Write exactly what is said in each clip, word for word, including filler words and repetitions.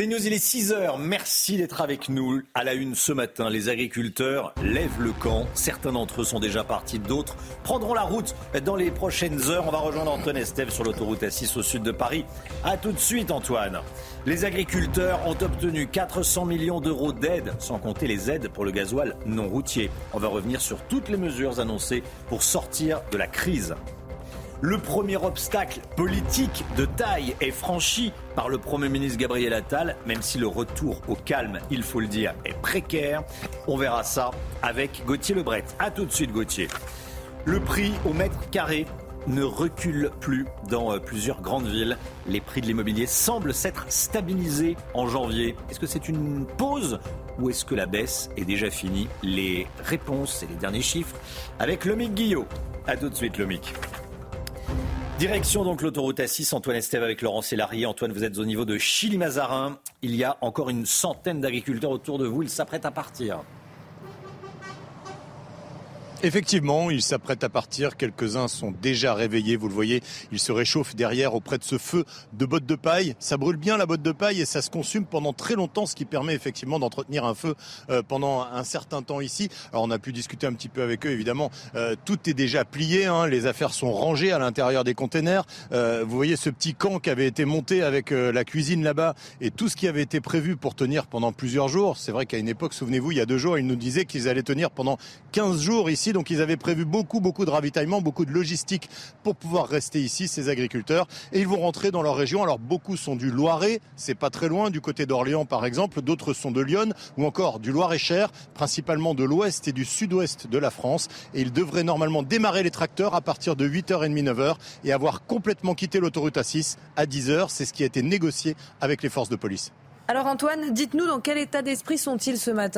C'est News, il est six heures. Merci d'être avec nous. À la une ce matin, les agriculteurs lèvent le camp. Certains d'entre eux sont déjà partis, d'autres prendront la route dans les prochaines heures. On va rejoindre Antoine Estève sur l'autoroute A six au sud de Paris. A tout de suite, Antoine. Les agriculteurs ont obtenu quatre cents millions d'euros d'aide, sans compter les aides pour le gasoil non routier. On va revenir sur toutes les mesures annoncées pour sortir de la crise. Le premier obstacle politique de taille est franchi par le Premier ministre Gabriel Attal, même si le retour au calme, il faut le dire, est précaire. On verra ça avec Gauthier Lebret. A tout de suite, Gauthier. Le prix au mètre carré ne recule plus dans plusieurs grandes villes. Les prix de l'immobilier semblent s'être stabilisés en janvier. Est-ce que c'est une pause ou est-ce que la baisse est déjà finie? Les réponses et les derniers chiffres avec Lomique Guillot. A tout de suite, Lomique. Direction donc l'autoroute A six, Antoine Estève avec Laurent Sélarié. Antoine, vous êtes au niveau de Chilly-Mazarin. Il y a encore une centaine d'agriculteurs autour de vous. Ils s'apprêtent à partir. Effectivement, ils s'apprêtent à partir. Quelques-uns sont déjà réveillés. Vous le voyez, ils se réchauffent derrière auprès de ce feu de bottes de paille. Ça brûle bien la botte de paille et ça se consume pendant très longtemps, ce qui permet effectivement d'entretenir un feu euh, pendant un certain temps ici. Alors on a pu discuter un petit peu avec eux, évidemment. Euh, tout est déjà plié, hein. Les affaires sont rangées à l'intérieur des containers. Euh, vous voyez ce petit camp qui avait été monté avec euh, la cuisine là-bas et tout ce qui avait été prévu pour tenir pendant plusieurs jours. C'est vrai qu'à une époque, souvenez-vous, il y a deux jours, ils nous disaient qu'ils allaient tenir pendant quinze jours ici. Donc ils avaient prévu beaucoup, beaucoup de ravitaillement, beaucoup de logistique pour pouvoir rester ici, ces agriculteurs. Et ils vont rentrer dans leur région. Alors beaucoup sont du Loiret, c'est pas très loin, du côté d'Orléans par exemple. D'autres sont de Lyon ou encore du Loir-et-Cher, principalement de l'ouest et du sud-ouest de la France. Et ils devraient normalement démarrer les tracteurs à partir de huit heures trente, neuf heures et avoir complètement quitté l'autoroute A six à dix heures. C'est ce qui a été négocié avec les forces de police. Alors Antoine, dites-nous dans quel état d'esprit sont-ils ce matin ?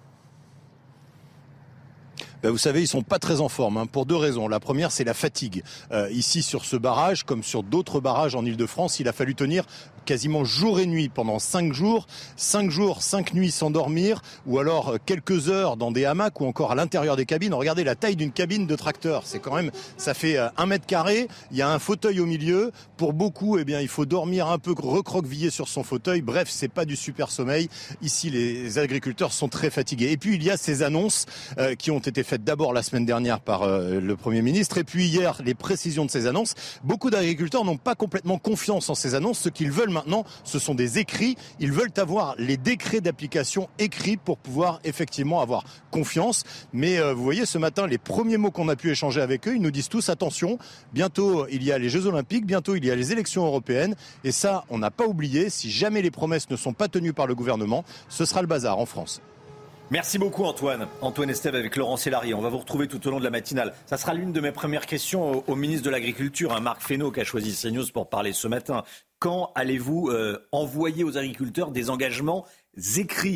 Ben vous savez, ils sont pas très en forme, hein, pour deux raisons. La première, c'est la fatigue. Euh, ici, sur ce barrage, comme sur d'autres barrages en Ile-de-France, il a fallu tenir quasiment jour et nuit pendant cinq jours, cinq jours, cinq nuits sans dormir, ou alors quelques heures dans des hamacs ou encore à l'intérieur des cabines. Regardez la taille d'une cabine de tracteur, c'est quand même, ça fait un mètre carré, il y a un fauteuil au milieu. Pour beaucoup, eh bien, il faut dormir un peu recroquevillé sur son fauteuil. Bref, c'est pas du super sommeil. Ici, les agriculteurs sont très fatigués. Et puis, il y a ces annonces euh, qui ont été faites d'abord la semaine dernière par euh, le Premier ministre, et puis hier, les précisions de ces annonces. Beaucoup d'agriculteurs n'ont pas complètement confiance en ces annonces. Ce qu'ils veulent maintenant, ce sont des écrits. Ils veulent avoir les décrets d'application écrits pour pouvoir effectivement avoir confiance. Mais euh, vous voyez, ce matin, les premiers mots qu'on a pu échanger avec eux, ils nous disent tous attention, bientôt il y a les Jeux Olympiques, bientôt il y a les élections européennes. Et ça, on n'a pas oublié, si jamais les promesses ne sont pas tenues par le gouvernement, ce sera le bazar en France. Merci beaucoup Antoine. Antoine Estève avec Laurent Sélarié. On va vous retrouver tout au long de la matinale. Ça sera l'une de mes premières questions au, au ministre de l'Agriculture, hein, Marc Fesneau, qui a choisi CNews pour parler ce matin. Quand allez-vous euh, envoyer aux agriculteurs des engagements écrits ?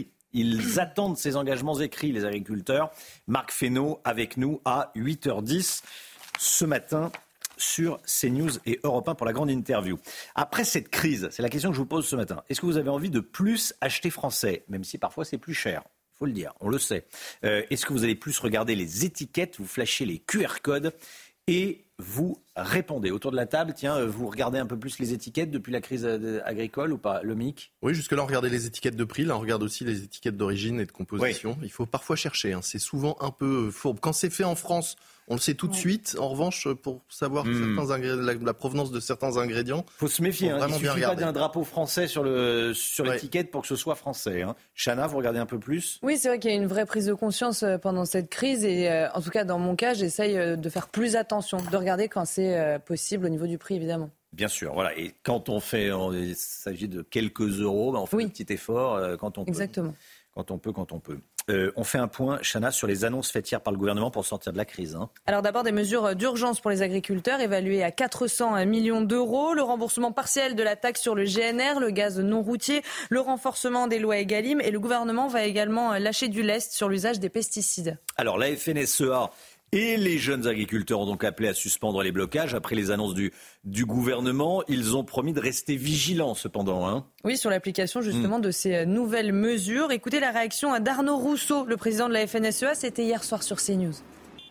Ils attendent ces engagements écrits, les agriculteurs. Marc Fesneau avec nous à huit heures dix ce matin sur CNews et Europe un pour la grande interview. Après cette crise, c'est la question que je vous pose ce matin. Est-ce que vous avez envie de plus acheter français, même si parfois c'est plus cher ? Il faut le dire, on le sait. Euh, est-ce que vous allez plus regarder les étiquettes, vous flashez les Q R codes et vous répondez autour de la table? Tiens, vous regardez un peu plus les étiquettes depuis la crise agricole ou pas, le M I C? Oui, jusque-là, on regardait les étiquettes de prix. Là, on regarde aussi les étiquettes d'origine et de composition. Oui. Il faut parfois chercher. Hein. C'est souvent un peu fourbe. Quand c'est fait en France, on le sait tout de ouais. suite. En revanche, pour savoir mmh. certains ingré... la, la provenance de certains ingrédients, il faut se méfier. Hein. Il ne suffit pas d'un drapeau français sur, le, sur l'étiquette ouais. pour que ce soit français. Hein. Chana, vous regardez un peu plus? Oui, c'est vrai qu'il y a une vraie prise de conscience pendant cette crise. Et euh, en tout cas, dans mon cas, j'essaye de faire plus attention, de regarder quand c'est euh, possible au niveau du prix, évidemment. Bien sûr, voilà. Et quand on fait, on, il s'agit de quelques euros, ben on fait oui. un petit effort euh, quand on peut. Exactement. Quand on peut, quand on peut. Euh, on fait un point, Chana, sur les annonces faites hier par le gouvernement pour sortir de la crise. Hein. Alors d'abord, des mesures d'urgence pour les agriculteurs évaluées à quatre cents millions d'euros. Le remboursement partiel de la taxe sur le G N R, le gaz non routier, le renforcement des lois Egalim. Et le gouvernement va également lâcher du lest sur l'usage des pesticides. Alors la F N S E A et les jeunes agriculteurs ont donc appelé à suspendre les blocages. Après les annonces du, du gouvernement, ils ont promis de rester vigilants cependant. Hein. Oui, sur l'application justement mmh. de ces nouvelles mesures. Écoutez la réaction d'Arnaud Rousseau, le président de la F N S E A, c'était hier soir sur CNews.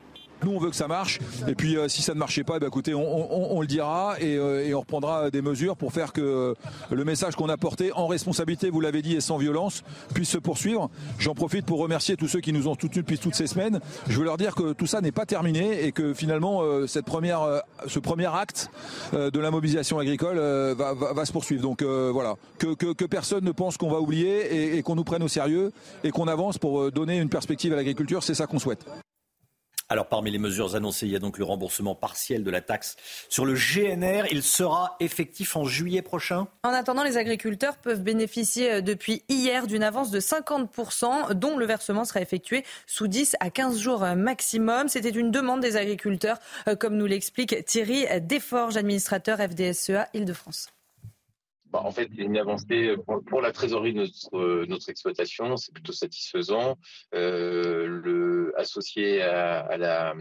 Nous, on veut que ça marche. Et puis, euh, si ça ne marchait pas, eh bien, écoutez, on, on, on le dira et, euh, et on reprendra des mesures pour faire que euh, le message qu'on a porté en responsabilité, vous l'avez dit, et sans violence, puisse se poursuivre. J'en profite pour remercier tous ceux qui nous ont soutenus depuis toutes ces semaines. Je veux leur dire que tout ça n'est pas terminé et que finalement, euh, cette première, euh, ce premier acte euh, de la mobilisation agricole euh, va, va, va se poursuivre. Donc euh, voilà, que, que, que personne ne pense qu'on va oublier et, et qu'on nous prenne au sérieux et qu'on avance pour donner une perspective à l'agriculture. C'est ça qu'on souhaite. Alors parmi les mesures annoncées, il y a donc le remboursement partiel de la taxe sur le G N R. Il sera effectif en juillet prochain. En attendant, les agriculteurs peuvent bénéficier depuis hier d'une avance de cinquante pour cent dont le versement sera effectué sous dix à quinze jours maximum. C'était une demande des agriculteurs, comme nous l'explique Thierry Desforges, administrateur F D S E A Île-de-France. En fait, il y a une avancée pour, pour la trésorerie de notre, notre exploitation, c'est plutôt satisfaisant. Euh, le, associé à, à, la,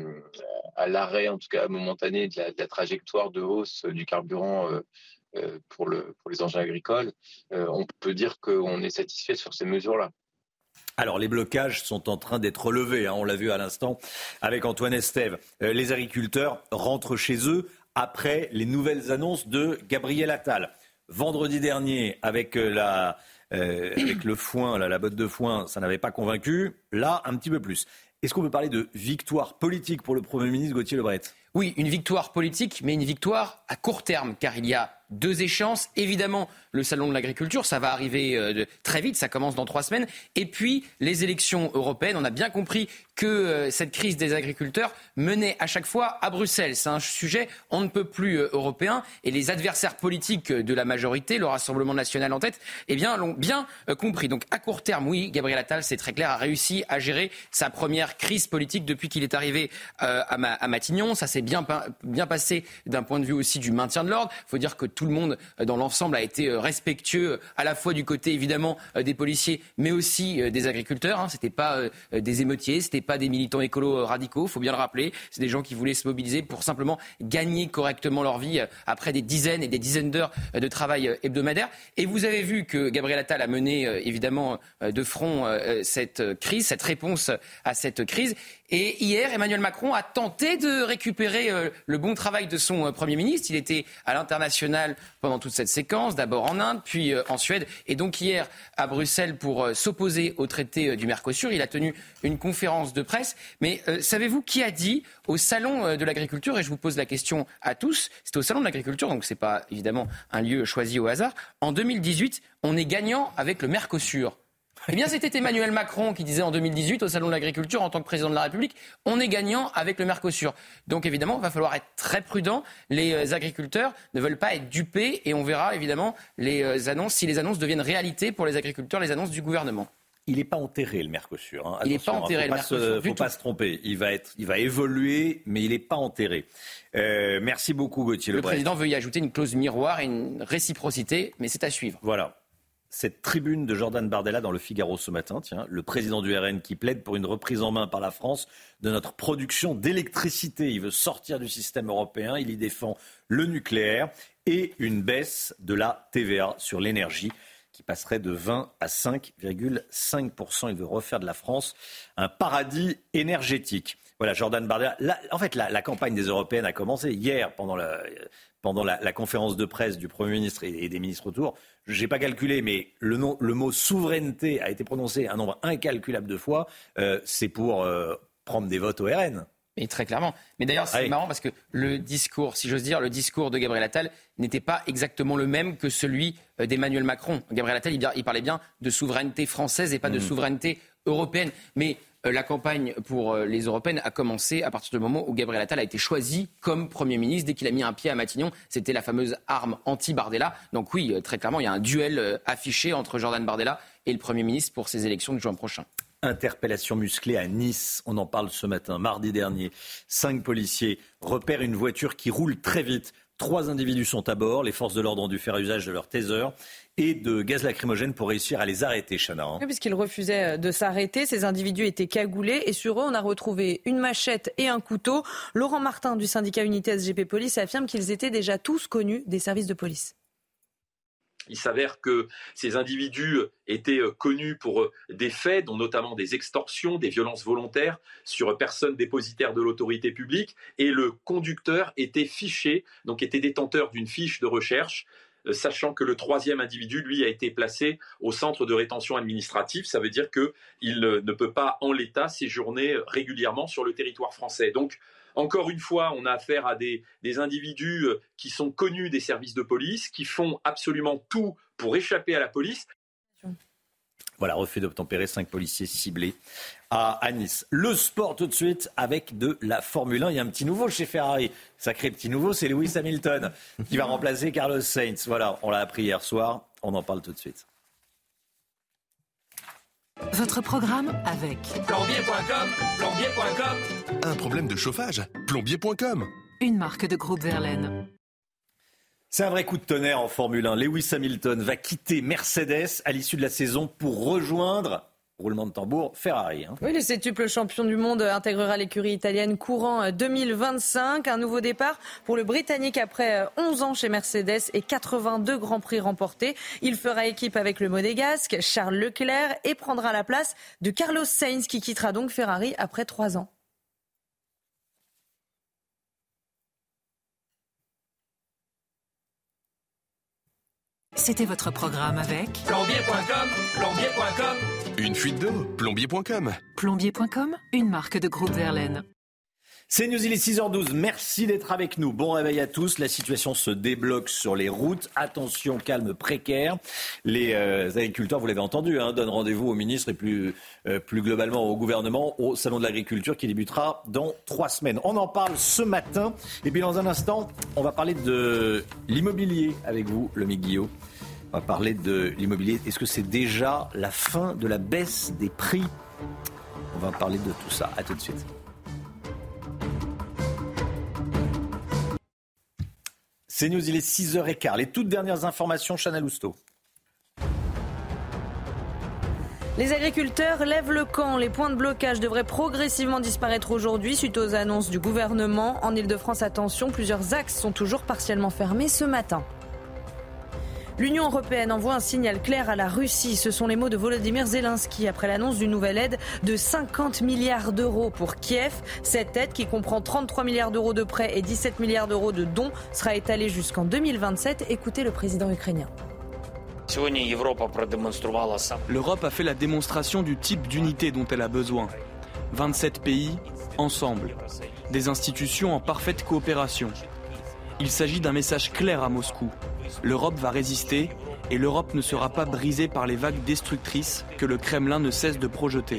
à l'arrêt, en tout cas momentané, de la, de la trajectoire de hausse du carburant euh, euh, pour, le, pour les engins agricoles, euh, on peut dire qu'on est satisfait sur ces mesures-là. Alors, les blocages sont en train d'être levés, hein, on l'a vu à l'instant avec Antoine Estève. Euh, les agriculteurs rentrent chez eux après les nouvelles annonces de Gabriel Attal. Vendredi dernier, avec, la, euh, avec le foin, là, la botte de foin, ça n'avait pas convaincu. Là, un petit peu plus. Est-ce qu'on peut parler de victoire politique pour le Premier ministre Gauthier Lebret ? Oui, une victoire politique, mais une victoire à court terme, car il y a deux échéances. Évidemment, le salon de l'agriculture, ça va arriver euh, très vite, ça commence dans trois semaines. Et puis, les élections européennes, on a bien compris que euh, cette crise des agriculteurs menait à chaque fois à Bruxelles. C'est un sujet on ne peut plus euh, européen. Et les adversaires politiques de la majorité, le Rassemblement national en tête, eh bien, l'ont bien euh, compris. Donc, à court terme, oui, Gabriel Attal, c'est très clair, a réussi à gérer sa première crise politique depuis qu'il est arrivé euh, à, Ma- à Matignon. Ça s'est bien, bien passé d'un point de vue aussi du maintien de l'ordre. Il faut dire que tout le monde, dans l'ensemble, a été respectueux à la fois du côté, évidemment, des policiers, mais aussi des agriculteurs. Hein. C'était pas des émeutiers, c'était pas des militants écolos radicaux, il faut bien le rappeler. C'est des gens qui voulaient se mobiliser pour simplement gagner correctement leur vie après des dizaines et des dizaines d'heures de travail hebdomadaire. Et vous avez vu que Gabriel Attal a mené, évidemment, de front cette crise, cette réponse à cette crise. Et hier, Emmanuel Macron a tenté de récupérer euh, le bon travail de son euh, Premier ministre. Il était à l'international pendant toute cette séquence, d'abord en Inde, puis euh, en Suède. Et donc hier, à Bruxelles, pour euh, s'opposer au traité euh, du Mercosur, il a tenu une conférence de presse. Mais euh, savez-vous qui a dit au Salon euh, de l'agriculture, et je vous pose la question à tous, c'était au Salon de l'agriculture, donc ce n'est pas évidemment un lieu choisi au hasard. En deux mille dix-huit, on est gagnant avec le Mercosur. Eh bien, c'était Emmanuel Macron qui disait en deux mille dix-huit au Salon de l'Agriculture, en tant que président de la République, on est gagnant avec le Mercosur. Donc, évidemment, il va falloir être très prudent. Les agriculteurs ne veulent pas être dupés et on verra, évidemment, les annonces, si les annonces deviennent réalité pour les agriculteurs, les annonces du gouvernement. Il n'est pas enterré, le Mercosur. Hein. Il n'est pas enterré, hein, le Mercosur. Il ne faut pas se tromper. Il va, être, il va évoluer, mais il n'est pas enterré. Euh, merci beaucoup, Gauthier Lebret. Le président veut y ajouter une clause miroir et une réciprocité, mais c'est à suivre. Voilà. Cette tribune de Jordan Bardella dans le Figaro ce matin, tiens, le président du R N qui plaide pour une reprise en main par la France de notre production d'électricité. Il veut sortir du système européen, il y défend le nucléaire et une baisse de la T V A sur l'énergie qui passerait de vingt à cinq virgule cinq pour cent. Il veut refaire de la France un paradis énergétique. Voilà, Jordan Bardella. La, en fait, la, la campagne des Européennes a commencé hier pendant la... Pendant la, la conférence de presse du Premier ministre et, et des ministres autour, je n'ai pas calculé, mais le, nom, le mot souveraineté a été prononcé un nombre incalculable de fois. Euh, c'est pour euh, prendre des votes au R N. Mais très clairement. Mais d'ailleurs, c'est Allez. marrant parce que le discours, si j'ose dire, le discours de Gabriel Attal n'était pas exactement le même que celui d'Emmanuel Macron. Gabriel Attal, il parlait bien de souveraineté française et pas de mmh. souveraineté européenne. Mais la campagne pour les européennes a commencé à partir du moment où Gabriel Attal a été choisi comme Premier ministre. Dès qu'il a mis un pied à Matignon, c'était la fameuse arme anti-Bardella. Donc oui, très clairement, il y a un duel affiché entre Jordan Bardella et le Premier ministre pour ces élections de juin prochain. Interpellation musclée à Nice, on en parle ce matin, mardi dernier. Cinq policiers repèrent une voiture qui roule très vite. Trois individus sont à bord. Les forces de l'ordre ont dû faire usage de leur taser et de gaz lacrymogène pour réussir à les arrêter, Chana. Hein. Oui, puisqu'ils refusaient de s'arrêter. Ces individus étaient cagoulés et sur eux, on a retrouvé une machette et un couteau. Laurent Martin du syndicat Unité S G P Police affirme qu'ils étaient déjà tous connus des services de police. Il s'avère que ces individus étaient connus pour des faits, dont notamment des extorsions, des violences volontaires sur personnes dépositaires de l'autorité publique. Et le conducteur était fiché, donc était détenteur d'une fiche de recherche, sachant que le troisième individu, lui, a été placé au centre de rétention administrative. Ça veut dire qu'il ne peut pas, en l'état, séjourner régulièrement sur le territoire français. Donc, encore une fois, on a affaire à des, des individus qui sont connus des services de police, qui font absolument tout pour échapper à la police. Voilà, refus d'obtempérer, cinq policiers ciblés à, à Nice. Le sport tout de suite avec de la Formule un. Il y a un petit nouveau chez Ferrari. Sacré petit nouveau, c'est Lewis Hamilton qui va remplacer Carlos Sainz. Voilà, on l'a appris hier soir. On en parle tout de suite. Votre programme avec plombier point com, plombier point com. Un problème de chauffage, plombier point com. Une marque de groupe Verlaine. C'est un vrai coup de tonnerre en Formule un. Lewis Hamilton va quitter Mercedes à l'issue de la saison pour rejoindre, roulement de tambour, Ferrari. Hein. Oui, le septuple champion du monde intégrera l'écurie italienne courant deux mille vingt-cinq. Un nouveau départ pour le Britannique après onze ans chez Mercedes et quatre-vingt-deux grands prix remportés. Il fera équipe avec le monégasque Charles Leclerc et prendra la place de Carlos Sainz qui quittera donc Ferrari après trois ans. C'était votre programme avec plombier point com, plombier point com. Une fuite d'eau, plombier point com. plombier point com, une marque de groupe Verlaine. C'est News, il est six heures douze. Merci d'être avec nous. Bon réveil à tous. La situation se débloque sur les routes. Attention, calme précaire. Les euh, agriculteurs, vous l'avez entendu, hein, donnent rendez-vous au ministre et plus, euh, plus globalement au gouvernement au Salon de l'agriculture qui débutera dans trois semaines. On en parle ce matin. Et puis dans un instant, on va parler de l'immobilier avec vous, Lomique Guillot. On va parler de l'immobilier. Est-ce que c'est déjà la fin de la baisse des prix ? On va parler de tout ça. À tout de suite. C'est News, il est six heures quinze. Les toutes dernières informations, Chana Lousteau. Les agriculteurs lèvent le camp. Les points de blocage devraient progressivement disparaître aujourd'hui suite aux annonces du gouvernement. En Ile-de-France, attention, plusieurs axes sont toujours partiellement fermés ce matin. L'Union européenne envoie un signal clair à la Russie. Ce sont les mots de Volodymyr Zelensky après l'annonce d'une nouvelle aide de cinquante milliards d'euros pour Kiev. Cette aide, qui comprend trente-trois milliards d'euros de prêts et dix-sept milliards d'euros de dons, sera étalée jusqu'en deux mille vingt-sept. Écoutez le président ukrainien. L'Europe a fait la démonstration du type d'unité dont elle a besoin. vingt-sept pays, ensemble. Des institutions en parfaite coopération. Il s'agit d'un message clair à Moscou. L'Europe va résister et l'Europe ne sera pas brisée par les vagues destructrices que le Kremlin ne cesse de projeter.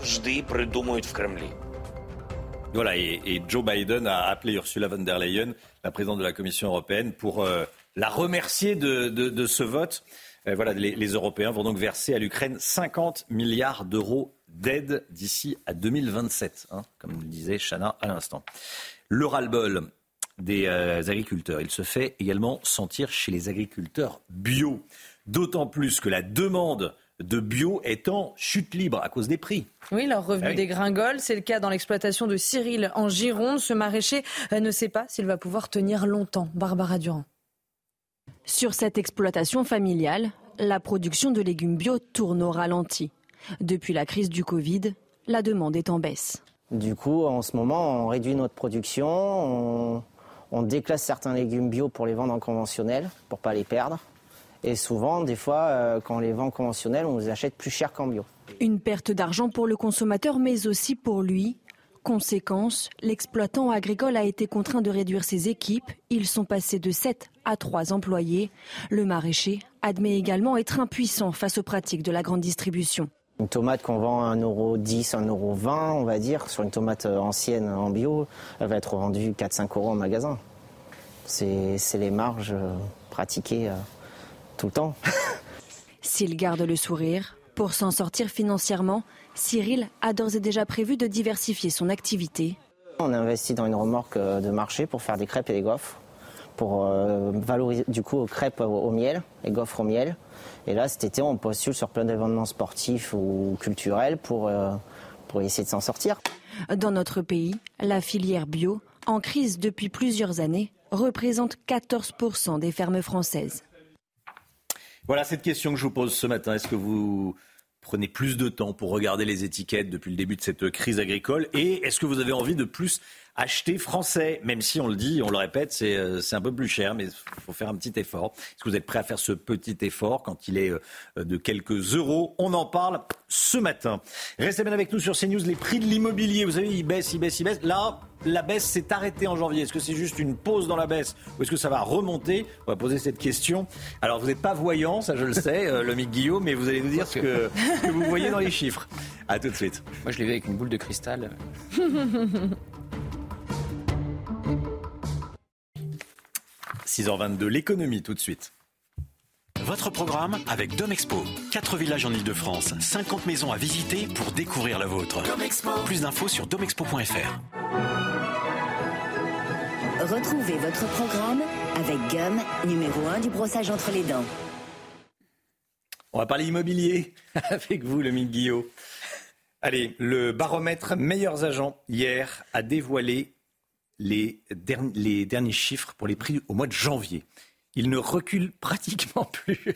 Voilà, et, et Joe Biden a appelé Ursula von der Leyen, la présidente de la Commission européenne, pour euh, la remercier de, de, de ce vote. Euh, voilà, les, les Européens vont donc verser à l'Ukraine cinquante milliards d'euros d'aide d'ici à deux mille vingt-sept, hein, comme le disait Chana à l'instant. Le ras-le-bol des euh, agriculteurs, il se fait également sentir chez les agriculteurs bio. D'autant plus que la demande de bio est en chute libre à cause des prix. Oui, leur revenu ah oui. dégringole. C'est le cas dans l'exploitation de Cyril en Gironde. Ce maraîcher ne sait pas s'il va pouvoir tenir longtemps. Barbara Durand. Sur cette exploitation familiale, la production de légumes bio tourne au ralenti. Depuis la crise du Covid, la demande est en baisse. Du coup, en ce moment, on réduit notre production, on, on déclasse certains légumes bio pour les vendre en conventionnel, pour ne pas les perdre. Et souvent, des fois, euh, quand on les vend conventionnels, on les achète plus cher qu'en bio. Une perte d'argent pour le consommateur, mais aussi pour lui. Conséquence, l'exploitant agricole a été contraint de réduire ses équipes. Ils sont passés de sept à trois employés. Le maraîcher admet également être impuissant face aux pratiques de la grande distribution. Une tomate qu'on vend à un euro dix, un euro vingt, on va dire, sur une tomate ancienne en bio, elle va être vendue quatre à cinq euros en magasin. C'est, c'est les marges pratiquées euh, tout le temps. S'il garde le sourire, pour s'en sortir financièrement, Cyril a d'ores et déjà prévu de diversifier son activité. On a investi dans une remorque de marché pour faire des crêpes et des gaufres, pour euh, valoriser du coup aux crêpes au, au miel, les gaufres au miel. Et là, cet été, on postule sur plein d'événements sportifs ou culturels pour, euh, pour essayer de s'en sortir. Dans notre pays, la filière bio, en crise depuis plusieurs années, représente quatorze pour cent des fermes françaises. Voilà cette question que je vous pose ce matin. Est-ce que vous prenez plus de temps pour regarder les étiquettes depuis le début de cette crise agricole? Et est-ce que vous avez envie de plus acheter français? Même si on le dit, on le répète, c'est, c'est un peu plus cher, mais il faut faire un petit effort. Est-ce que vous êtes prêt à faire ce petit effort quand il est de quelques euros? On en parle ce matin. Restez bien avec nous sur CNews. Les prix de l'immobilier, vous savez, ils baissent, ils baissent, ils baissent. Là, la baisse s'est arrêtée en janvier. Est-ce que c'est juste une pause dans la baisse ou est-ce que ça va remonter? On va poser cette question. Alors, vous n'êtes pas voyant, ça je le sais, euh, Lomique Guillaume, mais vous allez nous dire ce que, ce que vous voyez dans les chiffres. À tout de suite. Moi, je l'ai vu avec une boule de cristal. six heures vingt-deux, l'économie tout de suite. Votre programme avec Domexpo. quatre villages en Ile-de-France, cinquante maisons à visiter pour découvrir la vôtre. Domexpo. Plus d'infos sur domexpo point f r. Retrouvez votre programme avec Gum, numéro un du brossage entre les dents. On va parler immobilier avec vous, Lomique Guillaume. Allez, le baromètre Meilleurs Agents, hier, a dévoilé les, derni- les derniers chiffres pour les prix au mois de janvier. Il ne recule pratiquement plus.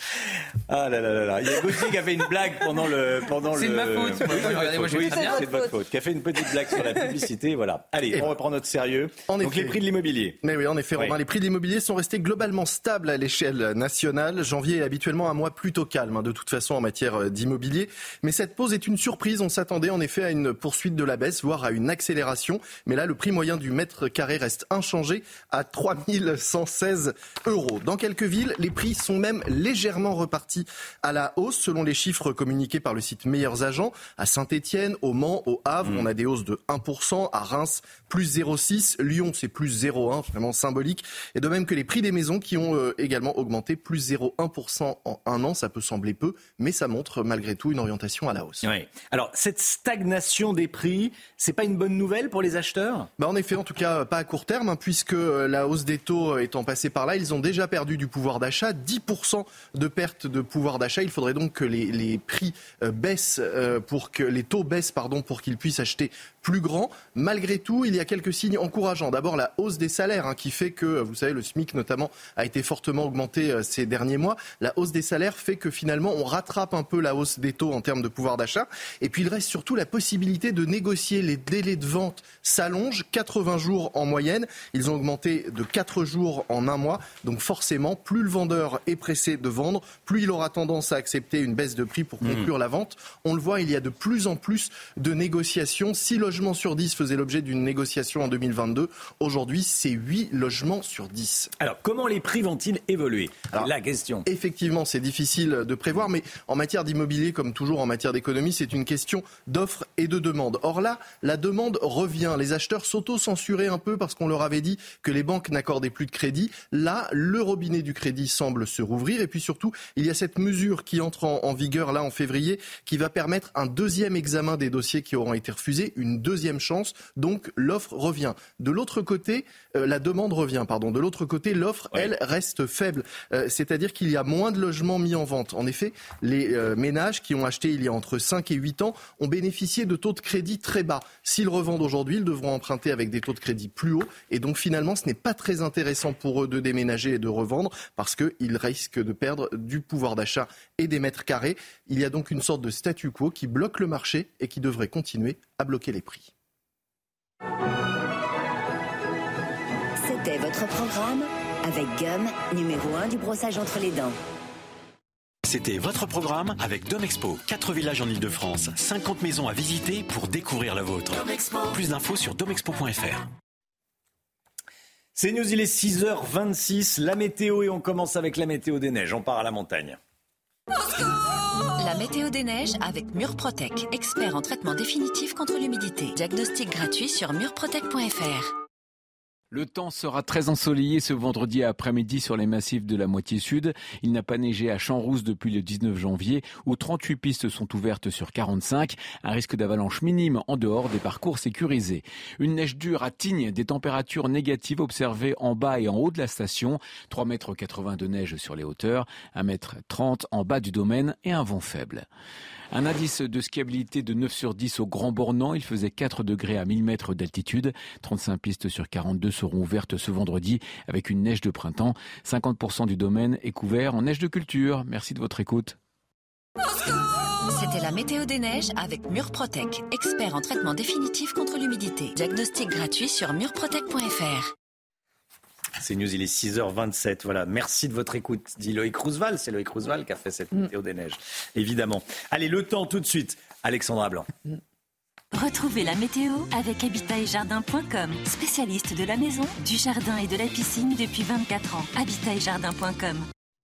Ah là là là là. Il y a Gauthier qui a fait une blague pendant le... Pendant c'est le... de ma faute. Oui, c'est, Regardez, moi, oui, c'est, c'est, c'est de votre faute. Qui a fait une petite blague sur la publicité. Voilà. Allez, Et on reprend notre sérieux. En Donc effet. Les prix de l'immobilier. Mais oui, en effet, Romain, oui. Les prix de l'immobilier sont restés globalement stables à l'échelle nationale. Janvier est habituellement un mois plutôt calme, hein, de toute façon, en matière d'immobilier. Mais cette pause est une surprise. On s'attendait en effet à une poursuite de la baisse, voire à une accélération. Mais là, le prix moyen du mètre carré reste inchangé à trois mille cent seize euros. Dans quelques villes, les prix sont même légèrement repartis à la hausse, selon les chiffres communiqués par le site Meilleurs Agents. À Saint-Étienne, au Mans, au Havre, mmh. on a des hausses de un pour cent. À Reims, plus zéro virgule six. Lyon, c'est plus zéro virgule un, vraiment symbolique. Et de même que les prix des maisons qui ont euh, également augmenté, plus zéro virgule un pour cent en un an. Ça peut sembler peu, mais ça montre malgré tout une orientation à la hausse. Oui. Alors, cette stagnation des prix, c'est pas une bonne nouvelle pour les acheteurs ? Bah en effet, en tout cas, pas à court terme, hein, puisque la hausse des taux étant passée par là, ils ont déjà perdu du pouvoir d'achat, dix pour cent de perte de pouvoir d'achat. Il faudrait donc que les, les prix euh, baissent, euh, pour que les taux baissent, pardon, pour qu'ils puissent acheter plus grand. Malgré tout, il y a quelques signes encourageants. D'abord, la hausse des salaires, hein, qui fait que, vous savez, le SMIC notamment a été fortement augmenté euh, ces derniers mois. La hausse des salaires fait que finalement, on rattrape un peu la hausse des taux en termes de pouvoir d'achat. Et puis, il reste surtout la possibilité de négocier. Les délais de vente s'allongent, quatre-vingts jours en moyenne. Ils ont augmenté de quatre jours en un mois. Donc forcément, plus le vendeur est pressé de vendre, plus il aura tendance à accepter une baisse de prix pour conclure mmh. la vente. On le voit, il y a de plus en plus de négociations. Six logements sur dix faisaient l'objet d'une négociation en deux mille vingt-deux. Aujourd'hui, c'est huit logements sur dix. Alors, comment les prix vont-ils évoluer ? Alors, la question. Effectivement, c'est difficile de prévoir, mais en matière d'immobilier, comme toujours en matière d'économie, c'est une question d'offre et de demande. Or là, la demande revient. Les acheteurs s'auto-censuraient un peu parce qu'on leur avait dit que les banques n'accordaient plus de crédit. Là, le robinet du crédit semble se rouvrir. Et puis surtout, il y a cette mesure qui entre en, en vigueur là en février qui va permettre un deuxième examen des dossiers qui auront été refusés, une deuxième chance. Donc l'offre revient. De l'autre côté, euh, la demande revient, pardon. De l'autre côté, l'offre, ouais. elle, reste faible. Euh, c'est-à-dire qu'il y a moins de logements mis en vente. En effet, les euh, ménages qui ont acheté il y a entre cinq et huit ans ont bénéficié de taux de crédit très bas. S'ils revendent aujourd'hui, ils devront emprunter avec des taux de crédit plus hauts. Et donc finalement, ce n'est pas très intéressant pour eux de déménager et de revendre parce qu'ils risquent de perdre du pouvoir d'achat et des mètres carrés. Il y a donc une sorte de statu quo qui bloque le marché et qui devrait continuer à bloquer les prix. C'était votre programme avec Gum, numéro un du brossage entre les dents. C'était votre programme avec Domexpo. quatre villages en Ile-de-France, cinquante maisons à visiter pour découvrir la vôtre. Domexpo. Plus d'infos sur domexpo point f r. C'est News, il est six heures vingt-six. La météo et on commence avec la météo des neiges. On part à la montagne. La météo des neiges avec Murprotec, expert en traitement définitif contre l'humidité. Diagnostic gratuit sur murprotec point f r. Le temps sera très ensoleillé ce vendredi après-midi sur les massifs de la moitié sud. Il n'a pas neigé à Champs-Rousse depuis le dix-neuf janvier où trente-huit pistes sont ouvertes sur quarante-cinq. Un risque d'avalanche minime en dehors des parcours sécurisés. Une neige dure à Tignes, des températures négatives observées en bas et en haut de la station. trois mètres quatre-vingts de neige sur les hauteurs, un mètre trente en bas du domaine et un vent faible. Un indice de skiabilité de neuf sur dix au Grand Bornand. Il faisait quatre degrés à mille mètres d'altitude. trente-cinq pistes sur quarante-deux seront ouvertes ce vendredi avec une neige de printemps. cinquante pour cent du domaine est couvert en neige de culture. Merci de votre écoute. C'était la météo des neiges avec Murprotec, expert en traitement définitif contre l'humidité. Diagnostic gratuit sur murprotec point f r. C'est News, il est six heures vingt-sept. Voilà, merci de votre écoute, dit Loïc Roosevelt. C'est Loïc Roosevelt qui a fait cette météo des neiges, évidemment. Allez, le temps tout de suite. Alexandra Blanc. Retrouvez la météo avec habitat jardin point com, spécialiste de la maison, du jardin et de la piscine depuis vingt-quatre ans. habitat jardin point com.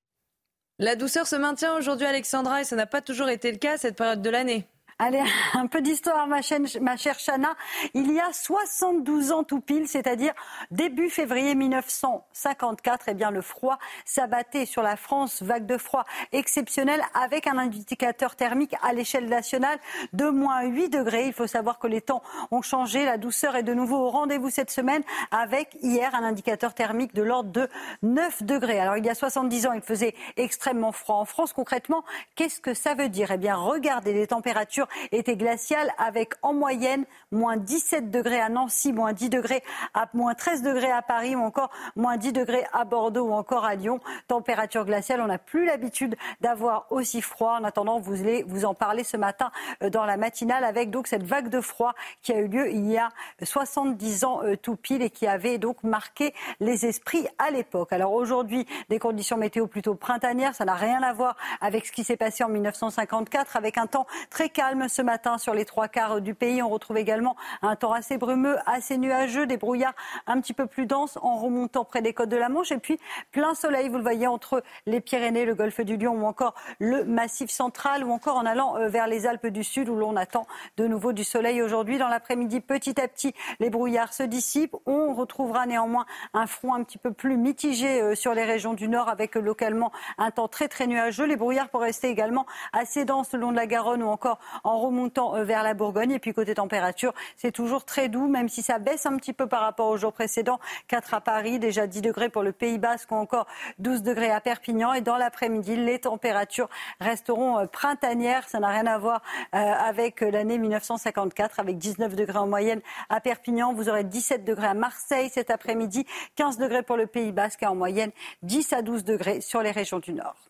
La douceur se maintient aujourd'hui, Alexandra, et ça n'a pas toujours été le cas à cette période de l'année. Allez, un peu d'histoire, ma, chaîne, ma chère Chana. Il y a soixante-douze ans tout pile, c'est-à-dire début février mille neuf cent cinquante-quatre, eh bien, le froid s'abattait sur la France, vague de froid exceptionnelle avec un indicateur thermique à l'échelle nationale de moins huit degrés. Il faut savoir que les temps ont changé. La douceur est de nouveau au rendez-vous cette semaine avec hier un indicateur thermique de l'ordre de neuf degrés. Alors, il y a soixante-dix ans, il faisait extrêmement froid en France. Concrètement, qu'est-ce que ça veut dire ? Eh bien, regardez les températures était glacial avec en moyenne moins dix-sept degrés à Nancy, moins dix degrés à moins treize degrés à Paris ou encore moins dix degrés à Bordeaux ou encore à Lyon. Température glaciale, on n'a plus l'habitude d'avoir aussi froid. En attendant, vous allez vous en parler ce matin dans la matinale avec donc cette vague de froid qui a eu lieu il y a soixante-dix ans tout pile et qui avait donc marqué les esprits à l'époque. Alors aujourd'hui, des conditions météo plutôt printanières, ça n'a rien à voir avec ce qui s'est passé en mille neuf cent cinquante-quatre avec un temps très calme ce matin sur les trois quarts du pays. On retrouve également un temps assez brumeux, assez nuageux, des brouillards un petit peu plus denses en remontant près des côtes de la Manche et puis plein soleil, vous le voyez, entre les Pyrénées, le golfe du Lion ou encore le Massif central ou encore en allant vers les Alpes du Sud où l'on attend de nouveau du soleil aujourd'hui. Dans l'après-midi, petit à petit, les brouillards se dissipent. On retrouvera néanmoins un front un petit peu plus mitigé sur les régions du Nord avec localement un temps très très nuageux. Les brouillards pourraient rester également assez denses le long de la Garonne ou encore en remontant vers la Bourgogne. Et puis côté température, c'est toujours très doux, même si ça baisse un petit peu par rapport aux jours précédents. quatre à Paris, déjà dix degrés pour le Pays Basque ou encore douze degrés à Perpignan. Et dans l'après-midi, les températures resteront printanières. Ça n'a rien à voir avec l'année mille neuf cent cinquante-quatre, avec dix-neuf degrés en moyenne à Perpignan. Vous aurez dix-sept degrés à Marseille cet après-midi, quinze degrés pour le Pays Basque et en moyenne dix à douze degrés sur les régions du Nord.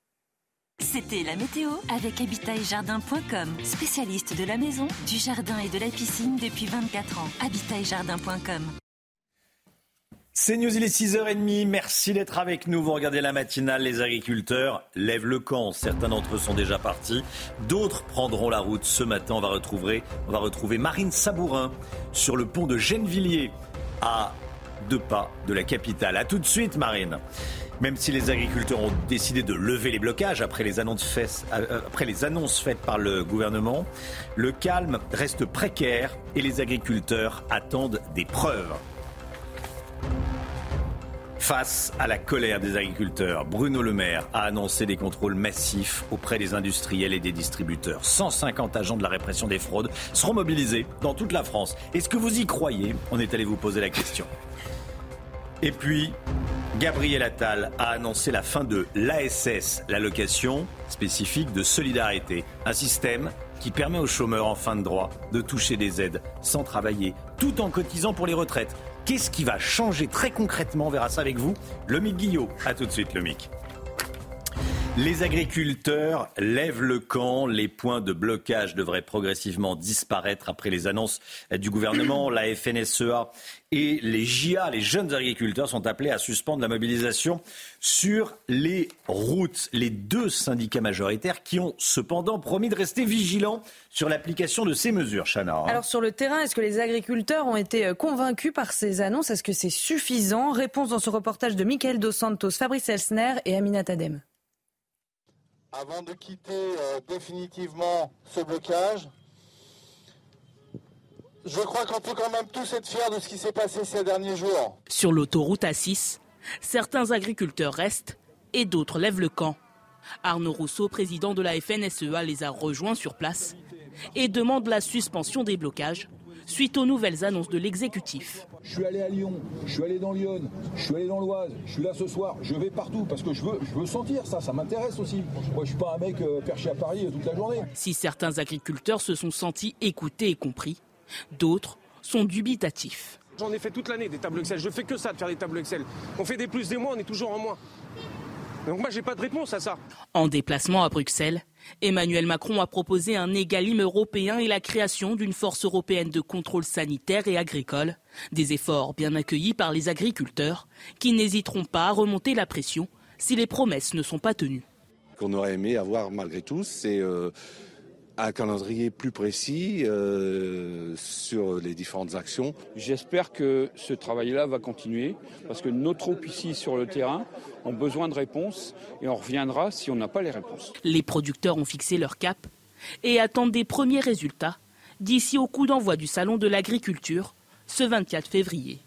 C'était la météo avec habitat jardin point com, spécialiste de la maison, du jardin et de la piscine depuis vingt-quatre ans. habitat jardin point com. C'est News, il est six heures trente. Merci d'être avec nous. Vous regardez la matinale. Les agriculteurs lèvent le camp. Certains d'entre eux sont déjà partis. D'autres prendront la route. Ce matin, on va retrouver, on va retrouver Marine Sabourin sur le pont de Gennevilliers, à deux pas de la capitale. A tout de suite, Marine. Même si les agriculteurs ont décidé de lever les blocages après les annonces faites, après les annonces faites par le gouvernement, le calme reste précaire et les agriculteurs attendent des preuves. Face à la colère des agriculteurs, Bruno Le Maire a annoncé des contrôles massifs auprès des industriels et des distributeurs. cent cinquante agents de la répression des fraudes seront mobilisés dans toute la France. Est-ce que vous y croyez ? On est allé vous poser la question. Et puis, Gabriel Attal a annoncé la fin de l'A S S, l'allocation spécifique de solidarité. Un système qui permet aux chômeurs en fin de droit de toucher des aides sans travailler, tout en cotisant pour les retraites. Qu'est-ce qui va changer très concrètement ? On verra ça avec vous. Lomic Guillot, à tout de suite Lomic. Les agriculteurs lèvent le camp. Les points de blocage devraient progressivement disparaître après les annonces du gouvernement. La F N S E A et les J A, les jeunes agriculteurs, sont appelés à suspendre la mobilisation sur les routes. Les deux syndicats majoritaires qui ont cependant promis de rester vigilants sur l'application de ces mesures. Chana. Alors sur le terrain, est-ce que les agriculteurs ont été convaincus par ces annonces ? Est-ce que c'est suffisant ? Réponse dans ce reportage de Michael Dos Santos, Fabrice Elsner et Aminat Adem. Avant de quitter euh, définitivement ce blocage, je crois qu'on peut quand même tous être fiers de ce qui s'est passé ces derniers jours. Sur l'autoroute A six, certains agriculteurs restent et d'autres lèvent le camp. Arnaud Rousseau, président de la F N S E A, les a rejoints sur place et demande la suspension des blocages suite aux nouvelles annonces de l'exécutif. Je suis allé à Lyon, je suis allé dans Lyon, je suis allé dans l'Oise, je suis là ce soir, je vais partout parce que je veux, je veux sentir ça, ça m'intéresse aussi. Moi je suis pas un mec euh, perché à Paris euh, toute la journée. Si certains agriculteurs se sont sentis écoutés et compris, d'autres sont dubitatifs. J'en ai fait toute l'année des tableaux Excel, je fais que ça de faire des tableaux Excel. On fait des plus, des moins, on est toujours en moins. Donc moi j'ai pas de réponse à ça. En déplacement à Bruxelles, Emmanuel Macron a proposé un égalim européen et la création d'une force européenne de contrôle sanitaire et agricole. Des efforts bien accueillis par les agriculteurs qui n'hésiteront pas à remonter la pression si les promesses ne sont pas tenues. Ce qu'on aurait aimé avoir malgré tout, c'est euh, un calendrier plus précis euh, sur les différentes actions. J'espère que ce travail-là va continuer parce que nos troupes ici sur le terrain ont besoin de réponses et on reviendra si on n'a pas les réponses. Les producteurs ont fixé leur cap et attendent des premiers résultats d'ici au coup d'envoi du Salon de l'agriculture ce vingt-quatre février.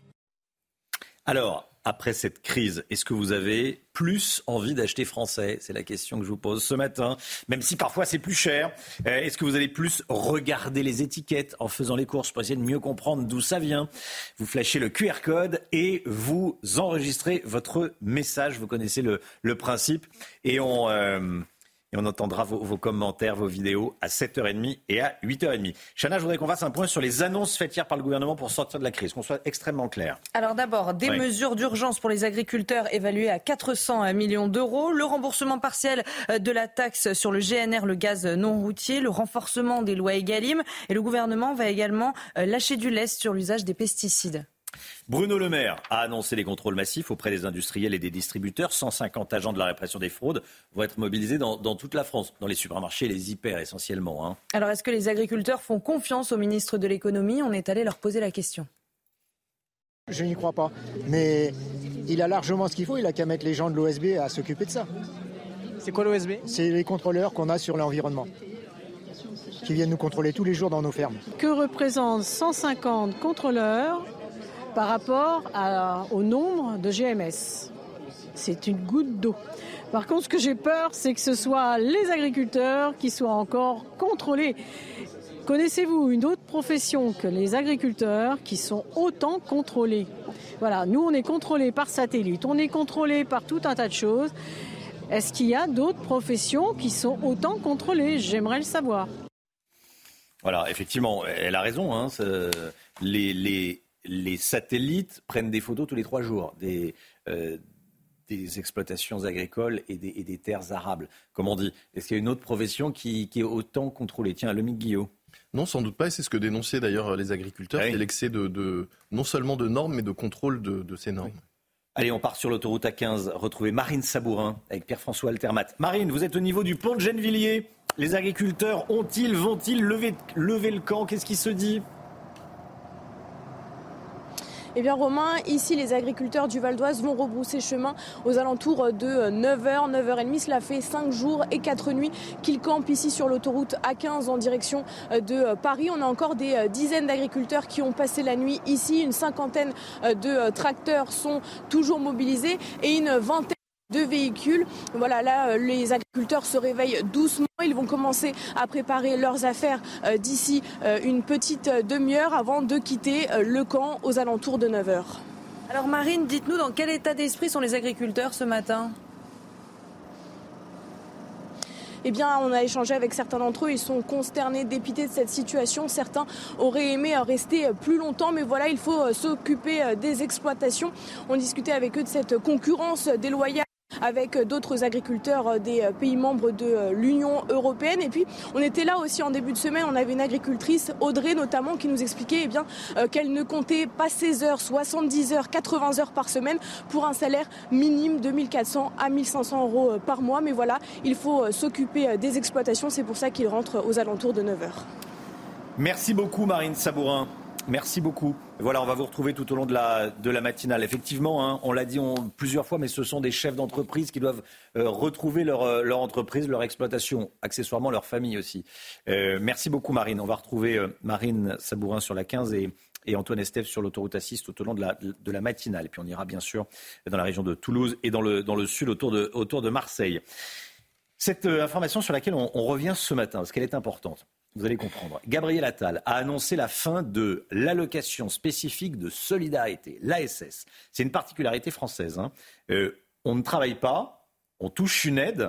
Alors, après cette crise, est-ce que vous avez plus envie d'acheter français ? C'est la question que je vous pose ce matin. Même si parfois c'est plus cher, euh, est-ce que vous allez plus regarder les étiquettes en faisant les courses pour essayer de mieux comprendre d'où ça vient ? Vous flashez le Q R code et vous enregistrez votre message. Vous connaissez le, le principe. Et on... Euh, Et on entendra vos, vos commentaires, vos vidéos à sept heures trente et à huit heures trente. Chana, je voudrais qu'on fasse un point sur les annonces faites hier par le gouvernement pour sortir de la crise, qu'on soit extrêmement clair. Alors d'abord, des oui. mesures d'urgence pour les agriculteurs évaluées à quatre cents millions d'euros, le remboursement partiel de la taxe sur le G N R, le gaz non routier, le renforcement des lois Egalim, et le gouvernement va également lâcher du lest sur l'usage des pesticides. Bruno Le Maire a annoncé les contrôles massifs auprès des industriels et des distributeurs. cent cinquante agents de la répression des fraudes vont être mobilisés dans, dans toute la France, dans les supermarchés et les hyper essentiellement. Hein. Alors est-ce que les agriculteurs font confiance au ministre de l'économie ? On est allé leur poser la question. Je n'y crois pas, mais il a largement ce qu'il faut, il a qu'à mettre les gens de l'O S B à s'occuper de ça. C'est quoi l'O S B ? C'est les contrôleurs qu'on a sur l'environnement, qui viennent nous contrôler tous les jours dans nos fermes. Que représentent cent cinquante contrôleurs par rapport à, au nombre de G M S? C'est une goutte d'eau. Par contre, ce que j'ai peur, c'est que ce soit les agriculteurs qui soient encore contrôlés. Connaissez-vous une autre profession que les agriculteurs qui sont autant contrôlés ? Voilà, nous on est contrôlés par satellite, on est contrôlés par tout un tas de choses. Est-ce qu'il y a d'autres professions qui sont autant contrôlées ? J'aimerais le savoir. Voilà, effectivement, elle a raison. Hein, les, les, les satellites prennent des photos tous les trois jours des, euh, des exploitations agricoles et des, et des terres arables. Comme on dit, est-ce qu'il y a une autre profession qui, qui est autant contrôlée ? Tiens, Lomique Guillot. Non, sans doute pas, et c'est ce que dénonçaient d'ailleurs les agriculteurs, oui. C'est l'excès de, de, non seulement de normes, mais de contrôle de, de ces normes. Oui. Allez, on part sur l'autoroute A quinze, retrouver Marine Sabourin avec Pierre-François Altermat. Marine, vous êtes au niveau du pont de Gennevilliers. Les agriculteurs ont-ils, vont-ils lever, lever le camp ? Qu'est-ce qui se dit ? Eh bien Romain, ici les agriculteurs du Val d'Oise vont rebrousser chemin aux alentours de neuf heures, neuf heures trente. Cela fait cinq jours et quatre nuits qu'ils campent ici sur l'autoroute A quinze en direction de Paris. On a encore des dizaines d'agriculteurs qui ont passé la nuit ici. Une cinquantaine de tracteurs sont toujours mobilisés et une vingtaine de véhicules. Voilà, là, les agriculteurs se réveillent doucement. Ils vont commencer à préparer leurs affaires euh, d'ici euh, une petite demi-heure avant de quitter euh, le camp aux alentours de neuf heures. Alors Marine, dites-nous dans quel état d'esprit sont les agriculteurs ce matin ? Eh bien, on a échangé avec certains d'entre eux. Ils sont consternés, dépités de cette situation. Certains auraient aimé rester plus longtemps, mais voilà, il faut s'occuper des exploitations. On discutait avec eux de cette concurrence déloyale avec d'autres agriculteurs des pays membres de l'Union européenne. Et puis, on était là aussi en début de semaine. On avait une agricultrice, Audrey notamment, qui nous expliquait eh bien, euh, qu'elle ne comptait pas seize heures, soixante-dix heures, quatre-vingts heures par semaine pour un salaire minime de mille quatre cents à mille cinq cents euros par mois. Mais voilà, il faut s'occuper des exploitations. C'est pour ça qu'ils rentrent aux alentours de neuf heures. Merci beaucoup, Marine Sabourin. Merci beaucoup. Voilà, on va vous retrouver tout au long de la, de la matinale. Effectivement, hein, on l'a dit on, plusieurs fois, mais ce sont des chefs d'entreprise qui doivent euh, retrouver leur, euh, leur entreprise, leur exploitation, accessoirement leur famille aussi. Euh, merci beaucoup, Marine. On va retrouver euh, Marine Sabourin sur la quinze et, et Antoine Estève sur l'autoroute A six tout au long de la, de la matinale. Et puis on ira bien sûr dans la région de Toulouse et dans le, dans le sud autour de, autour de Marseille. Cette euh, information sur laquelle on, on revient ce matin, parce qu'elle est importante. Vous allez comprendre. Gabriel Attal a annoncé la fin de l'allocation spécifique de solidarité, l'A S S. C'est une particularité française. Hein. Euh, on ne travaille pas, on touche une aide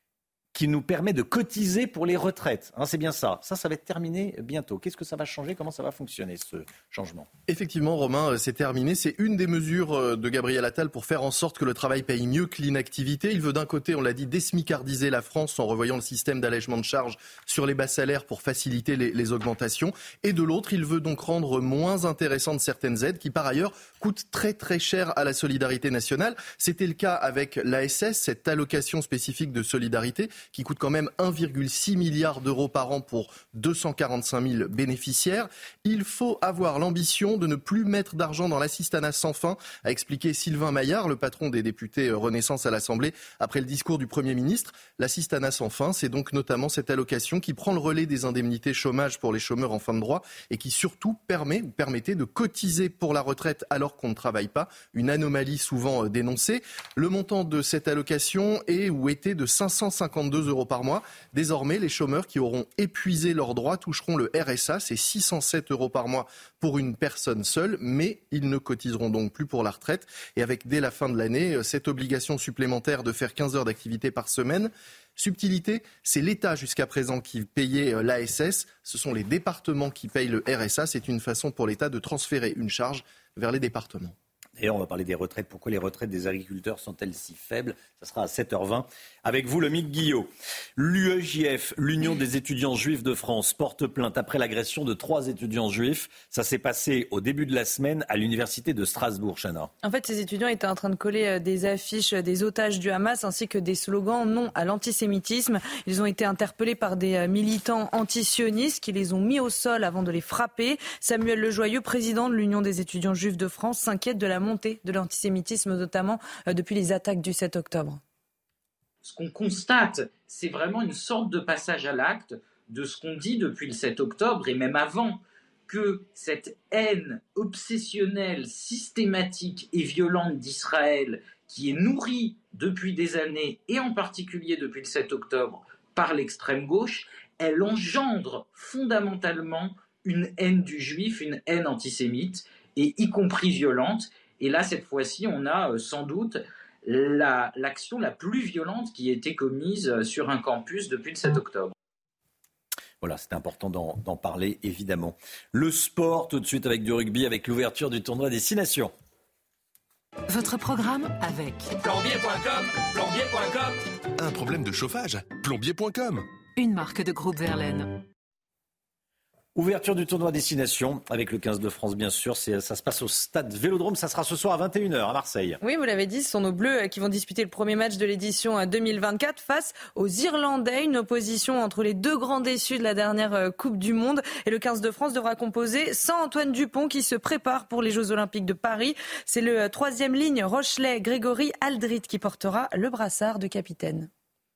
qui nous permet de cotiser pour les retraites. Hein, c'est bien ça. Ça, ça va être terminé bientôt. Qu'est-ce que ça va changer ? Comment ça va fonctionner, ce changement ? Effectivement, Romain, c'est terminé. C'est une des mesures de Gabriel Attal pour faire en sorte que le travail paye mieux que l'inactivité. Il veut d'un côté, on l'a dit, désmicardiser la France en revoyant le système d'allègement de charges sur les bas salaires pour faciliter les, les augmentations. Et de l'autre, il veut donc rendre moins intéressantes certaines aides qui, par ailleurs, coûtent très très cher à la solidarité nationale. C'était le cas avec l'A S S, cette allocation spécifique de solidarité, qui coûte quand même un virgule six milliard d'euros par an pour deux cent quarante-cinq mille bénéficiaires. Il faut avoir l'ambition de ne plus mettre d'argent dans l'assistanat sans fin, a expliqué Sylvain Maillard, le patron des députés Renaissance à l'Assemblée, après le discours du Premier ministre. L'assistanat sans fin, c'est donc notamment cette allocation qui prend le relais des indemnités chômage pour les chômeurs en fin de droit et qui surtout permet ou permettait de cotiser pour la retraite alors qu'on ne travaille pas, une anomalie souvent dénoncée. Le montant de cette allocation est ou était de cinq cent cinquante-deux euros par mois. Désormais, les chômeurs qui auront épuisé leurs droits toucheront le R S A, c'est six cent sept euros par mois pour une personne seule, mais ils ne cotiseront donc plus pour la retraite. Et avec, dès la fin de l'année, cette obligation supplémentaire de faire quinze heures d'activité par semaine. Subtilité, c'est l'État jusqu'à présent qui payait l'A S S, ce sont les départements qui payent le R S A, c'est une façon pour l'État de transférer une charge vers les départements. D'ailleurs, on va parler des retraites. Pourquoi les retraites des agriculteurs sont-elles si faibles ? Ça sera à sept heures vingt. Avec vous, le Mick Guillot. L'U E J F, l'Union des étudiants juifs de France, porte plainte après l'agression de trois étudiants juifs. Ça s'est passé au début de la semaine à l'université de Strasbourg, Chana. En fait, ces étudiants étaient en train de coller des affiches des otages du Hamas ainsi que des slogans non à l'antisémitisme. Ils ont été interpellés par des militants antisionistes qui les ont mis au sol avant de les frapper. Samuel Lejoyeux, président de l'Union des étudiants juifs de France, s'inquiète de la montée de l'antisémitisme, notamment depuis les attaques du sept octobre. Ce qu'on constate, c'est vraiment une sorte de passage à l'acte de ce qu'on dit depuis le sept octobre et même avant, que cette haine obsessionnelle, systématique et violente d'Israël, qui est nourrie depuis des années et en particulier depuis le sept octobre par l'extrême gauche, elle engendre fondamentalement une haine du juif, une haine antisémite et y compris violente. Et là, cette fois-ci, on a euh, sans doute la, l'action la plus violente qui a été commise sur un campus depuis le sept octobre. Voilà, c'est important d'en, d'en parler, évidemment. Le sport, tout de suite avec du rugby, avec l'ouverture du tournoi Destination. Votre programme avec plombier point com, plombier point com. Un problème de chauffage, plombier point com. Une marque de groupe Verlaine. Ouverture du tournoi Destination avec le quinze de France, bien sûr. C'est, ça se passe au stade Vélodrome. Ça sera ce soir à vingt et une heures à Marseille. Oui, vous l'avez dit, ce sont nos Bleus qui vont disputer le premier match de l'édition deux mille vingt-quatre face aux Irlandais. Une opposition entre les deux grands déçus de la dernière Coupe du Monde. Et le quinze de France devra composer sans Antoine Dupont qui se prépare pour les Jeux Olympiques de Paris. C'est le troisième ligne Rochelet Grégory Aldrit qui portera le brassard de capitaine.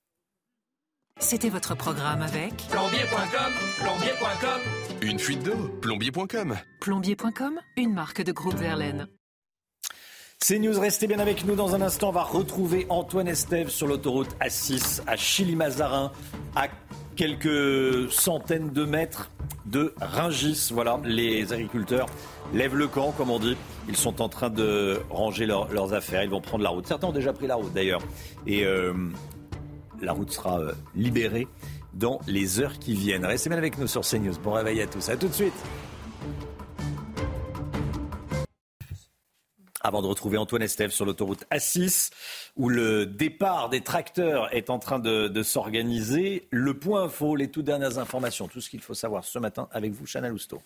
C'était votre programme avec plombier point com, plombier point com. Une fuite d'eau, plombier point com. plombier point com, une marque de groupe Verlaine. C'est News, restez bien avec nous. Dans un instant, on va retrouver Antoine Estève sur l'autoroute A six à Chilly-Mazarin, à quelques centaines de mètres de Rungis. Voilà, les agriculteurs lèvent le camp, comme on dit. Ils sont en train de ranger leur, leurs affaires. Ils vont prendre la route. Certains ont déjà pris la route, d'ailleurs. Et euh, la route sera euh, libérée dans les heures qui viennent. Restez bien avec nous sur CNews. Bon réveil à tous. À tout de suite. Avant de retrouver Antoine Estève sur l'autoroute A six, où le départ des tracteurs est en train de, de s'organiser, le point info, les toutes dernières informations, tout ce qu'il faut savoir ce matin avec vous, Chana Lousteau.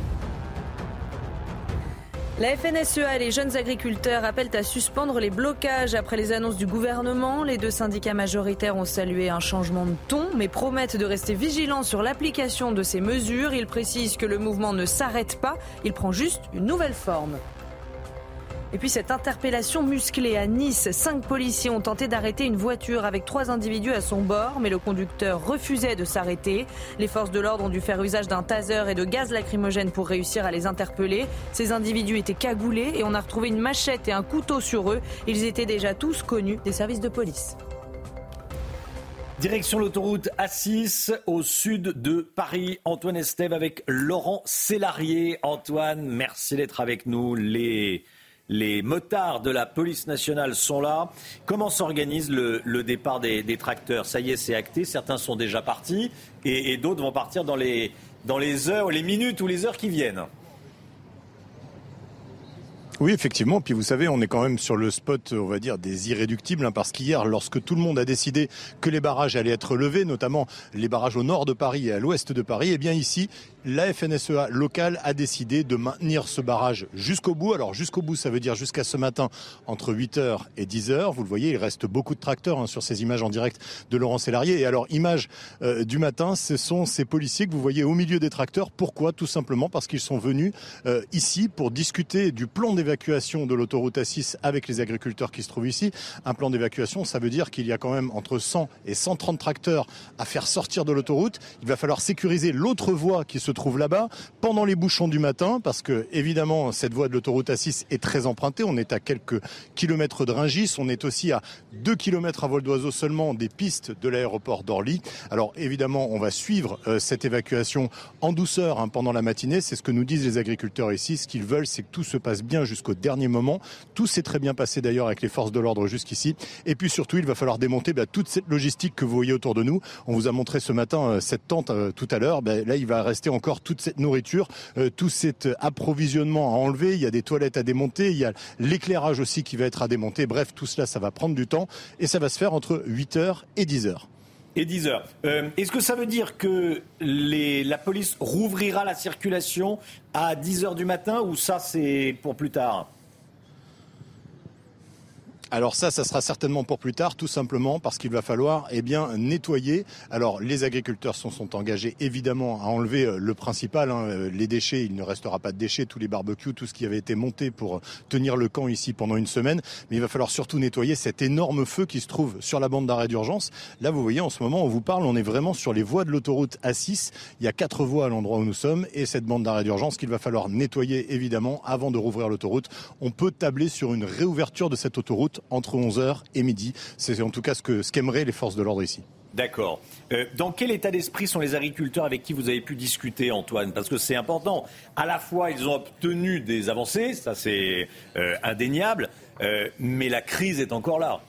La F N S E A et les jeunes agriculteurs appellent à suspendre les blocages après les annonces du gouvernement. Les deux syndicats majoritaires ont salué un changement de ton, mais promettent de rester vigilants sur l'application de ces mesures. Ils précisent que le mouvement ne s'arrête pas, il prend juste une nouvelle forme. Et puis cette interpellation musclée à Nice. Cinq policiers ont tenté d'arrêter une voiture avec trois individus à son bord, mais le conducteur refusait de s'arrêter. Les forces de l'ordre ont dû faire usage d'un taser et de gaz lacrymogène pour réussir à les interpeller. Ces individus étaient cagoulés et on a retrouvé une machette et un couteau sur eux. Ils étaient déjà tous connus des services de police. Direction l'autoroute A six au sud de Paris. Antoine Estève avec Laurent Sélarié. Antoine, merci d'être avec nous. Les, les motards de la police nationale sont là. Comment s'organise le, le départ des, des tracteurs ? Ça y est, c'est acté. Certains sont déjà partis et, et d'autres vont partir dans les, dans les heures, les minutes ou les heures qui viennent. Oui, effectivement. Puis vous savez, on est quand même sur le spot, on va dire, des irréductibles, hein, parce qu'hier, lorsque tout le monde a décidé que les barrages allaient être levés, notamment les barrages au nord de Paris et à l'ouest de Paris, eh bien ici, la F N S E A locale a décidé de maintenir ce barrage jusqu'au bout. Alors jusqu'au bout, ça veut dire jusqu'à ce matin, entre huit heures et dix heures. Vous le voyez, il reste beaucoup de tracteurs hein, sur ces images en direct de Laurent Sélarié. Et alors, image euh, du matin, ce sont ces policiers que vous voyez au milieu des tracteurs. Pourquoi ? Tout simplement parce qu'ils sont venus euh, ici pour discuter du plan d'évacuation de l'autoroute A six avec les agriculteurs qui se trouvent ici. Un plan d'évacuation, ça veut dire qu'il y a quand même entre cent et cent trente tracteurs à faire sortir de l'autoroute. Il va falloir sécuriser l'autre voie qui se trouve là-bas pendant les bouchons du matin, parce que évidemment cette voie de l'autoroute A six est très empruntée. On est à quelques kilomètres de Rungis, on est aussi à deux kilomètres à vol d'oiseau seulement des pistes de l'aéroport d'Orly. Alors évidemment, on va suivre euh, cette évacuation en douceur hein, pendant la matinée. C'est ce que nous disent les agriculteurs ici. Ce qu'ils veulent, c'est que tout se passe bien jusqu'au dernier moment. Tout s'est très bien passé d'ailleurs avec les forces de l'ordre jusqu'ici. Et puis surtout, il va falloir démonter bah, toute cette logistique que vous voyez autour de nous. On vous a montré ce matin euh, cette tente euh, tout à l'heure. Bah, là, il va rester encore toute cette nourriture, euh, tout cet approvisionnement à enlever. Il y a des toilettes à démonter, il y a l'éclairage aussi qui va être à démonter. Bref, tout cela, ça va prendre du temps et ça va se faire entre huit heures et dix heures. Et dix heures. Euh, est-ce que ça veut dire que les, la police rouvrira la circulation à dix heures du matin ou ça, c'est pour plus tard ? Alors ça, ça sera certainement pour plus tard, tout simplement parce qu'il va falloir eh bien, nettoyer. Alors les agriculteurs sont, sont engagés évidemment à enlever le principal, hein, les déchets. Il ne restera pas de déchets, tous les barbecues, tout ce qui avait été monté pour tenir le camp ici pendant une semaine. Mais il va falloir surtout nettoyer cet énorme feu qui se trouve sur la bande d'arrêt d'urgence. Là, vous voyez, en ce moment, on vous parle, on est vraiment sur les voies de l'autoroute A six. Il y a quatre voies à l'endroit où nous sommes et cette bande d'arrêt d'urgence qu'il va falloir nettoyer évidemment avant de rouvrir l'autoroute. On peut tabler sur une réouverture de cette autoroute entre onze heures et midi. C'est en tout cas ce que ce qu'aimeraient les forces de l'ordre ici. D'accord. Euh, dans quel état d'esprit sont les agriculteurs avec qui vous avez pu discuter, Antoine ? Parce que c'est important. À la fois, ils ont obtenu des avancées, ça c'est euh, indéniable, euh, mais la crise est encore là.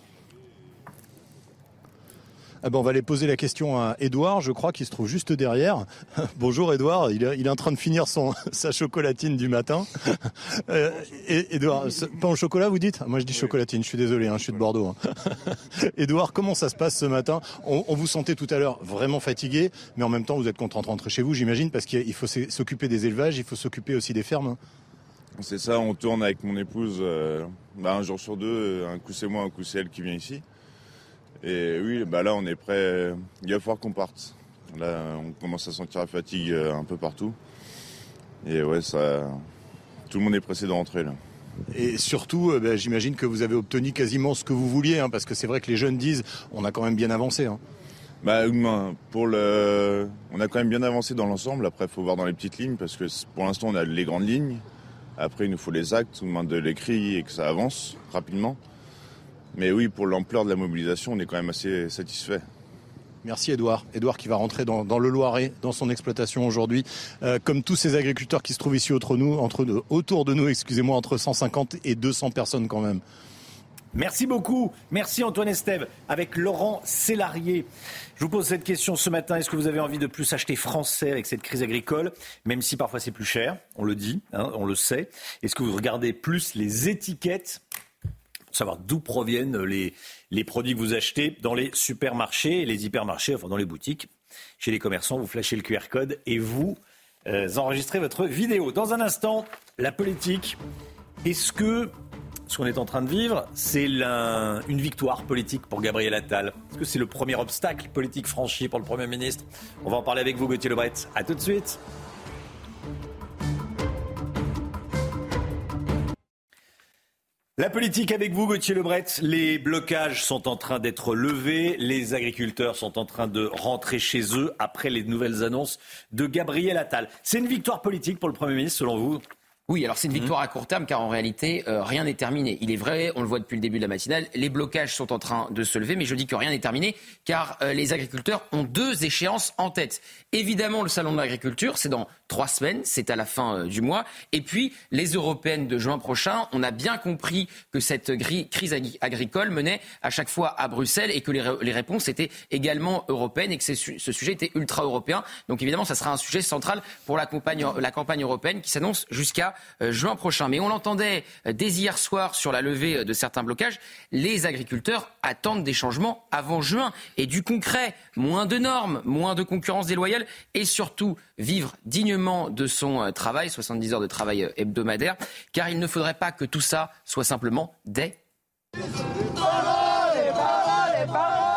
Ah ben on va aller poser la question à Édouard, je crois, qui se trouve juste derrière. Bonjour Édouard, il est, il est en train de finir son, sa chocolatine du matin. Euh, Édouard, pain au chocolat vous dites ? Moi je dis chocolatine, je suis désolé, hein, je suis de Bordeaux. Hein. Édouard, comment ça se passe ce matin ? on, on vous sentait tout à l'heure vraiment fatigué, mais en même temps vous êtes content de rentrer chez vous, j'imagine, parce qu'il faut s'occuper des élevages, il faut s'occuper aussi des fermes. C'est ça, on tourne avec mon épouse euh, bah, un jour sur deux, un coup c'est moi, un coup c'est elle qui vient ici. Et oui, bah là on est prêt, il va falloir qu'on parte. Là on commence à sentir la fatigue un peu partout. Et ouais, ça, tout le monde est pressé de rentrer là. Et surtout, bah, j'imagine que vous avez obtenu quasiment ce que vous vouliez, hein, parce que c'est vrai que les jeunes disent on a quand même bien avancé. Hein. Bah, pour le, on a quand même bien avancé dans l'ensemble. Après, il faut voir dans les petites lignes, parce que pour l'instant on a les grandes lignes. Après, il nous faut les actes, on demande de l'écrit et que ça avance rapidement. Mais oui, pour l'ampleur de la mobilisation, on est quand même assez satisfait. Merci Édouard. Édouard qui va rentrer dans, dans le Loiret, dans son exploitation aujourd'hui. Euh, comme tous ces agriculteurs qui se trouvent ici autour de nous, entre, autour de nous, excusez-moi, entre cent cinquante et deux cents personnes quand même. Merci beaucoup. Merci Antoine Estève. Avec Laurent Sélarié. Je vous pose cette question ce matin. Est-ce que vous avez envie de plus acheter français avec cette crise agricole, même si parfois c'est plus cher, on le dit, hein, on le sait. Est-ce que vous regardez plus les étiquettes ? Savoir d'où proviennent les, les produits que vous achetez dans les supermarchés, les hypermarchés, enfin dans les boutiques. Chez les commerçants, vous flashez le Q R code et vous euh, enregistrez votre vidéo. Dans un instant, la politique. Est-ce que ce qu'on est en train de vivre, c'est la, une victoire politique pour Gabriel Attal ? Est-ce que c'est le premier obstacle politique franchi pour le Premier ministre ? On va en parler avec vous, Gauthier Lebret. À tout de suite. La politique avec vous, Gauthier Lebret. Les blocages sont en train d'être levés. Les agriculteurs sont en train de rentrer chez eux après les nouvelles annonces de Gabriel Attal. C'est une victoire politique pour le Premier ministre, selon vous ? Oui, alors c'est une victoire à court terme car en réalité, euh, rien n'est terminé. Il est vrai, on le voit depuis le début de la matinale, les blocages sont en train de se lever, mais je dis que rien n'est terminé car euh, les agriculteurs ont deux échéances en tête. Évidemment, le salon de l'agriculture, c'est dans trois semaines, c'est à la fin euh, du mois. Et puis, les européennes de juin prochain, on a bien compris que cette gri- crise ag- agricole menait à chaque fois à Bruxelles et que les, ré- les réponses étaient également européennes et que ce, ce sujet était ultra-européen. Donc évidemment, ça sera un sujet central pour la campagne, la campagne européenne qui s'annonce jusqu'à Euh, juin prochain. Mais on l'entendait euh, dès hier soir sur la levée euh, de certains blocages, les agriculteurs attendent des changements avant juin et du concret, moins de normes, moins de concurrence déloyale et surtout vivre dignement de son euh, travail, soixante-dix heures de travail euh, hebdomadaire, car il ne faudrait pas que tout ça soit simplement des... Parole, parole, parole.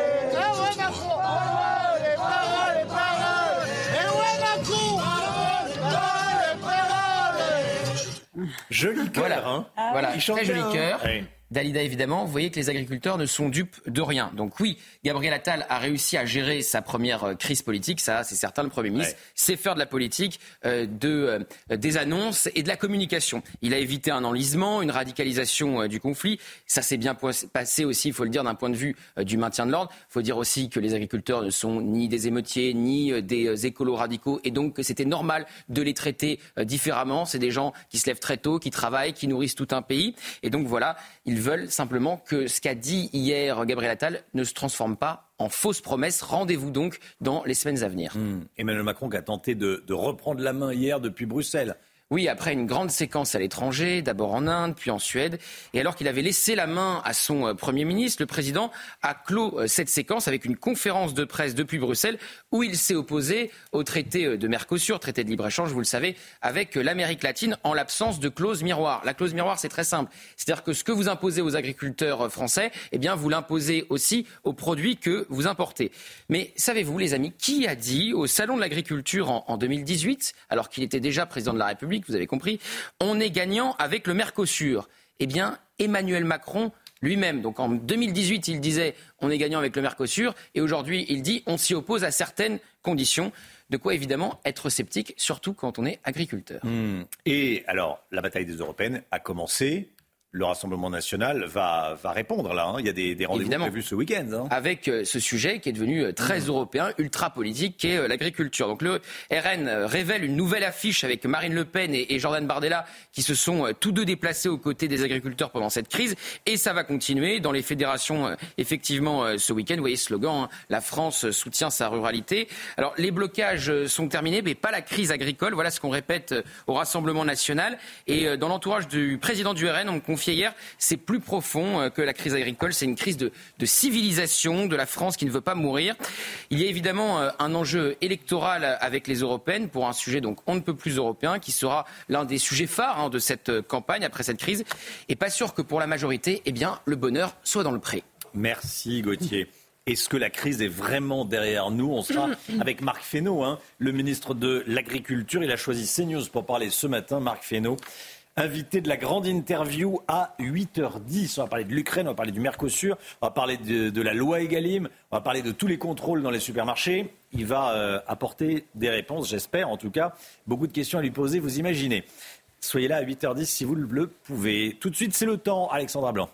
Joli cœur, voilà, hein. Ah, voilà, il très joli cœur. Oui. Dalida, évidemment, vous voyez que les agriculteurs ne sont dupes de rien. Donc oui, Gabriel Attal a réussi à gérer sa première euh, crise politique, ça c'est certain, le Premier ministre ouais. sait faire de la politique, euh, de, euh, des annonces et de la communication. Il a évité un enlisement, une radicalisation euh, du conflit. Ça s'est bien passé aussi, il faut le dire, d'un point de vue euh, du maintien de l'ordre. Il faut dire aussi que les agriculteurs ne sont ni des émeutiers, ni euh, des euh, écolos radicaux et donc que c'était normal de les traiter euh, différemment. C'est des gens qui se lèvent très tôt, qui travaillent, qui nourrissent tout un pays. Et donc voilà, ils veulent simplement que ce qu'a dit hier Gabriel Attal ne se transforme pas en fausse promesse. Rendez-vous donc dans les semaines à venir. Mmh. Emmanuel Macron qui a tenté de, de reprendre la main hier depuis Bruxelles. Oui, après une grande séquence à l'étranger, d'abord en Inde, puis en Suède. Et alors qu'il avait laissé la main à son euh, Premier ministre, le Président a clos euh, cette séquence avec une conférence de presse depuis Bruxelles où il s'est opposé au traité euh, de Mercosur, traité de libre-échange, vous le savez, avec euh, l'Amérique latine en l'absence de clause miroir. La clause miroir, c'est très simple. C'est-à-dire que ce que vous imposez aux agriculteurs euh, français, eh bien, vous l'imposez aussi aux produits que vous importez. Mais savez-vous, les amis, qui a dit au Salon de l'agriculture en, en deux mille dix-huit, alors qu'il était déjà président de la République, vous avez compris, on est gagnant avec le Mercosur. Eh bien, Emmanuel Macron lui-même. Donc en deux mille dix-huit, il disait on est gagnant avec le Mercosur et aujourd'hui, il dit on s'y oppose à certaines conditions. De quoi évidemment être sceptique, surtout quand on est agriculteur. Mmh. Et alors, la bataille des Européennes a commencé. Le Rassemblement national va, va répondre là. Hein. Il y a des, des rendez-vous Évidemment. prévus ce week-end. Hein. Avec euh, ce sujet qui est devenu euh, très mmh. européen, ultra politique, qui est euh, l'agriculture. Donc le R N euh, révèle une nouvelle affiche avec Marine Le Pen et, et Jordan Bardella qui se sont euh, tous deux déplacés aux côtés des agriculteurs pendant cette crise. Et ça va continuer dans les fédérations euh, effectivement euh, ce week-end. Vous voyez ce slogan, hein, la France soutient sa ruralité. Alors les blocages euh, sont terminés, mais pas la crise agricole. Voilà ce qu'on répète euh, au Rassemblement national. Et euh, dans l'entourage du président du R N, on confie hier, c'est plus profond que la crise agricole, c'est une crise de, de civilisation de la France qui ne veut pas mourir. Il y a évidemment un enjeu électoral avec les européennes pour un sujet donc on ne peut plus européen qui sera l'un des sujets phares hein, de cette campagne après cette crise et pas sûr que pour la majorité, eh bien, le bonheur soit dans le pré. Merci Gauthier. Est-ce que la crise est vraiment derrière nous? On sera avec Marc Fesneau, hein, le ministre de l'Agriculture. Il a choisi CNews pour parler ce matin. Marc Fesneau, invité de la grande interview à huit heures dix. On va parler de l'Ukraine, on va parler du Mercosur, on va parler de, de la loi Egalim, on va parler de tous les contrôles dans les supermarchés. Il va euh, apporter des réponses, j'espère en tout cas. Beaucoup de questions à lui poser, vous imaginez. Soyez là à huit heures dix si vous le pouvez. Tout de suite, c'est le temps. Alexandra Blanc.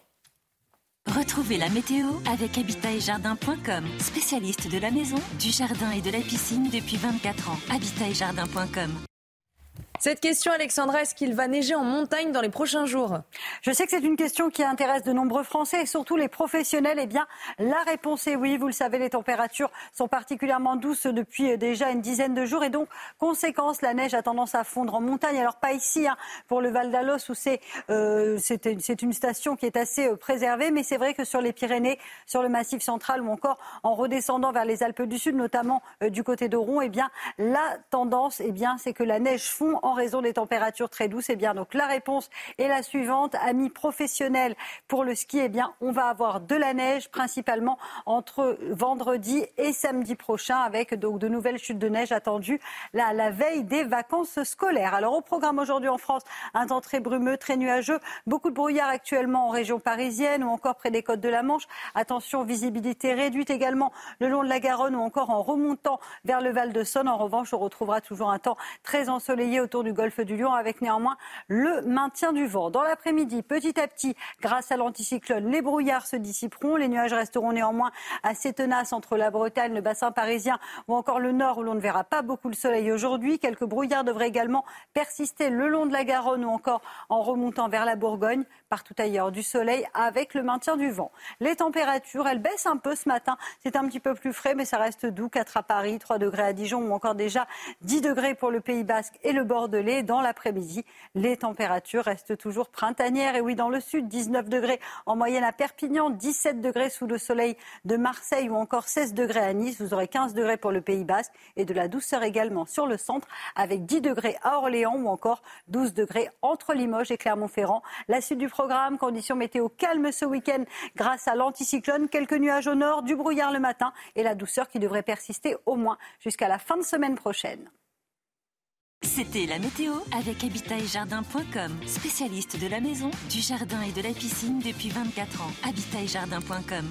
Retrouvez la météo avec habitat et jardin point com, spécialiste de la maison, du jardin et de la piscine depuis vingt-quatre ans. habitat et jardin point com. Cette question, Alexandra, est-ce qu'il va neiger en montagne dans les prochains jours? Je sais que c'est une question qui intéresse de nombreux Français et surtout les professionnels. Eh bien, la réponse est oui. Vous le savez, les températures sont particulièrement douces depuis déjà une dizaine de jours et donc, conséquence, la neige a tendance à fondre en montagne. Alors, pas ici, hein, pour le Val d'Alos où c'est, euh, c'est, une, c'est une station qui est assez euh, préservée, mais c'est vrai que sur les Pyrénées, sur le Massif central ou encore en redescendant vers les Alpes du Sud, notamment euh, du côté de Rouen, eh bien, la tendance, eh bien, c'est que la neige fond en raison des températures très douces. Eh bien, donc la réponse est la suivante. Amis professionnels pour le ski, eh bien, on va avoir de la neige principalement entre vendredi et samedi prochain avec donc de nouvelles chutes de neige attendues la, la veille des vacances scolaires. Alors au programme aujourd'hui en France, un temps très brumeux, très nuageux, beaucoup de brouillard actuellement en région parisienne ou encore près des côtes de la Manche. Attention, visibilité réduite également le long de la Garonne ou encore en remontant vers le Val de Saône. En revanche, on retrouvera toujours un temps très ensoleillé autour autour du golfe du Lion avec néanmoins le maintien du vent. Dans l'après-midi, petit à petit, grâce à l'anticyclone, les brouillards se dissiperont. Les nuages resteront néanmoins assez tenaces entre la Bretagne, le bassin parisien ou encore le nord où l'on ne verra pas beaucoup le soleil aujourd'hui. Quelques brouillards devraient également persister le long de la Garonne ou encore en remontant vers la Bourgogne. Partout ailleurs, du soleil avec le maintien du vent. Les températures, elles baissent un peu ce matin. C'est un petit peu plus frais, mais ça reste doux. quatre à Paris, trois degrés à Dijon ou encore déjà dix degrés pour le Pays Basque et le Bordelais. Dans l'après-midi, les températures restent toujours printanières. Et oui, dans le sud, dix-neuf degrés en moyenne à Perpignan, dix-sept degrés sous le soleil de Marseille ou encore seize degrés à Nice. Vous aurez quinze degrés pour le Pays Basque et de la douceur également sur le centre avec dix degrés à Orléans ou encore douze degrés entre Limoges et Clermont-Ferrand. La suite du programme, conditions météo calmes ce week-end grâce à l'anticyclone. Quelques nuages au nord, du brouillard le matin et la douceur qui devrait persister au moins jusqu'à la fin de semaine prochaine. C'était la météo avec habitat et jardin point com, spécialiste de la maison, du jardin et de la piscine depuis vingt-quatre ans. habitat et jardin point com.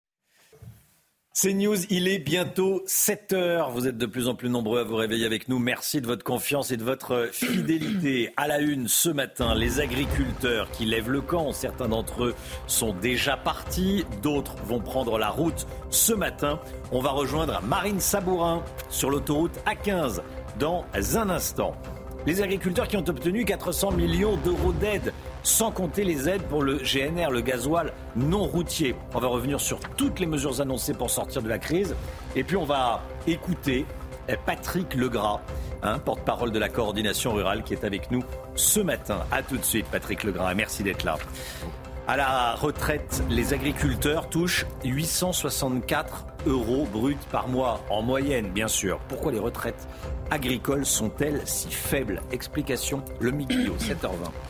C'est News, il est bientôt sept heures. Vous êtes de plus en plus nombreux à vous réveiller avec nous. Merci de votre confiance et de votre fidélité. À la une ce matin, les agriculteurs qui lèvent le camp. Certains d'entre eux sont déjà partis, d'autres vont prendre la route ce matin. On va rejoindre Marine Sabourin sur l'autoroute A quinze dans un instant. Les agriculteurs qui ont obtenu quatre cents millions d'euros d'aide, sans compter les aides pour le G N R, le gasoil non routier. On va revenir sur toutes les mesures annoncées pour sortir de la crise. Et puis on va écouter Patrick Legras, hein, porte-parole de la coordination rurale, qui est avec nous ce matin. A tout de suite, Patrick Legras, merci d'être là. À la retraite, les agriculteurs touchent huit cent soixante-quatre euros bruts par mois, en moyenne, bien sûr. Pourquoi les retraites agricoles sont-elles si faibles? Explication, le Miglio, sept heures vingt.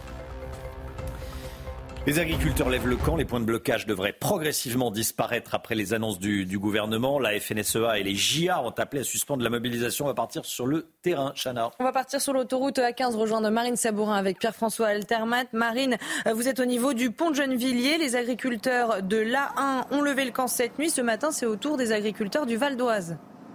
Les agriculteurs lèvent le camp. Les points de blocage devraient progressivement disparaître après les annonces du, du gouvernement. La F N S E A et les J A ont appelé à suspendre la mobilisation. On va partir sur le terrain, Chana. On va partir sur l'autoroute A quinze, rejoindre Marine Sabourin avec Pierre-François Altermat. Marine, vous êtes au niveau du pont de Gennevilliers. Les agriculteurs de l'A un ont levé le camp cette nuit. Ce matin, c'est au tour des agriculteurs du Val d'Oise.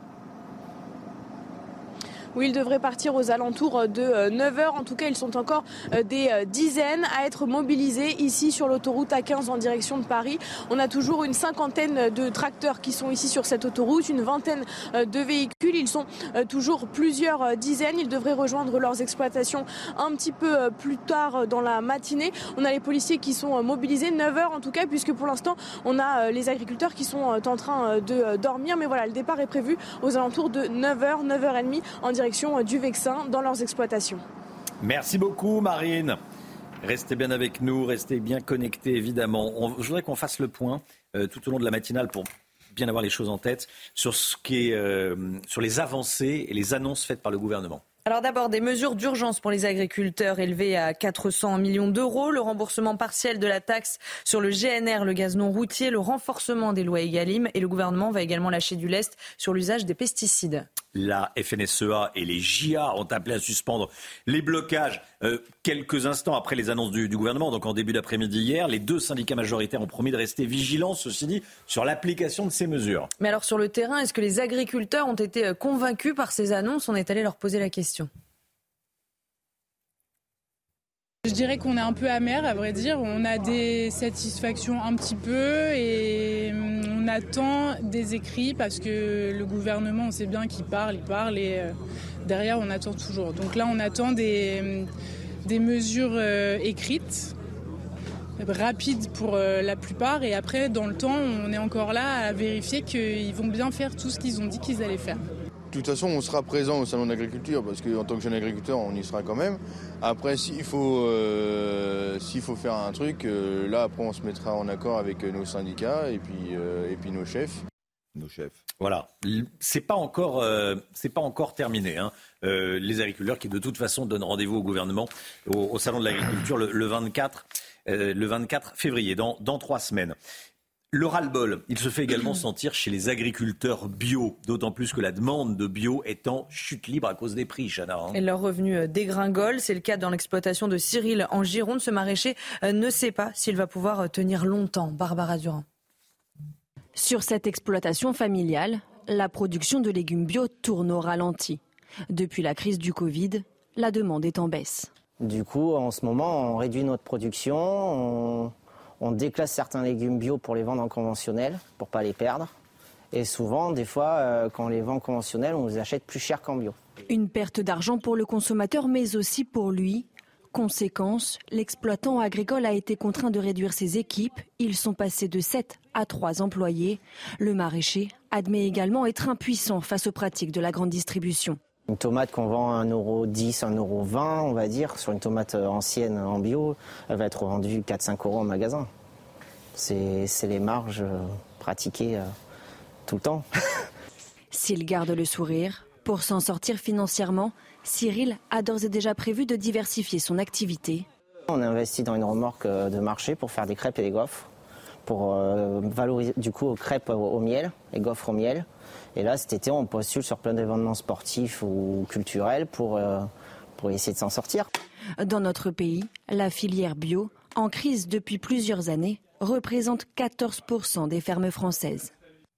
Oui, ils devraient partir aux alentours de neuf heures. En tout cas, ils sont encore des dizaines à être mobilisés ici sur l'autoroute A quinze en direction de Paris. On a toujours une cinquantaine de tracteurs qui sont ici sur cette autoroute, une vingtaine de véhicules. Ils sont toujours plusieurs dizaines. Ils devraient rejoindre leurs exploitations un petit peu plus tard dans la matinée. On a les policiers qui sont mobilisés, neuf heures en tout cas, puisque pour l'instant, on a les agriculteurs qui sont en train de dormir. Mais voilà, le départ est prévu aux alentours de neuf heures, neuf heures trente en direction du Vexin dans leurs exploitations. Merci beaucoup Marine. Restez bien avec nous, restez bien connectés évidemment. On, je voudrais qu'on fasse le point euh, tout au long de la matinale pour bien avoir les choses en tête sur, ce qui est, euh, sur les avancées et les annonces faites par le gouvernement. Alors d'abord, des mesures d'urgence pour les agriculteurs élevées à quatre cents millions d'euros, le remboursement partiel de la taxe sur le G N R, le gaz non routier, le renforcement des lois Egalim et le gouvernement va également lâcher du lest sur l'usage des pesticides. La F N S E A et les J A ont appelé à suspendre les blocages euh, quelques instants après les annonces du, du gouvernement, donc en début d'après-midi hier. Les deux syndicats majoritaires ont promis de rester vigilants, ceci dit, sur l'application de ces mesures. Mais alors sur le terrain, est-ce que les agriculteurs ont été convaincus par ces annonces? On est allé leur poser la question. Je dirais qu'on est un peu amer, à vrai dire. On a des satisfactions un petit peu et on attend des écrits parce que le gouvernement, on sait bien qu'il parle, il parle et derrière, on attend toujours. Donc là, on attend des, des mesures écrites, rapides pour la plupart et après, dans le temps, on est encore là à vérifier qu'ils vont bien faire tout ce qu'ils ont dit qu'ils allaient faire. De toute façon, on sera présent au salon d'agriculture parce qu'en tant que jeune agriculteur, on y sera quand même. Après, s'il faut, euh, s'il faut faire un truc, euh, là, après, on se mettra en accord avec nos syndicats et puis, euh, et puis nos chefs. Nos chefs. Voilà. C'est pas encore, euh, c'est pas encore terminé. Hein. Euh, les agriculteurs qui, de toute façon, donnent rendez-vous au gouvernement au, au salon de l'agriculture le, le vingt-quatre, euh, le vingt-quatre février, dans, dans trois semaines. Le ras-le-bol, il se fait également sentir chez les agriculteurs bio, d'autant plus que la demande de bio est en chute libre à cause des prix, Chana. Hein. Et leurs revenus dégringolent, c'est le cas dans l'exploitation de Cyril en Gironde. Ce maraîcher ne sait pas s'il va pouvoir tenir longtemps. Barbara Durand. Sur cette exploitation familiale, la production de légumes bio tourne au ralenti. Depuis la crise du Covid, la demande est en baisse. Du coup, en ce moment, on réduit notre production, on, on déclasse certains légumes bio pour les vendre en conventionnel, pour ne pas les perdre. Et souvent, des fois, euh, quand on les vend en conventionnel, on les achète plus cher qu'en bio. Une perte d'argent pour le consommateur, mais aussi pour lui. Conséquence, l'exploitant agricole a été contraint de réduire ses équipes. Ils sont passés de sept à trois employés. Le maraîcher admet également être impuissant face aux pratiques de la grande distribution. Une tomate qu'on vend à un euro dix, un euro vingt, on va dire, sur une tomate ancienne en bio, elle va être vendue quatre à cinq euros en magasin. C'est, c'est les marges pratiquées tout le temps. S'il garde le sourire, pour s'en sortir financièrement, Cyril a d'ores et déjà prévu de diversifier son activité. On a investi dans une remorque de marché pour faire des crêpes et des gaufres, pour euh, valoriser du coup aux crêpes au, au miel, et gaufres au miel. Et là, cet été, on postule sur plein d'événements sportifs ou culturels pour, euh, pour essayer de s'en sortir. Dans notre pays, la filière bio, en crise depuis plusieurs années, représente quatorze pour cent des fermes françaises.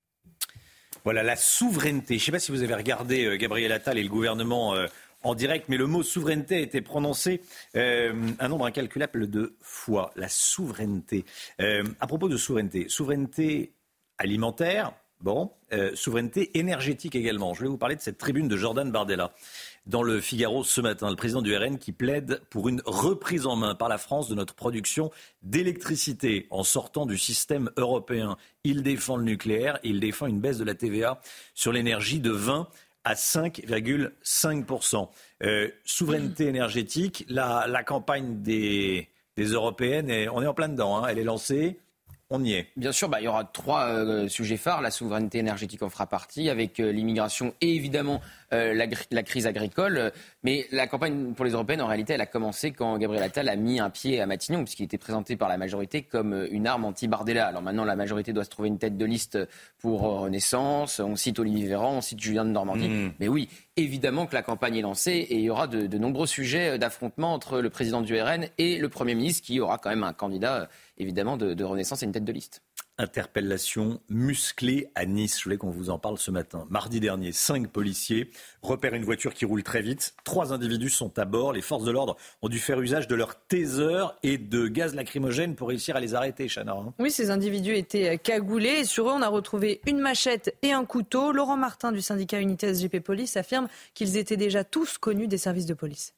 Voilà, la souveraineté. Je ne sais pas si vous avez regardé euh, Gabriel Attal et le gouvernement euh, en direct, mais le mot souveraineté a été prononcé euh, un nombre incalculable de fois. La souveraineté. Euh, à propos de souveraineté, souveraineté alimentaire, bon, euh, souveraineté énergétique également. Je vais vous parler de cette tribune de Jordan Bardella dans le Figaro ce matin, le président du R N qui plaide pour une reprise en main par la France de notre production d'électricité en sortant du système européen. Il défend le nucléaire et il défend une baisse de la T V A sur l'énergie de vingt à cinq virgule cinq pour cent. Euh, souveraineté énergétique, la, la campagne des, des Européennes, est, on est en plein dedans, hein, elle est lancée. On y est. Bien sûr, bah, il y aura trois euh, sujets phares. La souveraineté énergétique en fera partie, avec euh, l'immigration et évidemment euh, la, la crise agricole. Mais la campagne pour les Européennes, en réalité, elle a commencé quand Gabriel Attal a mis un pied à Matignon, puisqu'il était présenté par la majorité comme une arme anti-Bardella. Alors maintenant, la majorité doit se trouver une tête de liste pour euh, Renaissance. On cite Olivier Véran, on cite Julien de Normandie. Mmh. Mais oui, évidemment que la campagne est lancée et il y aura de, de nombreux sujets d'affrontement entre le président du R N et le Premier ministre, qui aura quand même un candidat évidemment de, de Renaissance et une tête de liste. Interpellation musclée à Nice. Je voulais qu'on vous en parle ce matin. Mardi dernier, cinq policiers repèrent une voiture qui roule très vite. Trois individus sont à bord. Les forces de l'ordre ont dû faire usage de leur taser et de gaz lacrymogène pour réussir à les arrêter, Chana. Oui, ces individus étaient cagoulés et sur eux, on a retrouvé une machette et un couteau. Laurent Martin du syndicat Unité S G P Police affirme qu'ils étaient déjà tous connus des services de police.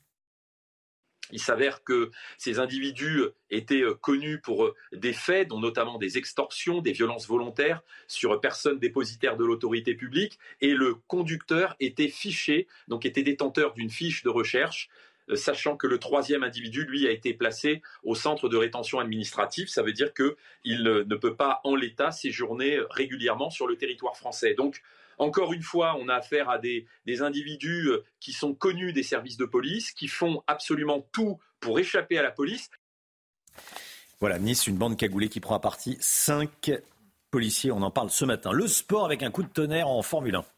Il s'avère que ces individus étaient connus pour des faits, dont notamment des extorsions, des violences volontaires sur personnes dépositaires de l'autorité publique. Et le conducteur était fiché, donc était détenteur d'une fiche de recherche, sachant que le troisième individu, lui, a été placé au centre de rétention administrative. Ça veut dire qu'il ne peut pas, en l'état, séjourner régulièrement sur le territoire français. Donc, encore une fois, on a affaire à des, des individus qui sont connus des services de police, qui font absolument tout pour échapper à la police. Voilà, Nice, une bande cagoulée qui prend à partie cinq policiers. On en parle ce matin. Le sport avec un coup de tonnerre en Formule un.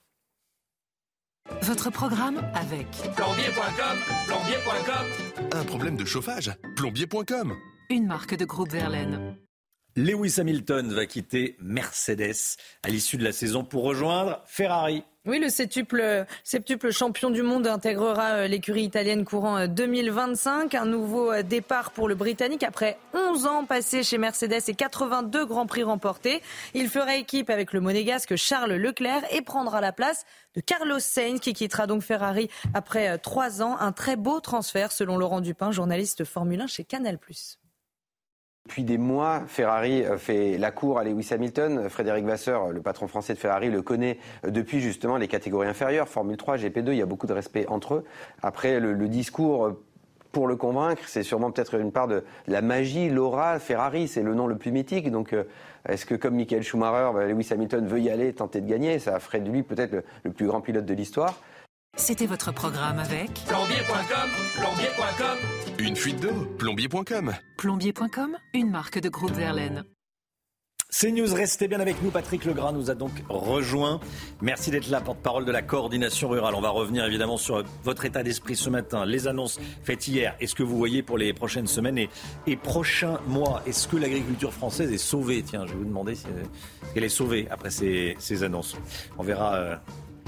Votre programme avec plombier point com, plombier point com. Un problème de chauffage, plombier point com. Une marque de groupe Verlaine. Lewis Hamilton va quitter Mercedes à l'issue de la saison pour rejoindre Ferrari. Oui, le septuple, septuple champion du monde intégrera l'écurie italienne courant deux mille vingt-cinq. Un nouveau départ pour le Britannique après onze ans passés chez Mercedes et quatre-vingt-deux grands prix remportés. Il fera équipe avec le monégasque Charles Leclerc et prendra la place de Carlos Sainz qui quittera donc Ferrari après trois ans. Un très beau transfert selon Laurent Dupin, journaliste Formule un chez Canal plus. Depuis des mois, Ferrari fait la cour à Lewis Hamilton. Frédéric Vasseur, le patron français de Ferrari, le connaît depuis justement les catégories inférieures. Formule trois, G P deux, il y a beaucoup de respect entre eux. Après, le, le discours pour le convaincre, c'est sûrement peut-être une part de la magie, l'aura. Ferrari, c'est le nom le plus mythique. Donc, est-ce que comme Michael Schumacher, Lewis Hamilton veut y aller, tenter de gagner? Ça ferait de lui peut-être le, le plus grand pilote de l'histoire. C'était votre programme avec plombier point com, plombier point com. Une fuite d'eau, plombier point com. plombier point com, une marque de groupe Verlaine. CNews, restez bien avec nous. Patrick Legras nous a donc rejoint. Merci d'être là, porte-parole de la coordination rurale. On va revenir évidemment sur votre état d'esprit ce matin, les annonces faites hier. Est-ce que vous voyez pour les prochaines semaines et, et prochains mois, est-ce que l'agriculture française est sauvée? Tiens, je vais vous demander si, si elle est sauvée après ces, ces annonces. On verra... Euh,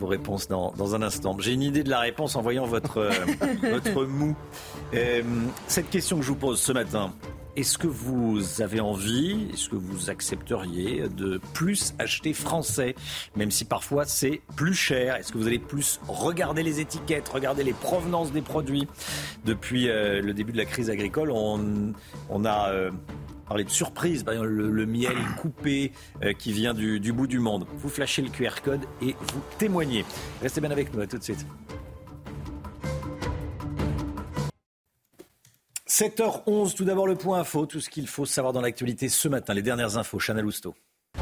vos réponses dans, dans un instant. J'ai une idée de la réponse en voyant votre, euh, votre mou. Euh, cette question que je vous pose ce matin, est-ce que vous avez envie, est-ce que vous accepteriez de plus acheter français, même si parfois c'est plus cher? Est-ce que vous allez plus regarder les étiquettes, regarder les provenances des produits? Depuis euh, le début de la crise agricole, on, on a euh, parlé de surprise, par exemple, le, le miel coupé euh, qui vient du, du bout du monde. Vous flashez le Q R code et vous témoignez. Restez bien avec nous, à tout de suite. sept heures onze, tout d'abord le point info, tout ce qu'il faut savoir dans l'actualité ce matin. Les dernières infos, Chana Lousteau.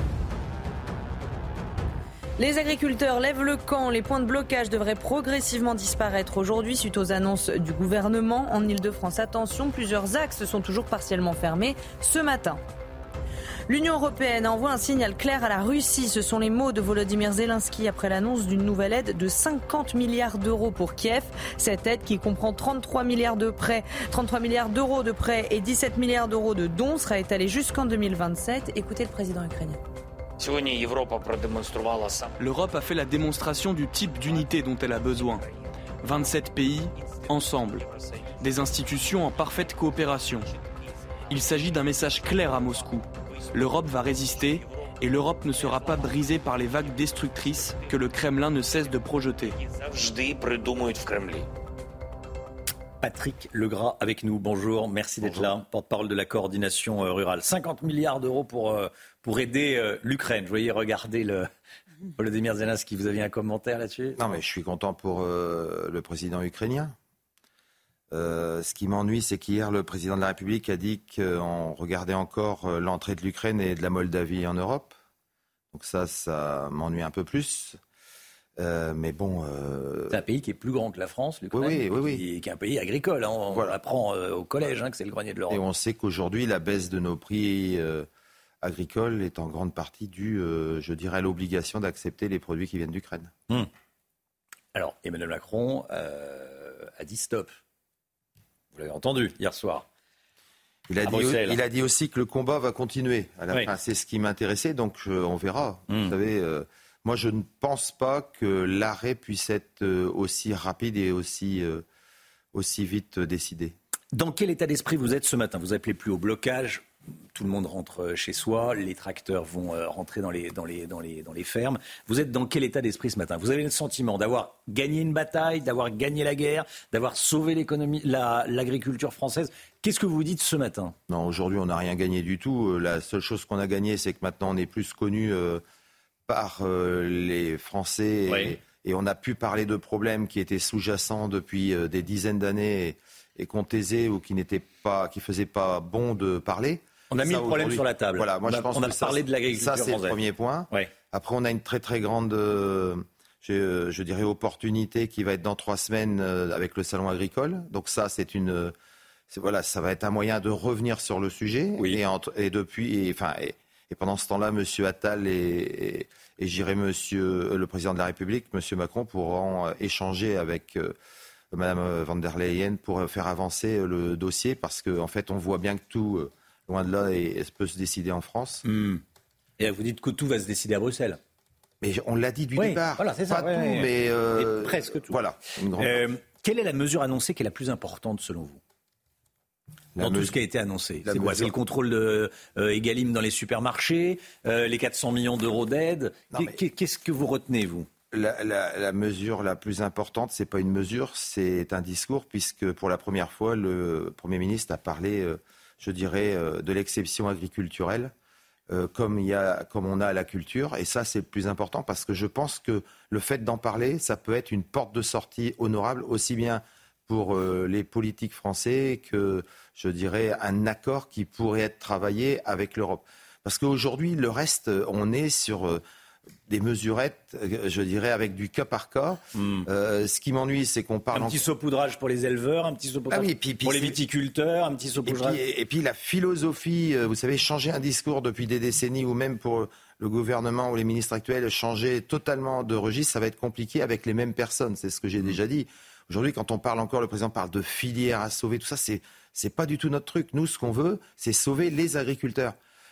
Les agriculteurs lèvent le camp. Les points de blocage devraient progressivement disparaître aujourd'hui suite aux annonces du gouvernement. En Ile-de-France, attention, plusieurs axes sont toujours partiellement fermés ce matin. L'Union européenne envoie un signal clair à la Russie. Ce sont les mots de Volodymyr Zelensky après l'annonce d'une nouvelle aide de cinquante milliards d'euros pour Kiev. Cette aide qui comprend trente-trois milliards de prêts, trente-trois milliards d'euros de prêts et dix-sept milliards d'euros de dons sera étalée jusqu'en deux mille vingt-sept. Écoutez le président ukrainien. L'Europe a fait la démonstration du type d'unité dont elle a besoin. vingt-sept pays, ensemble. Des institutions en parfaite coopération. Il s'agit d'un message clair à Moscou. L'Europe va résister et l'Europe ne sera pas brisée par les vagues destructrices que le Kremlin ne cesse de projeter. Patrick Legras avec nous, bonjour, merci d'être là, porte-parole de la coordination rurale. cinquante milliards d'euros pour, pour aider l'Ukraine. Je voyais regarder le Volodymyr Zelensky, vous aviez un commentaire là-dessus? Non mais je suis content pour euh, le président ukrainien. Euh, ce qui m'ennuie, c'est qu'hier, le président de la République a dit qu'on regardait encore l'entrée de l'Ukraine et de la Moldavie en Europe. Donc ça, ça m'ennuie un peu plus. Euh, mais bon... Euh... C'est un pays qui est plus grand que la France, l'Ukraine, oui, oui, oui, qui, qui est un pays agricole. Hein. On voilà. apprend euh, au collège hein, que c'est le grenier de l'Europe. Et on sait qu'aujourd'hui, la baisse de nos prix euh, agricoles est en grande partie due, euh, je dirais, à l'obligation d'accepter les produits qui viennent d'Ukraine. Hum. Alors, Emmanuel Macron euh, a dit stop. Vous l'avez entendu hier soir. Il a, dit, il a dit aussi que le combat va continuer. À la oui. fin, c'est ce qui m'intéressait, donc je, on verra. Mmh. Vous savez, euh, moi je ne pense pas que l'arrêt puisse être euh, aussi rapide et aussi, euh, aussi vite euh, décidé. Dans quel état d'esprit vous êtes ce matin? Vous appelez plus au blocage. Tout le monde rentre chez soi, les tracteurs vont rentrer dans les, dans les, dans les, dans les fermes. Vous êtes dans quel état d'esprit ce matin? Vous avez le sentiment d'avoir gagné une bataille, d'avoir gagné la guerre, d'avoir sauvé l'économie, la, l'agriculture française? Qu'est-ce que vous dites ce matin? Non, aujourd'hui on n'a rien gagné du tout. La seule chose qu'on a gagnée, c'est que maintenant on est plus connu euh, par euh, les Français et, oui. et on a pu parler de problèmes qui étaient sous-jacents depuis euh, des dizaines d'années et, et qu'on taisait ou qui n'étaient pas, qui faisaient pas bon de parler. On a mis ça, le problème sur la table. Voilà, moi on a, je pense on a que parlé ça, de l'agriculture ça, c'est française. le premier point. Ouais. Après, on a une très très grande, euh, je, je dirais, opportunité qui va être dans trois semaines euh, avec le salon agricole. Donc ça, c'est une, c'est, voilà, ça va être un moyen de revenir sur le sujet. Oui. Et, entre, et depuis, et, enfin, et, et pendant ce temps-là, Monsieur Attal et, et, et j'irai Monsieur le président de la République, Monsieur Macron, pourront euh, échanger avec euh, Madame van der Leyen pour euh, faire avancer le dossier, parce qu'en en fait, on voit bien que tout euh, loin de là, et, et peut se décider en France. Mmh. Et vous dites que tout va se décider à Bruxelles. Mais on l'a dit du oui, départ. Voilà, c'est ça. Pas ouais, tout, ouais, mais euh, presque tout. Voilà. Une grande euh, quelle est la mesure annoncée qui est la plus importante selon vous? La dans mesure, tout ce qui a été annoncé. C'est quoi? mesure... C'est le contrôle de euh, Egalim dans les supermarchés, euh, les quatre cents millions d'euros d'aide. Non, mais... Qu'est-ce que vous retenez, vous? La, la, la mesure la plus importante, c'est pas une mesure, c'est un discours, puisque pour la première fois, le Premier ministre a parlé, euh, je dirais, euh, de l'exception agriculturelle, euh, comme, il y a, comme on a à la culture. Et ça, c'est le plus important, parce que je pense que le fait d'en parler, ça peut être une porte de sortie honorable, aussi bien pour euh, les politiques français que, je dirais, un accord qui pourrait être travaillé avec l'Europe. Parce qu'aujourd'hui, le reste, on est sur... Euh, des mesurettes, je dirais, avec du cas par cas. Mm. Euh, ce qui m'ennuie, c'est qu'on parle... Un petit saupoudrage pour les éleveurs, un petit saupoudrage ah oui, puis, puis, pour les viticulteurs, un petit saupoudrage... Et puis, et puis la philosophie, vous savez, changer un discours depuis des décennies, ou même pour le gouvernement ou les ministres actuels, changer totalement de registre, ça va être compliqué avec les mêmes personnes, c'est ce que j'ai mm. déjà dit. Aujourd'hui, quand on parle encore, le président parle de filières à sauver, tout ça, c'est, c'est pas du tout notre truc. Nous, ce qu'on veut, c'est sauver les agriculteurs.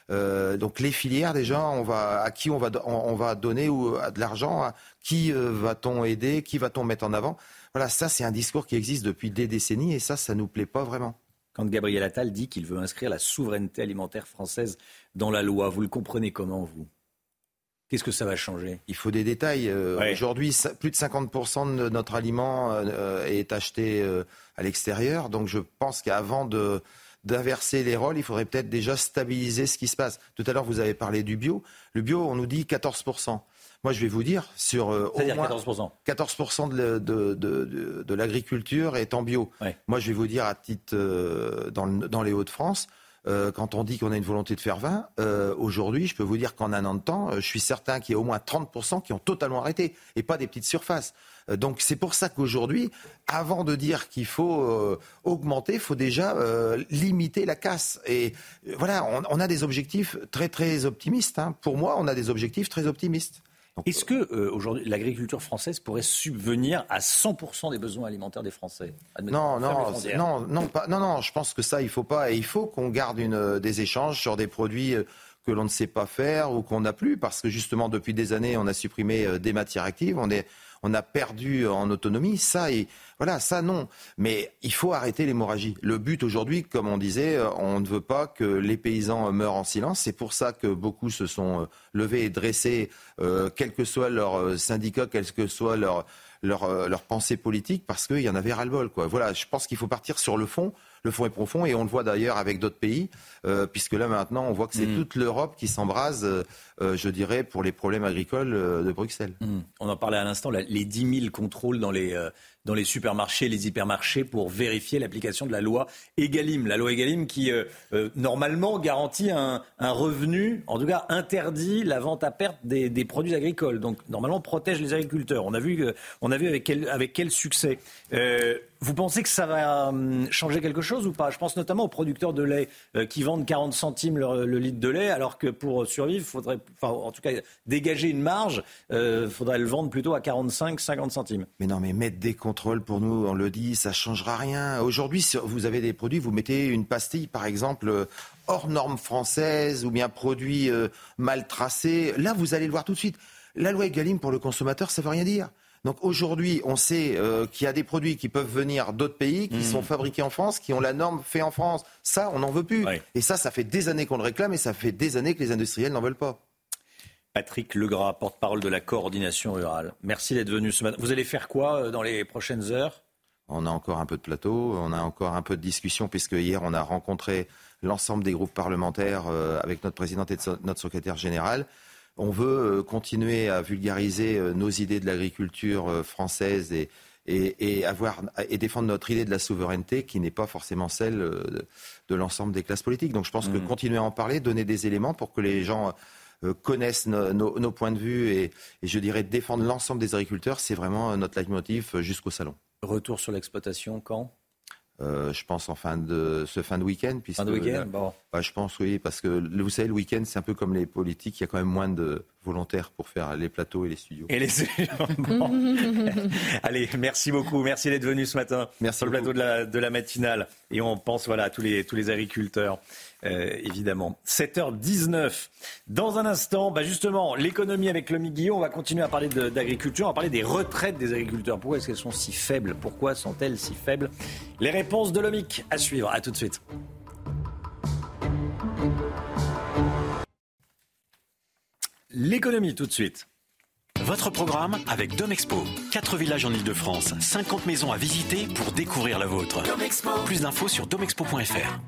Euh, donc les filières, déjà, on va, à qui on va, on, on va donner ou, à de l'argent, à qui euh, va-t-on aider, qui va-t-on mettre en avant. Voilà, ça c'est un discours qui existe depuis des décennies et ça, ça nous plaît pas vraiment. Quand Gabriel Attal dit qu'il veut inscrire la souveraineté alimentaire française dans la loi, vous le comprenez comment, vous ? Qu'est-ce que ça va changer ? Il faut des détails. Euh, ouais. Aujourd'hui, plus de cinquante pour cent de notre aliment euh, est acheté euh, à l'extérieur. Donc je pense qu'avant de, d'inverser les rôles, il faudrait peut-être déjà stabiliser ce qui se passe. Tout à l'heure, vous avez parlé du bio. Le bio, on nous dit quatorze pour cent. Moi, je vais vous dire, sur euh, au moins quatorze pour cent, quatorze pour cent de, de, de, de, de l'agriculture est en bio. Ouais. Moi, je vais vous dire, à titre euh, dans, le, dans les Hauts-de-France, euh, quand on dit qu'on a une volonté de faire vingt, euh, aujourd'hui, je peux vous dire qu'en un an de temps, euh, je suis certain qu'il y a au moins trente pour cent qui ont totalement arrêté, et pas des petites surfaces. Euh, donc, c'est pour ça qu'aujourd'hui, avant de dire qu'il faut euh, augmenter, il faut déjà euh, limiter la casse. Et euh, voilà, on, on a des objectifs très, très optimistes. Hein. Pour moi, on a des objectifs très optimistes. Est-ce que euh, aujourd'hui l'agriculture française pourrait subvenir à cent pour cent des besoins alimentaires des Français ? Non, non, non, non, pas, non, non. Je pense que ça, il faut pas. Et il faut qu'on garde une, des échanges sur des produits que l'on ne sait pas faire ou qu'on n'a plus, parce que justement depuis des années, on a supprimé des matières actives. On est On a perdu en autonomie, ça et voilà, ça non. Mais il faut arrêter l'hémorragie. Le but aujourd'hui, comme on disait, on ne veut pas que les paysans meurent en silence. C'est pour ça que beaucoup se sont levés et dressés, euh, quel que soit leur syndicat, quelle que soit leur leur, leur pensée politique, parce qu'il y en avait ras-le-bol, quoi. Voilà, je pense qu'il faut partir sur le fond. Le fond est profond et on le voit d'ailleurs avec d'autres pays, euh, puisque là maintenant on voit que c'est mmh. toute l'Europe qui s'embrase, euh, je dirais, pour les problèmes agricoles euh, de Bruxelles. Mmh. On en parlait à l'instant, là, les dix mille contrôles dans les, euh, dans les supermarchés, les hypermarchés pour vérifier l'application de la loi Egalim. La loi Egalim qui, euh, euh, normalement, garantit un, un revenu, en tout cas interdit la vente à perte des, des produits agricoles. Donc, normalement, protège les agriculteurs. On a vu, euh, on a vu avec, quel, avec quel succès. Euh, vous pensez que ça va euh, changer quelque chose ou pas ? Je pense notamment aux producteurs de lait euh, qui vendent quarante centimes le, le litre de lait, alors que pour survivre, il faudrait, enfin, en tout cas, dégager une marge, il euh, faudrait le vendre plutôt à quarante-cinq, cinquante centimes. Mais non, mais mettre des contrôles pour nous, on le dit, ça ne changera rien. Aujourd'hui, vous avez des produits, vous mettez une pastille, par exemple, hors norme française ou bien produit euh, mal tracé. Là, vous allez le voir tout de suite. La loi Egalim pour le consommateur, ça ne veut rien dire. Donc aujourd'hui, on sait euh, qu'il y a des produits qui peuvent venir d'autres pays, qui mmh. sont fabriqués en France, qui ont la norme fait en France. Ça, on n'en veut plus. Ouais. Et ça, ça fait des années qu'on le réclame et ça fait des années que les industriels n'en veulent pas. Patrick Legras, porte-parole de la coordination rurale. Merci d'être venu ce matin. Vous allez faire quoi dans les prochaines heures ? On a encore un peu de plateau, on a encore un peu de discussion, puisque hier, on a rencontré l'ensemble des groupes parlementaires euh, avec notre présidente et notre secrétaire général. On veut continuer à vulgariser nos idées de l'agriculture française et, et, et, avoir, et défendre notre idée de la souveraineté qui n'est pas forcément celle de, de l'ensemble des classes politiques. Donc je pense mmh. que continuer à en parler, donner des éléments pour que les gens connaissent nos, nos, nos points de vue et, et je dirais défendre l'ensemble des agriculteurs, c'est vraiment notre leitmotiv jusqu'au salon. Retour sur l'exploitation quand ? Euh, je pense en fin de ce fin de week-end. Fin de week-end, bon. Bah, je pense oui, parce que vous savez, le week-end, c'est un peu comme les politiques, il y a quand même moins de volontaires pour faire les plateaux et les studios. Et les bon. Allez, merci beaucoup, merci d'être venu ce matin merci sur le plateau de la, de la matinale. Et on pense voilà, à tous les, tous les agriculteurs, euh, évidemment. sept heures dix-neuf. Dans un instant, bah justement, l'économie avec Lomi Guillot, on va continuer à parler de, d'agriculture, on va parler des retraites des agriculteurs. Pourquoi est-ce qu'elles sont si faibles ? Pourquoi sont-elles si faibles ? Les réponses de Lomic à suivre. À tout de suite. L'économie tout de suite. Votre programme avec Domexpo. Quatre villages en Ile-de-France, cinquante maisons à visiter pour découvrir la vôtre. Domexpo. Plus d'infos sur domexpo point f r.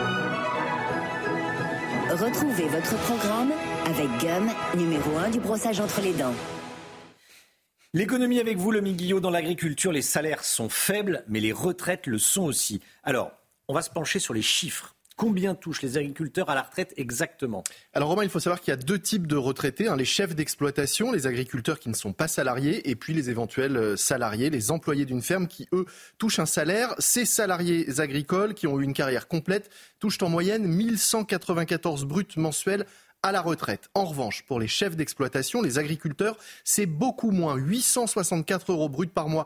Retrouvez votre programme avec Gum, numéro un du brossage entre les dents. L'économie avec vous, Lomi Guillot. Dans l'agriculture, les salaires sont faibles, mais les retraites le sont aussi. Alors, on va se pencher sur les chiffres. Combien touchent les agriculteurs à la retraite exactement ? Alors Romain, il faut savoir qu'il y a deux types de retraités, hein, les chefs d'exploitation, les agriculteurs qui ne sont pas salariés, et puis les éventuels salariés, les employés d'une ferme qui, eux, touchent un salaire. Ces salariés agricoles qui ont eu une carrière complète touchent en moyenne mille cent quatre-vingt-quatorze bruts mensuels à la retraite. En revanche, pour les chefs d'exploitation, les agriculteurs, c'est beaucoup moins, huit cent soixante-quatre euros bruts par mois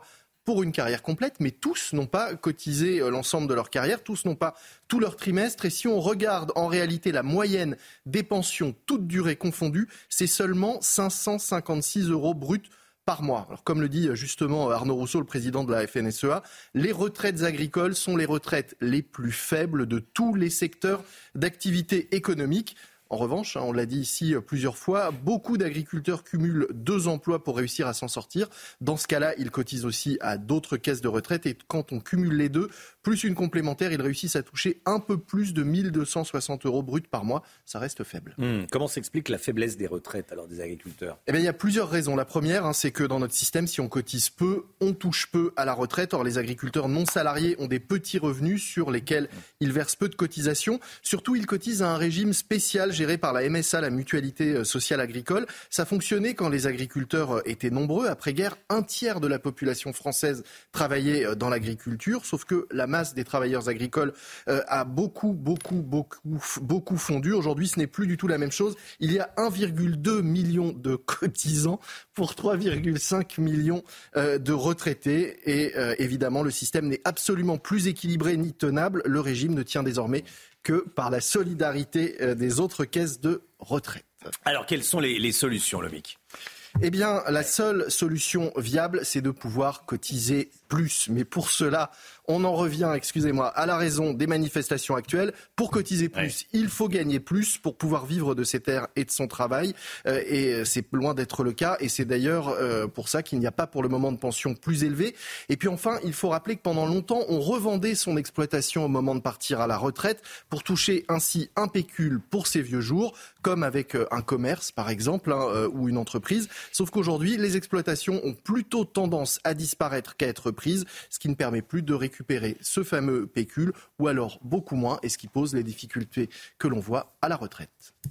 pour une carrière complète, mais tous n'ont pas cotisé l'ensemble de leur carrière, tous n'ont pas tout leur trimestre. Et si on regarde en réalité la moyenne des pensions, toutes durées confondues, c'est seulement cinq cent cinquante-six euros bruts par mois. Alors, comme le dit justement Arnaud Rousseau, le président de la F N S E A, les retraites agricoles sont les retraites les plus faibles de tous les secteurs d'activité économique. En revanche, on l'a dit ici plusieurs fois, beaucoup d'agriculteurs cumulent deux emplois pour réussir à s'en sortir. Dans ce cas-là, ils cotisent aussi à d'autres caisses de retraite. Et quand on cumule les deux, plus une complémentaire, ils réussissent à toucher un peu plus de mille deux cent soixante euros bruts par mois. Ça reste faible. Mmh. Comment s'explique la faiblesse des retraites alors des agriculteurs ? Eh bien, il y a plusieurs raisons. La première, hein, c'est que dans notre système, si on cotise peu, on touche peu à la retraite. Or, les agriculteurs non salariés ont des petits revenus sur lesquels ils versent peu de cotisations. Surtout, ils cotisent à un régime spécial géré par la M S A, la Mutualité Sociale Agricole. Ça fonctionnait quand les agriculteurs étaient nombreux. Après-guerre, un tiers de la population française travaillait dans l'agriculture, sauf que la masse des travailleurs agricoles a beaucoup, beaucoup, beaucoup, beaucoup fondu. Aujourd'hui, ce n'est plus du tout la même chose. Il y a un virgule deux million de cotisants pour trois virgule cinq millions de retraités. Et évidemment, le système n'est absolument plus équilibré ni tenable. Le régime ne tient désormais que par la solidarité des autres caisses de retraite. Alors, quelles sont les, les solutions, Lomic ? Eh bien, la seule solution viable, c'est de pouvoir cotiser plus. Mais pour cela, on en revient, excusez-moi, à la raison des manifestations actuelles. Pour cotiser plus, ouais. il faut gagner plus pour pouvoir vivre de ses terres et de son travail. Euh, et c'est loin d'être le cas. Et c'est d'ailleurs euh, pour ça qu'il n'y a pas pour le moment de pension plus élevée. Et puis enfin, il faut rappeler que pendant longtemps, on revendait son exploitation au moment de partir à la retraite pour toucher ainsi un pécule pour ses vieux jours, comme avec euh, un commerce, par exemple, hein, euh, ou une entreprise. Sauf qu'aujourd'hui, les exploitations ont plutôt tendance à disparaître qu'à être prises, ce qui ne permet plus de récupérer ce fameux pécule, ou alors beaucoup moins, et ce qui pose les difficultés que l'on voit à la retraite.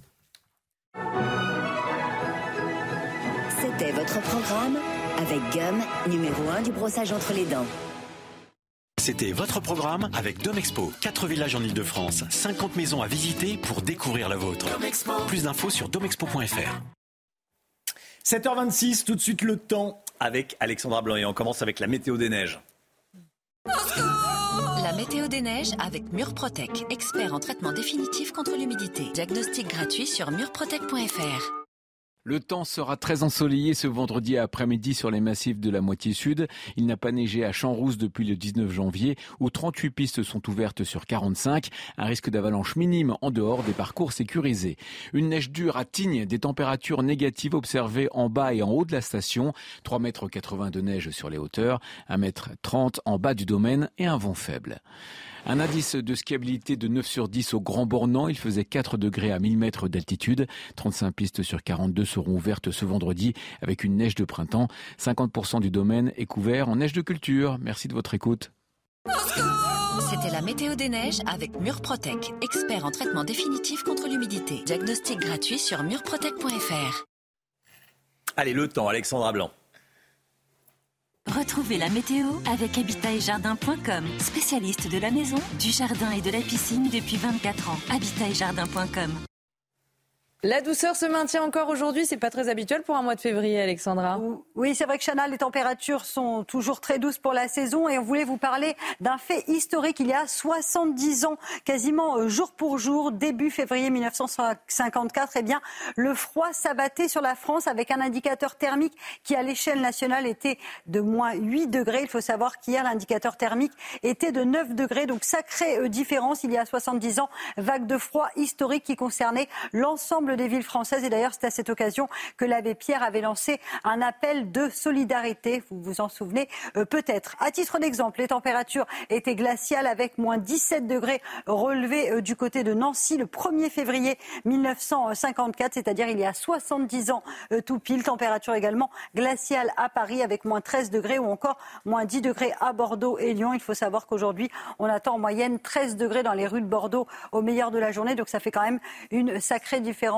C'était votre programme avec Gum, numéro un du brossage entre les dents. C'était votre programme avec Domexpo. Quatre villages en Ile-de-France, cinquante maisons à visiter pour découvrir la vôtre. Plus d'infos sur domexpo point f r. sept heures vingt-six, tout de suite le temps avec Alexandra Blanc et on commence avec la météo des neiges. La météo des neiges avec Murprotec, expert en traitement définitif contre l'humidité. Diagnostic gratuit sur murprotec point f r. Le temps sera très ensoleillé ce vendredi après-midi sur les massifs de la moitié sud. Il n'a pas neigé à Champs-Rousse depuis le dix-neuf janvier, où trente-huit pistes sont ouvertes sur quarante-cinq. Un risque d'avalanche minime en dehors des parcours sécurisés. Une neige dure à Tignes, des températures négatives observées en bas et en haut de la station. trois mètres quatre-vingts de neige sur les hauteurs, un mètre trente en bas du domaine et un vent faible. Un indice de skiabilité de neuf sur dix au Grand Bornand. Il faisait quatre degrés à mille mètres d'altitude. trente-cinq pistes sur quarante-deux seront ouvertes ce vendredi avec une neige de printemps. cinquante pour cent du domaine est couvert en neige de culture. Merci de votre écoute. C'était la météo des neiges avec Murprotec, expert en traitement définitif contre l'humidité. Diagnostic gratuit sur murprotec point f r. Allez, le temps, Alexandra Blanc. Retrouvez la météo avec habitat et jardin point com, spécialiste de la maison, du jardin et de la piscine depuis vingt-quatre ans. habitat et jardin point com. La douceur se maintient encore aujourd'hui, c'est pas très habituel pour un mois de février, Alexandra. Oui, c'est vrai que Chana, les températures sont toujours très douces pour la saison et on voulait vous parler d'un fait historique il y a soixante-dix ans, quasiment jour pour jour, début février mille neuf cent cinquante-quatre. Eh bien, le froid s'abattait sur la France avec un indicateur thermique qui à l'échelle nationale était de moins huit degrés. Il faut savoir qu'hier l'indicateur thermique était de neuf degrés, donc sacrée différence il y a soixante-dix ans, vague de froid historique qui concernait l'ensemble des villes françaises. Et d'ailleurs, c'est à cette occasion que l'abbé Pierre avait lancé un appel de solidarité. Vous vous en souvenez euh, peut-être. À titre d'exemple, les températures étaient glaciales avec moins dix-sept degrés relevés euh, du côté de Nancy le premier février mille neuf cent cinquante-quatre, c'est-à-dire il y a soixante-dix ans euh, tout pile. Température également glaciale à Paris avec moins treize degrés ou encore moins dix degrés à Bordeaux et Lyon. Il faut savoir qu'aujourd'hui, on attend en moyenne treize degrés dans les rues de Bordeaux au meilleur de la journée. Donc ça fait quand même une sacrée différence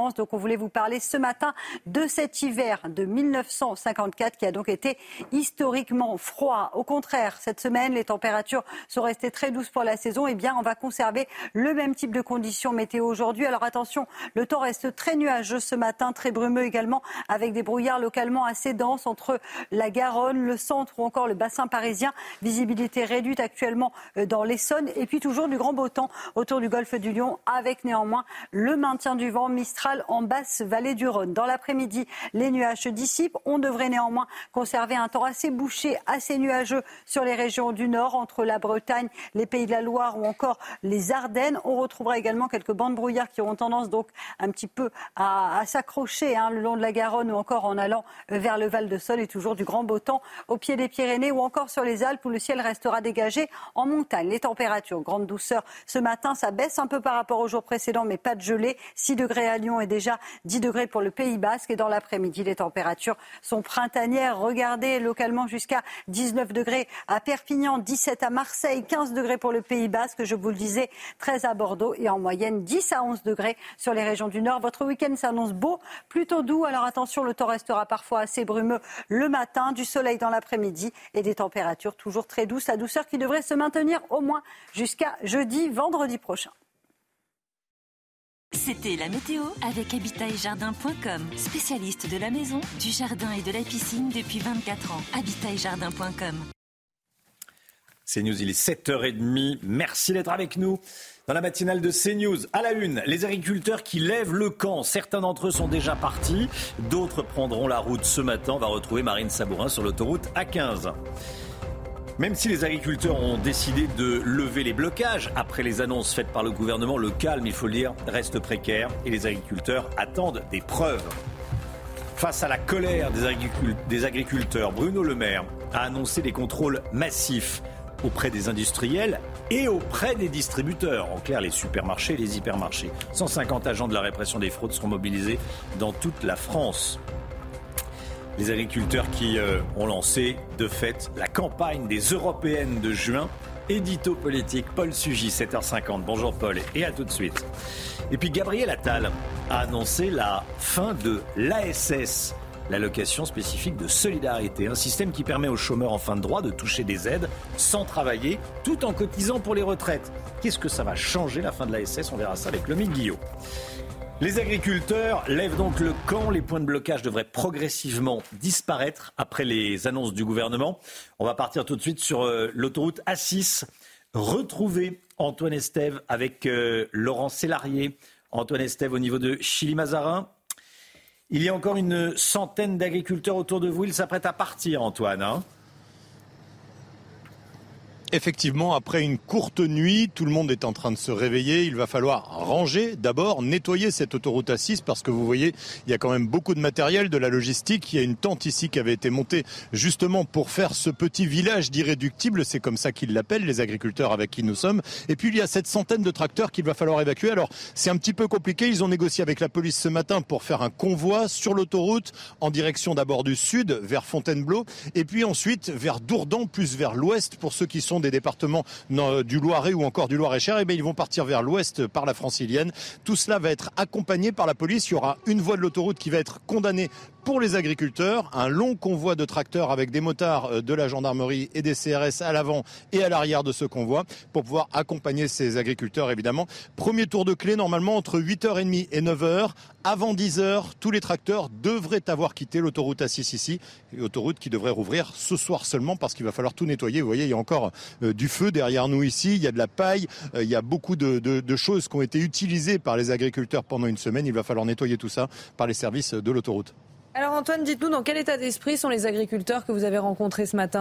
France. Donc on voulait vous parler ce matin de cet hiver de mille neuf cent cinquante-quatre qui a donc été historiquement froid. Au contraire, cette semaine, les températures sont restées très douces pour la saison. Eh bien, on va conserver le même type de conditions météo aujourd'hui. Alors attention, le temps reste très nuageux ce matin, très brumeux également, avec des brouillards localement assez denses entre la Garonne, le centre ou encore le bassin parisien. Visibilité réduite actuellement dans l'Essonne. Et puis toujours du grand beau temps autour du golfe du Lion, avec néanmoins le maintien du vent Mistral en basse vallée du Rhône. Dans l'après-midi, les nuages se dissipent. On devrait néanmoins conserver un temps assez bouché, assez nuageux sur les régions du nord, entre la Bretagne, les Pays de la Loire ou encore les Ardennes. On retrouvera également quelques bandes brouillards qui auront tendance donc un petit peu à, à s'accrocher hein, le long de la Garonne ou encore en allant vers le Val-de-Saône, et toujours du grand beau temps au pied des Pyrénées ou encore sur les Alpes où le ciel restera dégagé. En montagne, les températures, grande douceur ce matin, ça baisse un peu par rapport au jour précédent, mais pas de gelée. six degrés à Lyon et déjà dix degrés pour le Pays Basque. Et dans l'après-midi, les températures sont printanières. Regardez, localement jusqu'à dix-neuf degrés à Perpignan, dix-sept à Marseille, quinze degrés pour le Pays Basque, je vous le disais, treize à Bordeaux et en moyenne dix à onze degrés sur les régions du Nord. Votre week-end s'annonce beau, plutôt doux. Alors attention, le temps restera parfois assez brumeux le matin, du soleil dans l'après-midi et des températures toujours très douces. La douceur qui devrait se maintenir au moins jusqu'à jeudi, vendredi prochain. C'était la météo avec habitat et jardin point com, spécialiste de la maison, du jardin et de la piscine depuis vingt-quatre ans. habitat et jardin point com. CNews, il est sept heures trente. Merci d'être avec nous dans la matinale de CNews. À la une, les agriculteurs qui lèvent le camp. Certains d'entre eux sont déjà partis, d'autres prendront la route ce matin. On va retrouver Marine Sabourin sur l'autoroute A quinze. Même si les agriculteurs ont décidé de lever les blocages après les annonces faites par le gouvernement, le calme, il faut le dire, reste précaire et les agriculteurs attendent des preuves. Face à la colère des agriculteurs, Bruno Le Maire a annoncé des contrôles massifs auprès des industriels et auprès des distributeurs. En clair, les supermarchés et les hypermarchés. cent cinquante agents de la répression des fraudes seront mobilisés dans toute la France. Les agriculteurs qui euh, ont lancé, de fait, la campagne des européennes de juin. Édito politique, Paul Sugy, sept heures cinquante. Bonjour Paul, et à tout de suite. Et puis Gabriel Attal a annoncé la fin de l'A S S, l'allocation spécifique de solidarité, un système qui permet aux chômeurs en fin de droit de toucher des aides sans travailler, tout en cotisant pour les retraites. Qu'est-ce que ça va changer, la fin de l'A S S? On verra ça avec Lomique Guillot. Les agriculteurs lèvent donc le camp. Les points de blocage devraient progressivement disparaître après les annonces du gouvernement. On va partir tout de suite sur euh, l'autoroute A six. Retrouver Antoine Estève avec euh, Laurent Sélarié. Antoine Estève au niveau de Chilly-Mazarin. Il y a encore une centaine d'agriculteurs autour de vous. Ils s'apprêtent à partir, Antoine, hein ? Effectivement, après une courte nuit, tout le monde est en train de se réveiller. Il va falloir ranger, d'abord nettoyer cette autoroute A six parce que vous voyez, il y a quand même beaucoup de matériel, de la logistique. Il y a une tente ici qui avait été montée justement pour faire ce petit village d'irréductibles. C'est comme ça qu'ils l'appellent, les agriculteurs avec qui nous sommes. Et puis il y a cette centaine de tracteurs qu'il va falloir évacuer. Alors c'est un petit peu compliqué. Ils ont négocié avec la police ce matin pour faire un convoi sur l'autoroute en direction d'abord du sud vers Fontainebleau et puis ensuite vers Dourdan plus vers l'ouest pour ceux qui sont des départements du Loiret ou encore du Loir-et-Cher, et bien ils vont partir vers l'ouest par la Francilienne. Tout cela va être accompagné par la police. Il y aura une voie de l'autoroute qui va être condamnée pour les agriculteurs, un long convoi de tracteurs avec des motards de la gendarmerie et des C R S à l'avant et à l'arrière de ce convoi pour pouvoir accompagner ces agriculteurs évidemment. Premier tour de clé normalement entre huit heures trente et neuf heures. Avant dix heures, tous les tracteurs devraient avoir quitté l'autoroute A six ici, autoroute qui devrait rouvrir ce soir seulement parce qu'il va falloir tout nettoyer. Vous voyez, il y a encore euh, du feu derrière nous ici, il y a de la paille, euh, il y a beaucoup de, de, de choses qui ont été utilisées par les agriculteurs pendant une semaine. Il va falloir nettoyer tout ça par les services de l'autoroute. Alors Antoine, dites-nous dans quel état d'esprit sont les agriculteurs que vous avez rencontrés ce matin ?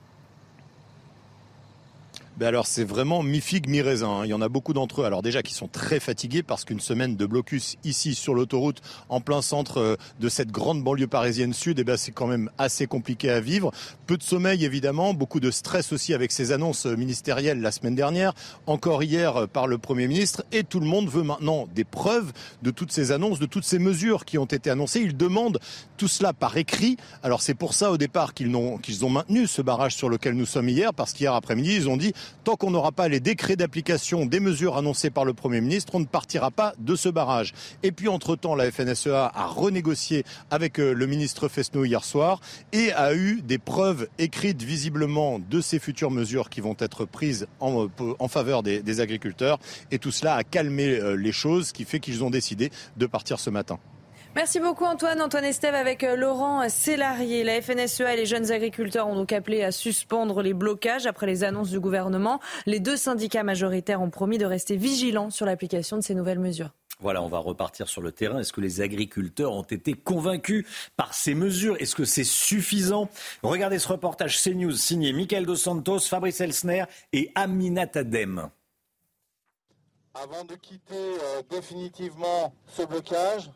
Ben alors c'est vraiment mi-figue, mi-raisin. Il y en a beaucoup d'entre eux, alors déjà qui sont très fatigués parce qu'une semaine de blocus ici sur l'autoroute, en plein centre de cette grande banlieue parisienne sud, eh ben c'est quand même assez compliqué à vivre. Peu de sommeil évidemment, beaucoup de stress aussi avec ces annonces ministérielles la semaine dernière, encore hier par le Premier ministre, et tout le monde veut maintenant des preuves de toutes ces annonces, de toutes ces mesures qui ont été annoncées. Ils demandent tout cela par écrit. Alors c'est pour ça au départ qu'ils ont, qu'ils ont maintenu ce barrage sur lequel nous sommes hier, parce qu'hier après-midi ils ont dit Tant qu'on n'aura pas les décrets d'application des mesures annoncées par le Premier ministre, on ne partira pas de ce barrage. Et puis entre-temps, la F N S E A a renégocié avec le ministre Fesneau hier soir et a eu des preuves écrites visiblement de ces futures mesures qui vont être prises en, en faveur des, des agriculteurs. Et tout cela a calmé les choses, ce qui fait qu'ils ont décidé de partir ce matin. Merci beaucoup Antoine. Antoine Estève avec Laurent Sélarié. La F N S E A et les jeunes agriculteurs ont donc appelé à suspendre les blocages après les annonces du gouvernement. Les deux syndicats majoritaires ont promis de rester vigilants sur l'application de ces nouvelles mesures. Voilà, on va repartir sur le terrain. Est-ce que les agriculteurs ont été convaincus par ces mesures ? Est-ce que c'est suffisant ? Regardez ce reportage CNews signé Michael Dos Santos, Fabrice Elsner et Aminata Dem. Avant de quitter euh, définitivement ce blocage,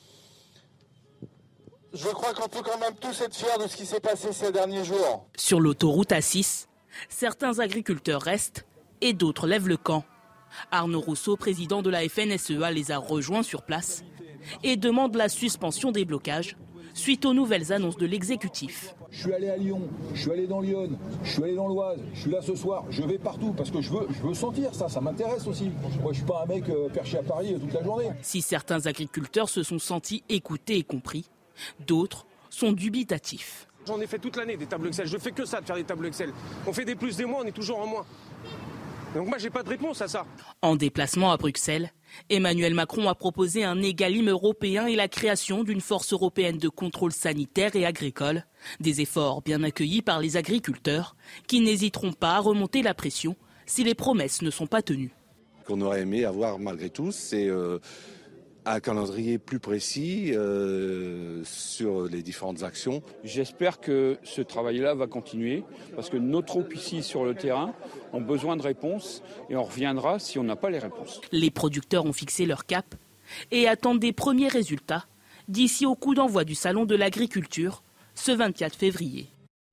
je crois qu'on peut quand même tous être fiers de ce qui s'est passé ces derniers jours. Sur l'autoroute A six, certains agriculteurs restent et d'autres lèvent le camp. Arnaud Rousseau, président de la F N S E A, les a rejoints sur place et demande la suspension des blocages suite aux nouvelles annonces de l'exécutif. Je suis allé à Lyon, je suis allé dans l'Yonne, je suis allé dans l'Oise, je suis là ce soir, je vais partout parce que je veux, je veux sentir ça, ça m'intéresse aussi. Moi je suis pas un mec euh, perché à Paris toute la journée. Si certains agriculteurs se sont sentis écoutés et compris, d'autres sont dubitatifs. J'en ai fait toute l'année des tableaux Excel, je fais que ça de faire des tableaux Excel. On fait des plus, des moins, on est toujours en moins. Donc moi j'ai pas de réponse à ça. En déplacement à Bruxelles, Emmanuel Macron a proposé un égalime européen et la création d'une force européenne de contrôle sanitaire et agricole. Des efforts bien accueillis par les agriculteurs qui n'hésiteront pas à remonter la pression si les promesses ne sont pas tenues. Ce qu'on aurait aimé avoir malgré tout, c'est euh, un calendrier plus précis euh, sur les différentes actions. J'espère que ce travail-là va continuer parce que nos troupes ici sur le terrain ont besoin de réponses et on reviendra si on n'a pas les réponses. Les producteurs ont fixé leur cap et attendent des premiers résultats d'ici au coup d'envoi du Salon de l'agriculture ce vingt-quatre février.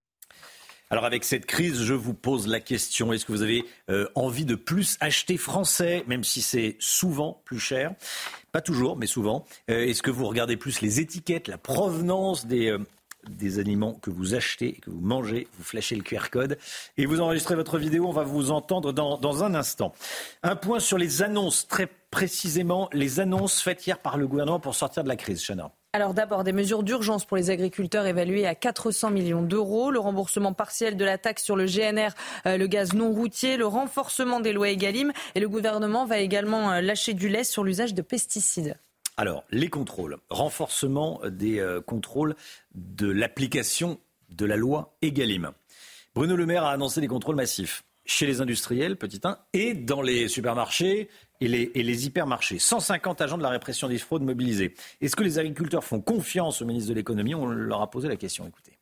Alors avec cette crise, je vous pose la question, est-ce que vous avez euh, envie de plus acheter français, même si c'est souvent plus cher ? Pas toujours, mais souvent. Euh, est-ce que vous regardez plus les étiquettes, la provenance des, euh, des aliments que vous achetez, que vous mangez, vous flashez le Q R code et vous enregistrez votre vidéo, on va vous entendre dans, dans un instant. Un point sur les annonces, très précisément, les annonces faites hier par le gouvernement pour sortir de la crise, Chana. Alors d'abord, des mesures d'urgence pour les agriculteurs évaluées à quatre cents millions d'euros, le remboursement partiel de la taxe sur le G N R, euh, le gaz non routier, le renforcement des lois Egalim et le gouvernement va également euh, lâcher du lest sur l'usage de pesticides. Alors, les contrôles, renforcement des euh, contrôles de l'application de la loi Egalim. Bruno Le Maire a annoncé des contrôles massifs chez les industriels, petit un, et dans les supermarchés et les, et les hypermarchés. cent cinquante agents de la répression des fraudes mobilisés. Est-ce que les agriculteurs font confiance au ministre de l'économie ? On leur a posé la question, écoutez.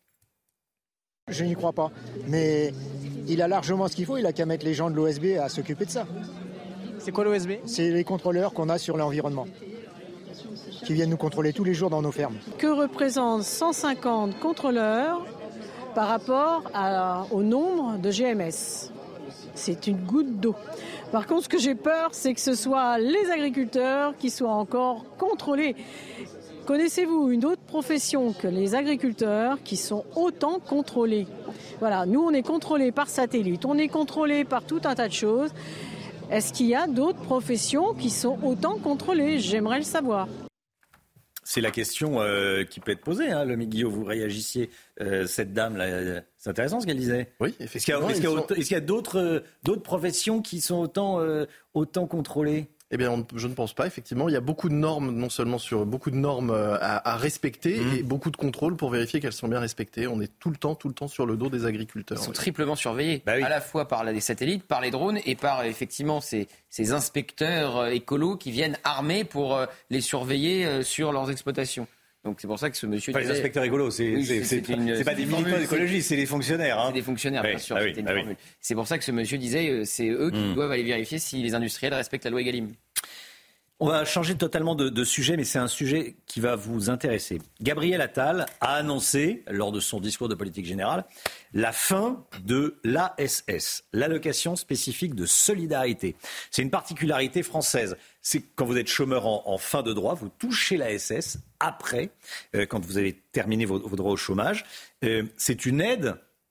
Je n'y crois pas, mais il a largement ce qu'il faut, il a qu'à mettre les gens de l'O S B à s'occuper de ça. C'est quoi l'O S B ? C'est les contrôleurs qu'on a sur l'environnement, qui viennent nous contrôler tous les jours dans nos fermes. Que représentent cent cinquante contrôleurs par rapport à, au nombre de G M S ? C'est une goutte d'eau. Par contre, ce que j'ai peur, c'est que ce soit les agriculteurs qui soient encore contrôlés. Connaissez-vous une autre profession que les agriculteurs qui sont autant contrôlés ? Voilà, nous on est contrôlés par satellite, on est contrôlés par tout un tas de choses. Est-ce qu'il y a d'autres professions qui sont autant contrôlées ? J'aimerais le savoir. C'est la question euh, qui peut être posée, hein, Lomi Guillot, vous réagissiez, euh, cette dame-là, c'est intéressant ce qu'elle disait. Oui, effectivement. Est-ce qu'il y a, est-ce qu'il y a, sont... est-ce qu'il y a d'autres, euh, d'autres professions qui sont autant, euh, autant contrôlées ? Eh bien, on, je ne pense pas. Effectivement, il y a beaucoup de normes, non seulement sur beaucoup de normes à, à respecter mmh. et beaucoup de contrôles pour vérifier qu'elles sont bien respectées. On est tout le temps, tout le temps sur le dos des agriculteurs. Ils sont triplement surveillés, bah oui. à la fois par les satellites, par les drones et par effectivement ces, ces inspecteurs écolos qui viennent armés pour les surveiller sur leurs exploitations. Donc c'est pour ça que ce monsieur... Enfin, disait... Les inspecteurs écolos, c'est, oui, c'est, c'est, c'est, une, c'est pas des militants d'écologie, c'est des fonctionnaires. Hein. C'est des fonctionnaires, oui, bien sûr. Ah oui, ah oui. C'est pour ça que ce monsieur disait, c'est eux qui mmh. doivent aller vérifier si les industriels respectent la loi Egalim. On va changer totalement de, de sujet, mais c'est un sujet qui va vous intéresser. Gabriel Attal a annoncé, lors de son discours de politique générale, la fin de l'A S S, l'allocation spécifique de solidarité. C'est une particularité française. C'est quand vous êtes chômeur en, en fin de droit, vous touchez l'A S S après, euh, quand vous avez terminé vos, vos droits au chômage. Euh, c'est une aide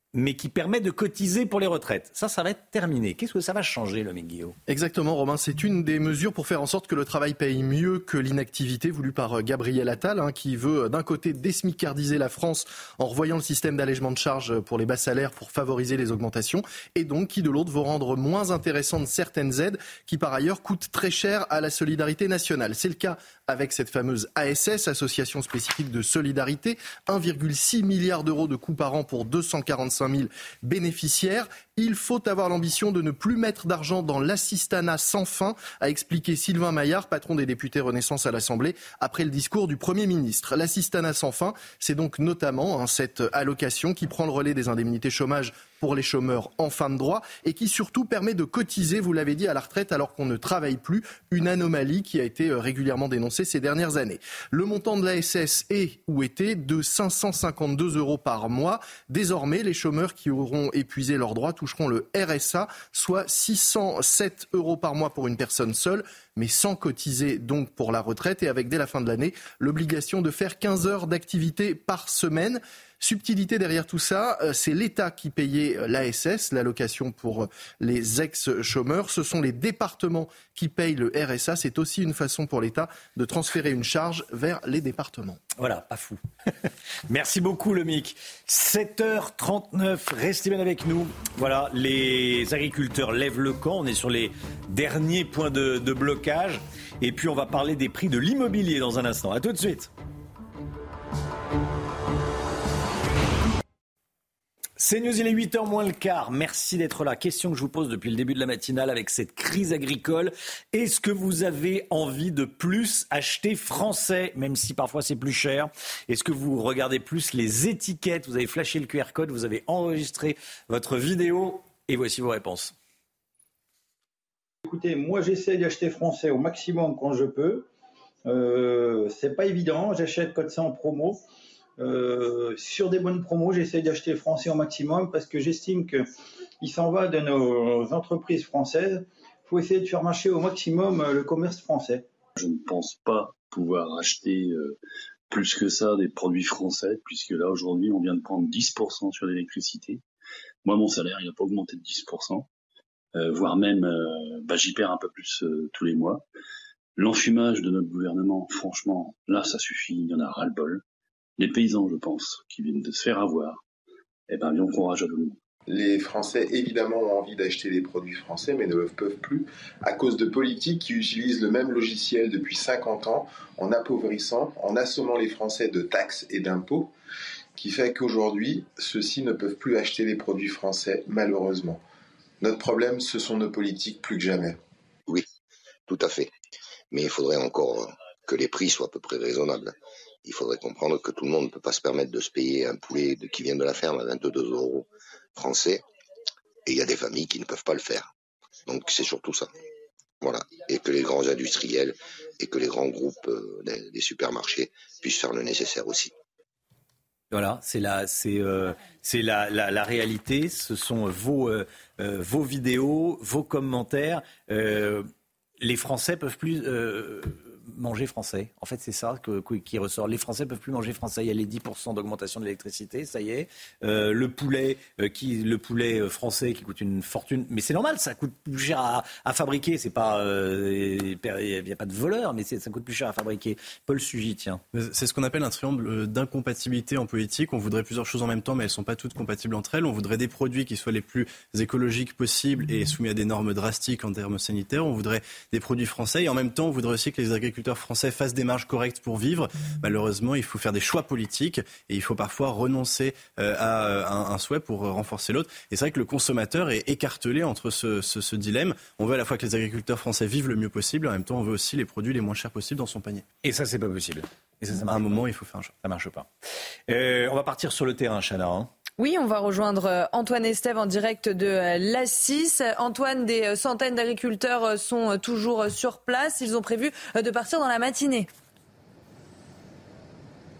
mais qui permet de cotiser pour les retraites. Ça, ça va être terminé. Qu'est-ce que ça va changer, le Guillaume ? Exactement, Romain. C'est une des mesures pour faire en sorte que le travail paye mieux que l'inactivité, voulue par Gabriel Attal, hein, qui veut d'un côté désmicardiser la France en revoyant le système d'allègement de charges pour les bas salaires pour favoriser les augmentations, et donc qui de l'autre veut rendre moins intéressantes certaines aides qui par ailleurs coûtent très cher à la solidarité nationale. C'est le cas avec cette fameuse A S S, Association spécifique de solidarité, un virgule six milliard d'euros de coûts par an pour deux cent quarante-cinq mille bénéficiaires. Il faut avoir l'ambition de ne plus mettre d'argent dans l'assistanat sans fin, a expliqué Sylvain Maillard, patron des députés Renaissance à l'Assemblée, après le discours du Premier ministre. L'assistanat sans fin, c'est donc notamment hein, cette allocation qui prend le relais des indemnités chômage pour les chômeurs en fin de droit et qui surtout permet de cotiser, vous l'avez dit, à la retraite alors qu'on ne travaille plus, une anomalie qui a été régulièrement dénoncée ces dernières années. Le montant de l'A S S est ou était de cinq cent cinquante-deux euros par mois. Désormais, les chômeurs qui auront épuisé leurs droits toucheront le R S A, soit six cent sept euros par mois pour une personne seule, mais sans cotiser donc pour la retraite et avec dès la fin de l'année l'obligation de faire quinze heures d'activité par semaine. Subtilité derrière tout ça, c'est l'État qui payait l'A S S, l'allocation pour les ex-chômeurs. Ce sont les départements qui payent le R S A. C'est aussi une façon pour l'État de transférer une charge vers les départements. Voilà, pas fou. Merci beaucoup, le M I C. sept heures trente-neuf, restez bien avec nous. Voilà, les agriculteurs lèvent le camp. On est sur les derniers points de, de blocage. Et puis, on va parler des prix de l'immobilier dans un instant. À tout de suite. C'est News, il est huit heures moins le quart. Merci d'être là. Question que je vous pose depuis le début de la matinale avec cette crise agricole. Est-ce que vous avez envie de plus acheter français, même si parfois c'est plus cher ? Est-ce que vous regardez plus les étiquettes ? Vous avez flashé le Q R code, vous avez enregistré votre vidéo et voici vos réponses. Écoutez, moi j'essaie d'acheter français au maximum quand je peux. Euh, c'est pas évident, j'achète quand c'est en promo. Euh, sur des bonnes promos, j'essaie d'acheter français au maximum parce que j'estime qu'il s'en va de nos entreprises françaises. Il faut essayer de faire marcher au maximum le commerce français. Je ne pense pas pouvoir acheter euh, plus que ça des produits français, puisque là aujourd'hui on vient de prendre dix pour cent sur l'électricité. Moi mon salaire il n'a pas augmenté de dix pour cent, euh, voire même euh, bah, j'y perds un peu plus euh, tous les mois. L'enfumage de notre gouvernement, franchement, là ça suffit, il y en a ras-le-bol. Les paysans, je pense, qui viennent de se faire avoir, eh ben, bien courage à tout le monde. Les Français, évidemment, ont envie d'acheter des produits français, mais ne le peuvent plus à cause de politiques qui utilisent le même logiciel depuis cinquante ans, en appauvrissant, en assommant les Français de taxes et d'impôts, qui fait qu'aujourd'hui, ceux-ci ne peuvent plus acheter les produits français, malheureusement. Notre problème, ce sont nos politiques plus que jamais. Oui, tout à fait. Mais il faudrait encore que les prix soient à peu près raisonnables. Il faudrait comprendre que tout le monde ne peut pas se permettre de se payer un poulet de, qui vient de la ferme à vingt-deux euros français. Et il y a des familles qui ne peuvent pas le faire. Donc c'est surtout ça. Voilà. Et que les grands industriels et que les grands groupes euh, des, des supermarchés puissent faire le nécessaire aussi. Voilà, c'est la, c'est, euh, c'est la, la, la réalité. Ce sont vos, euh, euh, vos vidéos, vos commentaires. Euh, les Français peuvent plus... Euh, manger français. En fait, c'est ça que, que, qui ressort. Les Français peuvent plus manger français. Il y a les dix pour cent d'augmentation de l'électricité, ça y est. Euh, le poulet, euh, qui, le poulet français qui coûte une fortune. Mais c'est normal, ça coûte plus cher à, à fabriquer. C'est pas, euh, il n'y a pas de voleur, mais c'est, ça coûte plus cher à fabriquer. Paul Sugy, tiens. C'est ce qu'on appelle un triangle d'incompatibilité en politique. On voudrait plusieurs choses en même temps, mais elles sont pas toutes compatibles entre elles. On voudrait des produits qui soient les plus écologiques possibles et soumis à des normes drastiques en termes sanitaires. On voudrait des produits français et en même temps, on voudrait aussi que les agriculteurs français fassent des marges correctes pour vivre. Malheureusement, il faut faire des choix politiques et il faut parfois renoncer euh, à un, un souhait pour renforcer l'autre. Et c'est vrai que le consommateur est écartelé entre ce, ce, ce dilemme. On veut à la fois que les agriculteurs français vivent le mieux possible, en même temps on veut aussi les produits les moins chers possibles dans son panier. Et ça, c'est pas possible. Et ça, ça à un moment, il faut faire un choix. Ça marche pas. Euh, on va partir sur le terrain, Chana. Hein. Oui, on va rejoindre Antoine Estève en direct de l'A six. Antoine, des centaines d'agriculteurs sont toujours sur place. Ils ont prévu de partir dans la matinée.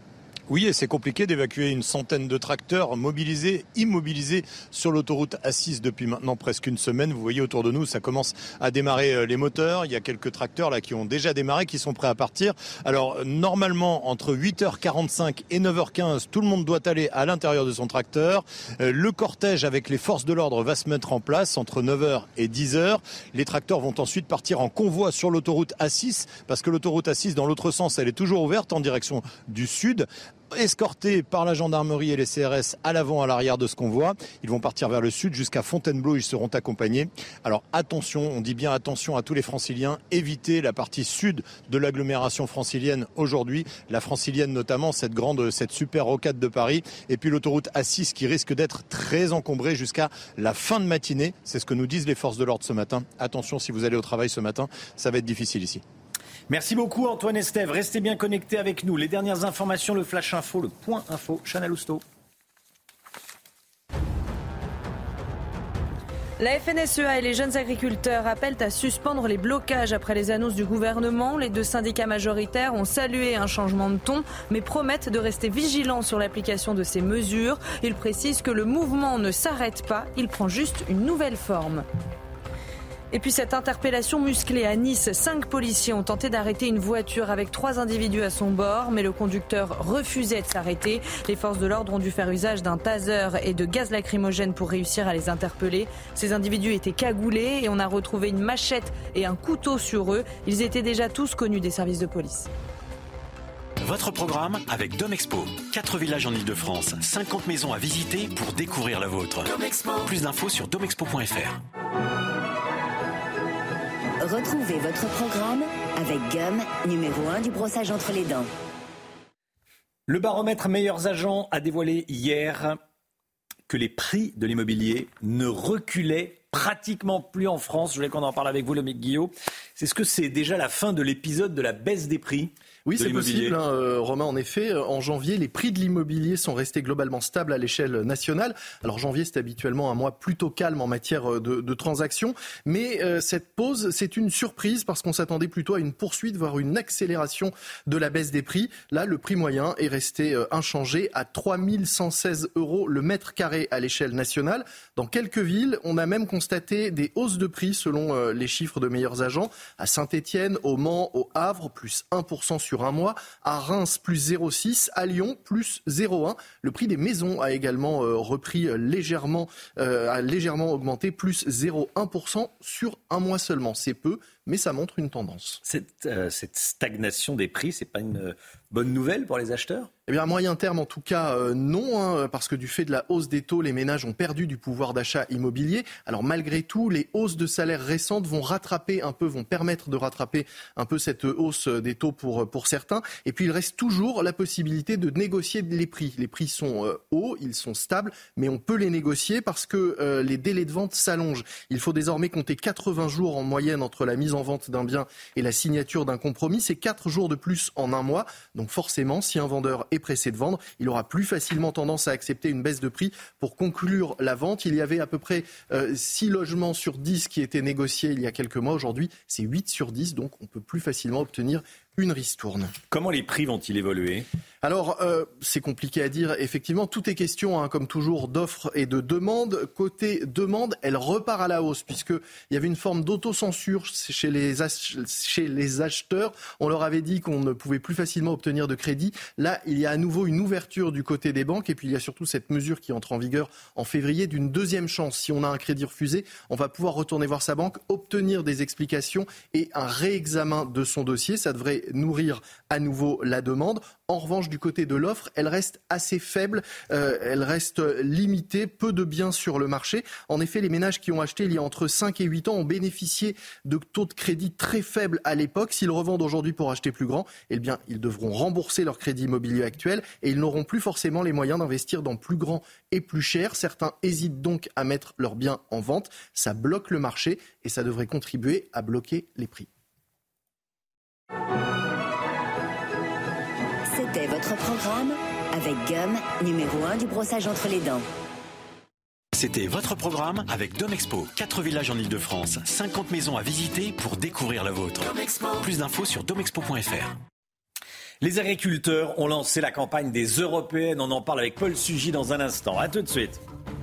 Oui, et c'est compliqué d'évacuer une centaine de tracteurs mobilisés, immobilisés sur l'autoroute A six depuis maintenant presque une semaine. Vous voyez autour de nous, ça commence à démarrer les moteurs. Il y a quelques tracteurs là qui ont déjà démarré, qui sont prêts à partir. Alors normalement, entre huit heures quarante-cinq et neuf heures quinze, tout le monde doit aller à l'intérieur de son tracteur. Le cortège avec les forces de l'ordre va se mettre en place entre neuf heures et dix heures. Les tracteurs vont ensuite partir en convoi sur l'autoroute A six, parce que l'autoroute A six, dans l'autre sens, elle est toujours ouverte en direction du sud. Escortés par la gendarmerie et les C R S à l'avant, à l'arrière de ce convoi. Ils vont partir vers le sud jusqu'à Fontainebleau, ils seront accompagnés. Alors attention, on dit bien attention à tous les franciliens, évitez la partie sud de l'agglomération francilienne aujourd'hui, la francilienne notamment, cette grande, cette super rocade de Paris, et puis l'autoroute A six qui risque d'être très encombrée jusqu'à la fin de matinée. C'est ce que nous disent les forces de l'ordre ce matin. Attention, si vous allez au travail ce matin, ça va être difficile ici. Merci beaucoup Antoine Estève. Restez bien connectés avec nous. Les dernières informations, le Flash Info, le Point Info, Chana Lousteau. La F N S E A et les jeunes agriculteurs appellent à suspendre les blocages après les annonces du gouvernement. Les deux syndicats majoritaires ont salué un changement de ton, mais promettent de rester vigilants sur l'application de ces mesures. Ils précisent que le mouvement ne s'arrête pas, il prend juste une nouvelle forme. Et puis cette interpellation musclée à Nice, cinq policiers ont tenté d'arrêter une voiture avec trois individus à son bord, mais le conducteur refusait de s'arrêter. Les forces de l'ordre ont dû faire usage d'un taser et de gaz lacrymogène pour réussir à les interpeller. Ces individus étaient cagoulés et on a retrouvé une machette et un couteau sur eux. Ils étaient déjà tous connus des services de police. Votre programme avec Domexpo. quatre villages en Ile-de-France, cinquante maisons à visiter pour découvrir la vôtre. Domexpo. Plus d'infos sur domexpo point f r. Retrouvez votre programme avec Gum, numéro un du brossage entre les dents. Le baromètre Meilleurs Agents a dévoilé hier que les prix de l'immobilier ne reculaient pratiquement plus en France. Je voulais qu'on en parle avec vous, Lomique Guillot. C'est ce que c'est déjà la fin de l'épisode de la baisse des prix? Oui, c'est possible, hein, euh, Romain. En effet, en janvier, les prix de l'immobilier sont restés globalement stables à l'échelle nationale. Alors janvier, c'est habituellement un mois plutôt calme en matière de, de transactions. Mais euh, cette pause, c'est une surprise parce qu'on s'attendait plutôt à une poursuite, voire une accélération de la baisse des prix. Là, le prix moyen est resté euh, inchangé à trois mille cent seize euros le mètre carré à l'échelle nationale. Dans quelques villes, on a même constaté des hausses de prix selon euh, les chiffres de Meilleurs Agents. À Saint-Étienne, au Mans, au Havre, plus un pour cent sur un mois. À Reims, plus zéro virgule six. À Lyon, plus zéro virgule un. Le prix des maisons a également euh, repris légèrement, euh, a légèrement augmenté, plus zéro virgule un pour cent sur un mois seulement. C'est peu, mais ça montre une tendance. Cette, euh, cette stagnation des prix, c'est pas une euh, bonne nouvelle pour les acheteurs ? Eh bien, à moyen terme, en tout cas, euh, non, hein, parce que du fait de la hausse des taux, les ménages ont perdu du pouvoir d'achat immobilier. Alors, malgré tout, les hausses de salaires récentes vont rattraper un peu, vont permettre de rattraper un peu cette hausse des taux pour, pour certains. Et puis, il reste toujours la possibilité de négocier les prix. Les prix sont euh, hauts, ils sont stables, mais on peut les négocier parce que euh, les délais de vente s'allongent. Il faut désormais compter quatre-vingts jours en moyenne entre la mise en vente d'un bien et la signature d'un compromis. C'est quatre jours de plus en un mois. Donc, forcément, si un vendeur est pressé de vendre, il aura plus facilement tendance à accepter une baisse de prix pour conclure la vente. Il y avait à peu près euh, six logements sur dix qui étaient négociés il y a quelques mois. Aujourd'hui, c'est huit sur dix, donc on peut plus facilement obtenir une ristourne. Comment les prix vont-ils évoluer ? Alors, euh, c'est compliqué à dire. Effectivement, tout est question, hein, comme toujours, d'offres et de demande. Côté demande, elle repart à la hausse, puisqu'il y avait une forme d'autocensure chez les, ach- chez les acheteurs. On leur avait dit qu'on ne pouvait plus facilement obtenir de crédit. Là, il y a à nouveau une ouverture du côté des banques. Et puis, il y a surtout cette mesure qui entre en vigueur en février d'une deuxième chance. Si on a un crédit refusé, on va pouvoir retourner voir sa banque, obtenir des explications et un réexamen de son dossier. Ça devrait nourrir à nouveau la demande. En revanche, du côté de l'offre, elle reste assez faible, euh, elle reste limitée, peu de biens sur le marché. En effet, les ménages qui ont acheté il y a entre cinq et huit ans ont bénéficié de taux de crédit très faibles à l'époque. S'ils revendent aujourd'hui pour acheter plus grand, eh bien, ils devront rembourser leur crédit immobilier actuel et ils n'auront plus forcément les moyens d'investir dans plus grand et plus cher. Certains hésitent donc à mettre leurs biens en vente. Ça bloque le marché et ça devrait contribuer à bloquer les prix. C'était votre programme avec Gum, numéro un du brossage entre les dents. C'était votre programme avec Domexpo. quatre villages en Ile-de-France, cinquante maisons à visiter pour découvrir la vôtre. Domexpo. Plus d'infos sur domexpo point f r. Les agriculteurs ont lancé la campagne des européennes. On en parle avec Paul Sugy dans un instant. A tout de suite.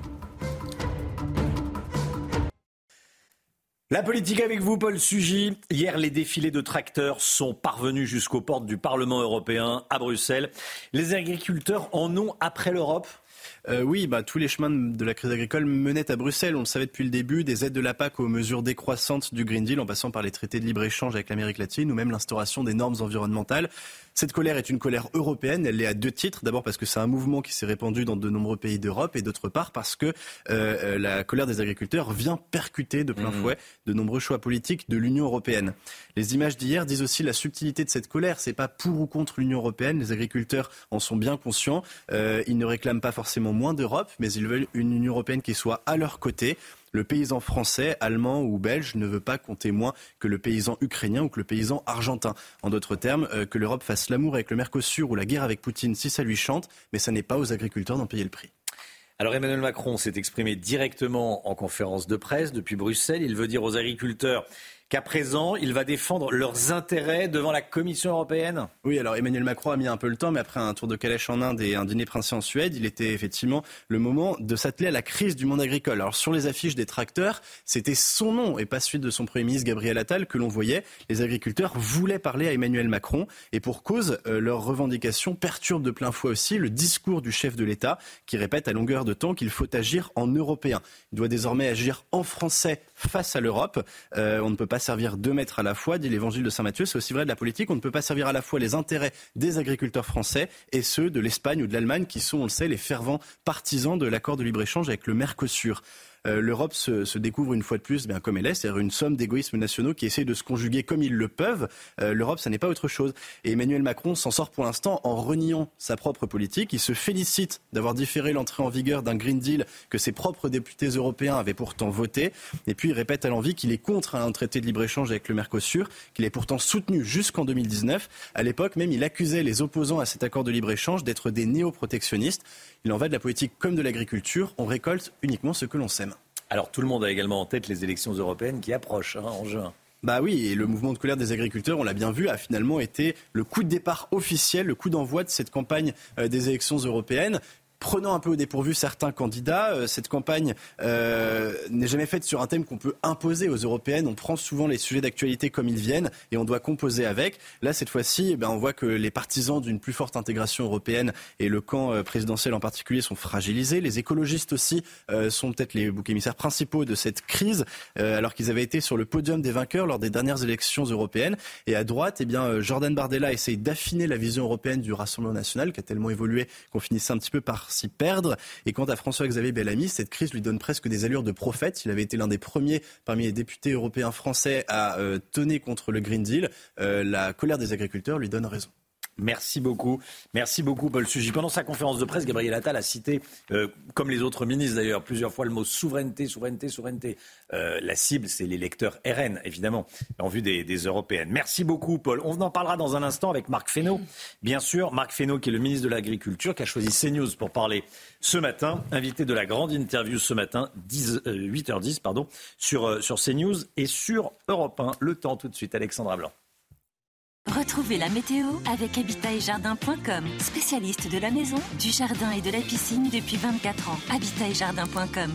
La politique avec vous, Paul Sugy. Hier, les défilés de tracteurs sont parvenus jusqu'aux portes du Parlement européen à Bruxelles. Les agriculteurs en ont après l'Europe ? Euh, oui, bah, tous les chemins de la crise agricole menaient à Bruxelles. On le savait depuis le début, des aides de la P A C aux mesures décroissantes du Green Deal, en passant par les traités de libre-échange avec l'Amérique latine ou même l'instauration des normes environnementales. Cette colère est une colère européenne, elle l'est à deux titres. D'abord parce que c'est un mouvement qui s'est répandu dans de nombreux pays d'Europe et d'autre part parce que euh, la colère des agriculteurs vient percuter de plein mmh. fouet de nombreux choix politiques de l'Union européenne. Les images d'hier disent aussi la subtilité de cette colère. C'est pas pour ou contre l'Union européenne, les agriculteurs en sont bien conscients. Euh, ils ne réclament pas forcément moins d'Europe, mais ils veulent une Union européenne qui soit à leur côté. Le paysan français, allemand ou belge ne veut pas compter moins que le paysan ukrainien ou que le paysan argentin. En d'autres termes, euh, que l'Europe fasse l'amour avec le Mercosur ou la guerre avec Poutine si ça lui chante, mais ça n'est pas aux agriculteurs d'en payer le prix. Alors Emmanuel Macron s'est exprimé directement en conférence de presse depuis Bruxelles. Il veut dire aux agriculteurs qu'à présent, il va défendre leurs intérêts devant la Commission européenne. Oui, alors Emmanuel Macron a mis un peu le temps, mais après un tour de calèche en Inde et un dîner princier en Suède, il était effectivement le moment de s'atteler à la crise du monde agricole. Alors sur les affiches des tracteurs, c'était son nom et pas celui de son Premier ministre Gabriel Attal que l'on voyait. Les agriculteurs voulaient parler à Emmanuel Macron et pour cause, euh, leurs revendications perturbent de plein fouet aussi le discours du chef de l'État qui répète à longueur de temps qu'il faut agir en européen. Il doit désormais agir en français face à l'Europe. Euh, on ne peut pas servir deux maîtres à la fois, dit l'évangile de saint Matthieu. C'est aussi vrai de la politique. On ne peut pas servir à la fois les intérêts des agriculteurs français et ceux de l'Espagne ou de l'Allemagne qui sont, on le sait, les fervents partisans de l'accord de libre-échange avec le Mercosur. Euh, L'Europe se, se découvre une fois de plus bien comme elle est, c'est-à-dire une somme d'égoïsmes nationaux qui essayent de se conjuguer comme ils le peuvent. Euh, L'Europe, ça n'est pas autre chose. Et Emmanuel Macron s'en sort pour l'instant en reniant sa propre politique. Il se félicite d'avoir différé l'entrée en vigueur d'un Green Deal que ses propres députés européens avaient pourtant voté. Et puis il répète à l'envi qu'il est contre un traité de libre-échange avec le Mercosur, qu'il est pourtant soutenu jusqu'en deux mille dix-neuf. À l'époque même, il accusait les opposants à cet accord de libre-échange d'être des néo-protectionnistes. Il en va de la politique comme de l'agriculture. On récolte uniquement ce que l'on sème. Alors tout le monde a également en tête les élections européennes qui approchent hein, en juin. Bah oui, et le mouvement de colère des agriculteurs, on l'a bien vu, a finalement été le coup de départ officiel, le coup d'envoi de cette campagne euh, des élections européennes. Prenant un peu au dépourvu certains candidats, euh, cette campagne euh, n'est jamais faite sur un thème qu'on peut imposer aux européennes. On prend souvent les sujets d'actualité comme ils viennent et on doit composer avec. Là, cette fois-ci, eh ben, on voit que les partisans d'une plus forte intégration européenne et le camp euh, présidentiel en particulier sont fragilisés. Les écologistes aussi euh, sont peut-être les boucs émissaires principaux de cette crise, euh, alors qu'ils avaient été sur le podium des vainqueurs lors des dernières élections européennes. Et à droite, eh bien, Jordan Bardella essaye d'affiner la vision européenne du Rassemblement national, qui a tellement évolué qu'on finissait un petit peu par s'y perdre. Et quant à François-Xavier Bellamy, cette crise lui donne presque des allures de prophète. Il avait été l'un des premiers parmi les députés européens français à euh, tonner contre le Green Deal. Euh, la colère des agriculteurs lui donne raison. Merci beaucoup. Merci beaucoup, Paul Sugy. Pendant sa conférence de presse, Gabriel Attal a cité, euh, comme les autres ministres d'ailleurs, plusieurs fois le mot souveraineté, souveraineté, souveraineté. Euh, la cible, c'est l'électeur R N, évidemment, en vue des, des européennes. Merci beaucoup, Paul. On en parlera dans un instant avec Marc Fesneau. Bien sûr, Marc Fesneau, qui est le ministre de l'Agriculture, qui a choisi CNews pour parler ce matin, invité de la grande interview ce matin, huit heures dix, pardon, sur, euh, sur CNews et sur Europe un. Le temps tout de suite, Alexandra Blanc. Retrouvez la météo avec habitat et jardin point com, spécialiste de la maison, du jardin et de la piscine depuis vingt-quatre ans. habitat et jardin point com.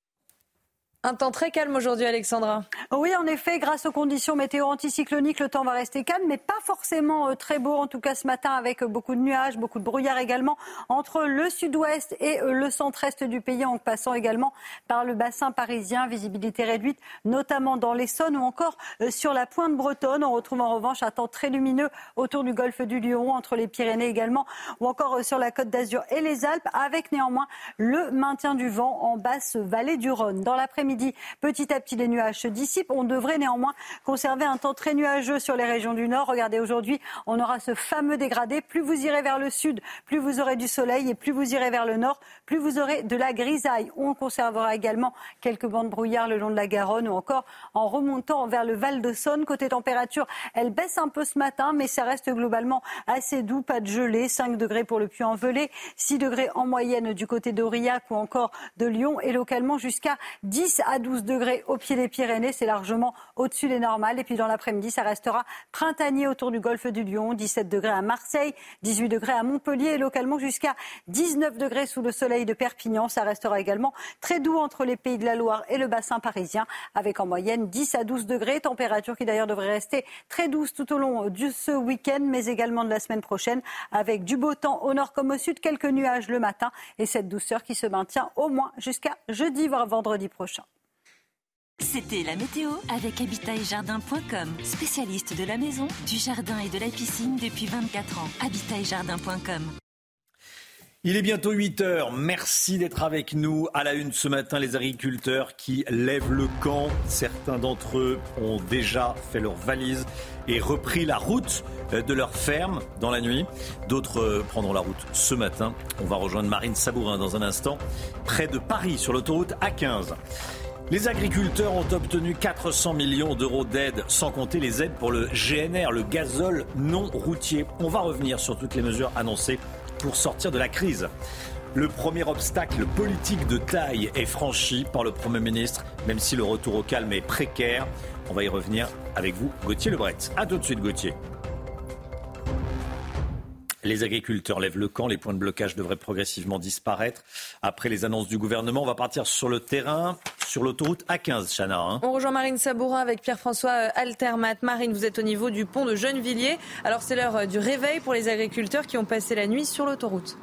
Un temps très calme aujourd'hui, Alexandra. Oui, en effet, grâce aux conditions météo anticycloniques, le temps va rester calme, mais pas forcément très beau, en tout cas ce matin, avec beaucoup de nuages, beaucoup de brouillard également, entre le sud-ouest et le centre-est du pays, en passant également par le bassin parisien, visibilité réduite, notamment dans l'Essonne ou encore sur la pointe bretonne. On retrouve en revanche un temps très lumineux autour du golfe du Lion, entre les Pyrénées également, ou encore sur la Côte d'Azur et les Alpes, avec néanmoins le maintien du vent en basse vallée du Rhône. Dans l'après-midi, petit à petit, les nuages se dissipent. On devrait néanmoins conserver un temps très nuageux sur les régions du Nord. Regardez, aujourd'hui, on aura ce fameux dégradé. Plus vous irez vers le sud, plus vous aurez du soleil. Et plus vous irez vers le nord, plus vous aurez de la grisaille. On conservera également quelques bancs de brouillard le long de la Garonne ou encore en remontant vers le Val de Saône. Côté température, elle baisse un peu ce matin, mais ça reste globalement assez doux. Pas de gelée, cinq degrés pour le Puy-en-Velay, six degrés en moyenne du côté d'Aurillac ou encore de Lyon et localement jusqu'à dix dix à douze degrés au pied des Pyrénées. C'est largement au-dessus des normales. Et puis dans l'après-midi, ça restera printanier autour du golfe du Lion. dix-sept degrés à Marseille, dix-huit degrés à Montpellier et localement jusqu'à dix-neuf degrés sous le soleil de Perpignan. Ça restera également très doux entre les Pays de la Loire et le bassin parisien avec en moyenne dix à douze degrés. Température qui d'ailleurs devrait rester très douce tout au long de ce week-end mais également de la semaine prochaine avec du beau temps au nord comme au sud, quelques nuages le matin et cette douceur qui se maintient au moins jusqu'à jeudi voire vendredi prochain. C'était la météo avec habitat et jardin point com, spécialiste de la maison, du jardin et de la piscine depuis vingt-quatre ans. habitat et jardin point com. Il est bientôt huit heures. Merci d'être avec nous. À la une ce matin, les agriculteurs qui lèvent le camp. Certains d'entre eux ont déjà fait leurs valises et repris la route de leur ferme dans la nuit. D'autres prendront la route ce matin. On va rejoindre Marine Sabourin dans un instant, près de Paris, sur l'autoroute A quinze. Les agriculteurs ont obtenu quatre cents millions d'euros d'aide, sans compter les aides pour le G N R, le gazole non routier. On va revenir sur toutes les mesures annoncées pour sortir de la crise. Le premier obstacle politique de taille est franchi par le Premier ministre, même si le retour au calme est précaire. On va y revenir avec vous, Gauthier Lebret. A tout de suite, Gauthier. Les agriculteurs lèvent le camp, les points de blocage devraient progressivement disparaître. Après les annonces du gouvernement, on va partir sur le terrain, sur l'autoroute A quinze, Chana. Hein. On rejoint Marine Sabourin avec Pierre-François Altermat. Marine, vous êtes au niveau du pont de Gennevilliers. Alors c'est l'heure du réveil pour les agriculteurs qui ont passé la nuit sur l'autoroute.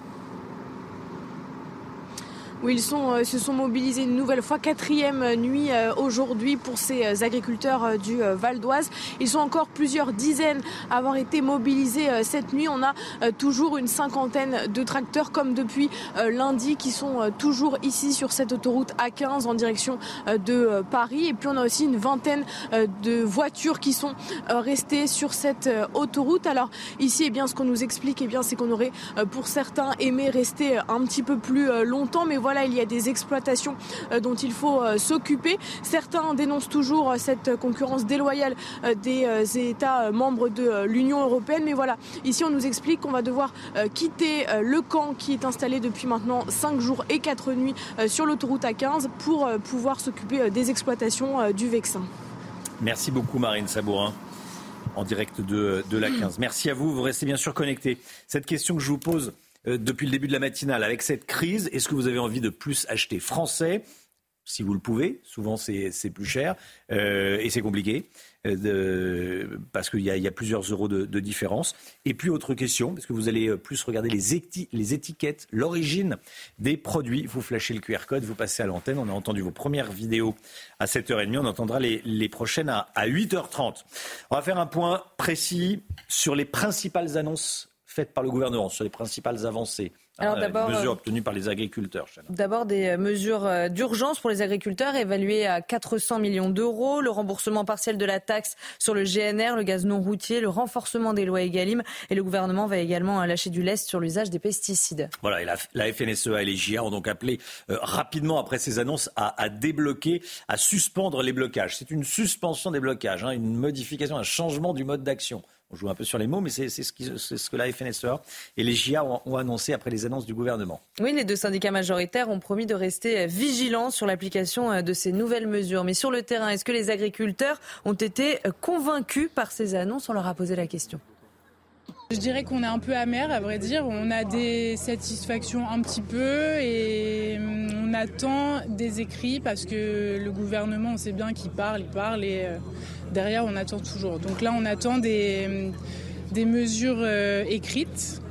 Oui, ils sont, euh, se sont mobilisés une nouvelle fois, quatrième nuit euh, aujourd'hui pour ces euh, agriculteurs euh, du euh, Val d'Oise. Ils sont encore plusieurs dizaines à avoir été mobilisés euh, cette nuit. On a euh, toujours une cinquantaine de tracteurs comme depuis euh, lundi qui sont euh, toujours ici sur cette autoroute A quinze en direction euh, de euh, Paris. Et puis on a aussi une vingtaine euh, de voitures qui sont euh, restées sur cette euh, autoroute. Alors ici, eh bien, ce qu'on nous explique, eh bien, c'est qu'on aurait euh, pour certains aimé rester un petit peu plus euh, longtemps, mais voilà. Voilà, il y a des exploitations dont il faut s'occuper. Certains dénoncent toujours cette concurrence déloyale des États membres de l'Union européenne. Mais voilà, ici on nous explique qu'on va devoir quitter le camp qui est installé depuis maintenant cinq jours et quatre nuits sur l'autoroute A quinze pour pouvoir s'occuper des exploitations du Vexin. Merci beaucoup Marine Sabourin. En direct de, de l'A quinze. Merci à vous, vous restez bien sûr connectés. Cette question que je vous pose euh, depuis le début de la matinale, avec cette crise, est-ce que vous avez envie de plus acheter français ? Si vous le pouvez, souvent c'est, c'est plus cher euh, et c'est compliqué euh, de, parce qu'il y a, il y a plusieurs euros de, de différence. Et puis autre question, parce que vous allez plus regarder les, éti- les étiquettes, l'origine des produits. Vous flashez le Q R code, vous passez à l'antenne. On a entendu vos premières vidéos à sept heures trente, on entendra les, les prochaines à, à huit heures trente. On va faire un point précis sur les principales annonces faites par le gouvernement, sur les principales avancées. Alors hein, d'abord, mesures obtenues par les agriculteurs. D'abord des mesures d'urgence pour les agriculteurs évaluées à quatre cents millions d'euros, le remboursement partiel de la taxe sur le G N R, le gaz non routier, le renforcement des lois Egalim et le gouvernement va également lâcher du lest sur l'usage des pesticides. Voilà, et la, la F N S E A et les J A ont donc appelé euh, rapidement après ces annonces à, à débloquer, à suspendre les blocages. C'est une suspension des blocages, hein, une modification, un changement du mode d'action. On joue un peu sur les mots, mais c'est, c'est, ce, qui, c'est ce que la F N S E A et les J A ont, ont annoncé après les annonces du gouvernement. Oui, les deux syndicats majoritaires ont promis de rester vigilants sur l'application de ces nouvelles mesures. Mais sur le terrain, est-ce que les agriculteurs ont été convaincus par ces annonces ? On leur a posé la question. Je dirais qu'on est un peu amer, à vrai dire. On a des satisfactions un petit peu et on attend des écrits parce que le gouvernement, on sait bien qu'il parle, il parle et derrière, on attend toujours. Donc là, on attend des, des mesures écrites,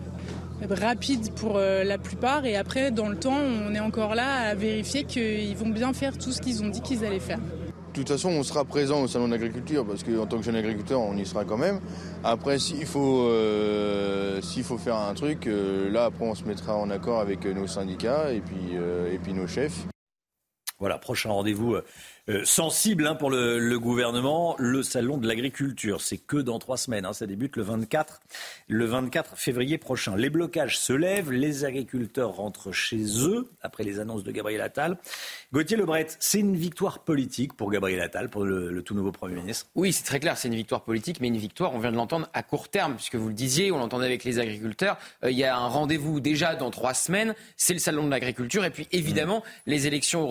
rapides pour la plupart. Et après, dans le temps, on est encore là à vérifier qu'ils vont bien faire tout ce qu'ils ont dit qu'ils allaient faire. De toute façon, on sera présent au salon d'agriculture parce qu'en tant que jeune agriculteur, on y sera quand même. Après, s'il faut, euh, s'il faut faire un truc, euh, là, après, on se mettra en accord avec nos syndicats et puis, euh, et puis nos chefs. Voilà, prochain rendez-vous euh, sensible hein, pour le, le gouvernement, le salon de l'agriculture. C'est que dans trois semaines, hein, ça débute le vingt-quatre, le vingt-quatre février prochain. Les blocages se lèvent, les agriculteurs rentrent chez eux après les annonces de Gabriel Attal. Gauthier Lebret, c'est une victoire politique pour Gabriel Attal, pour le, le tout nouveau Premier ministre. Oui, c'est très clair, c'est une victoire politique, mais une victoire, on vient de l'entendre, à court terme, puisque vous le disiez, on l'entendait avec les agriculteurs. Euh, il y a un rendez-vous déjà dans trois semaines, c'est le salon de l'agriculture, et puis évidemment, mmh. les élections européennes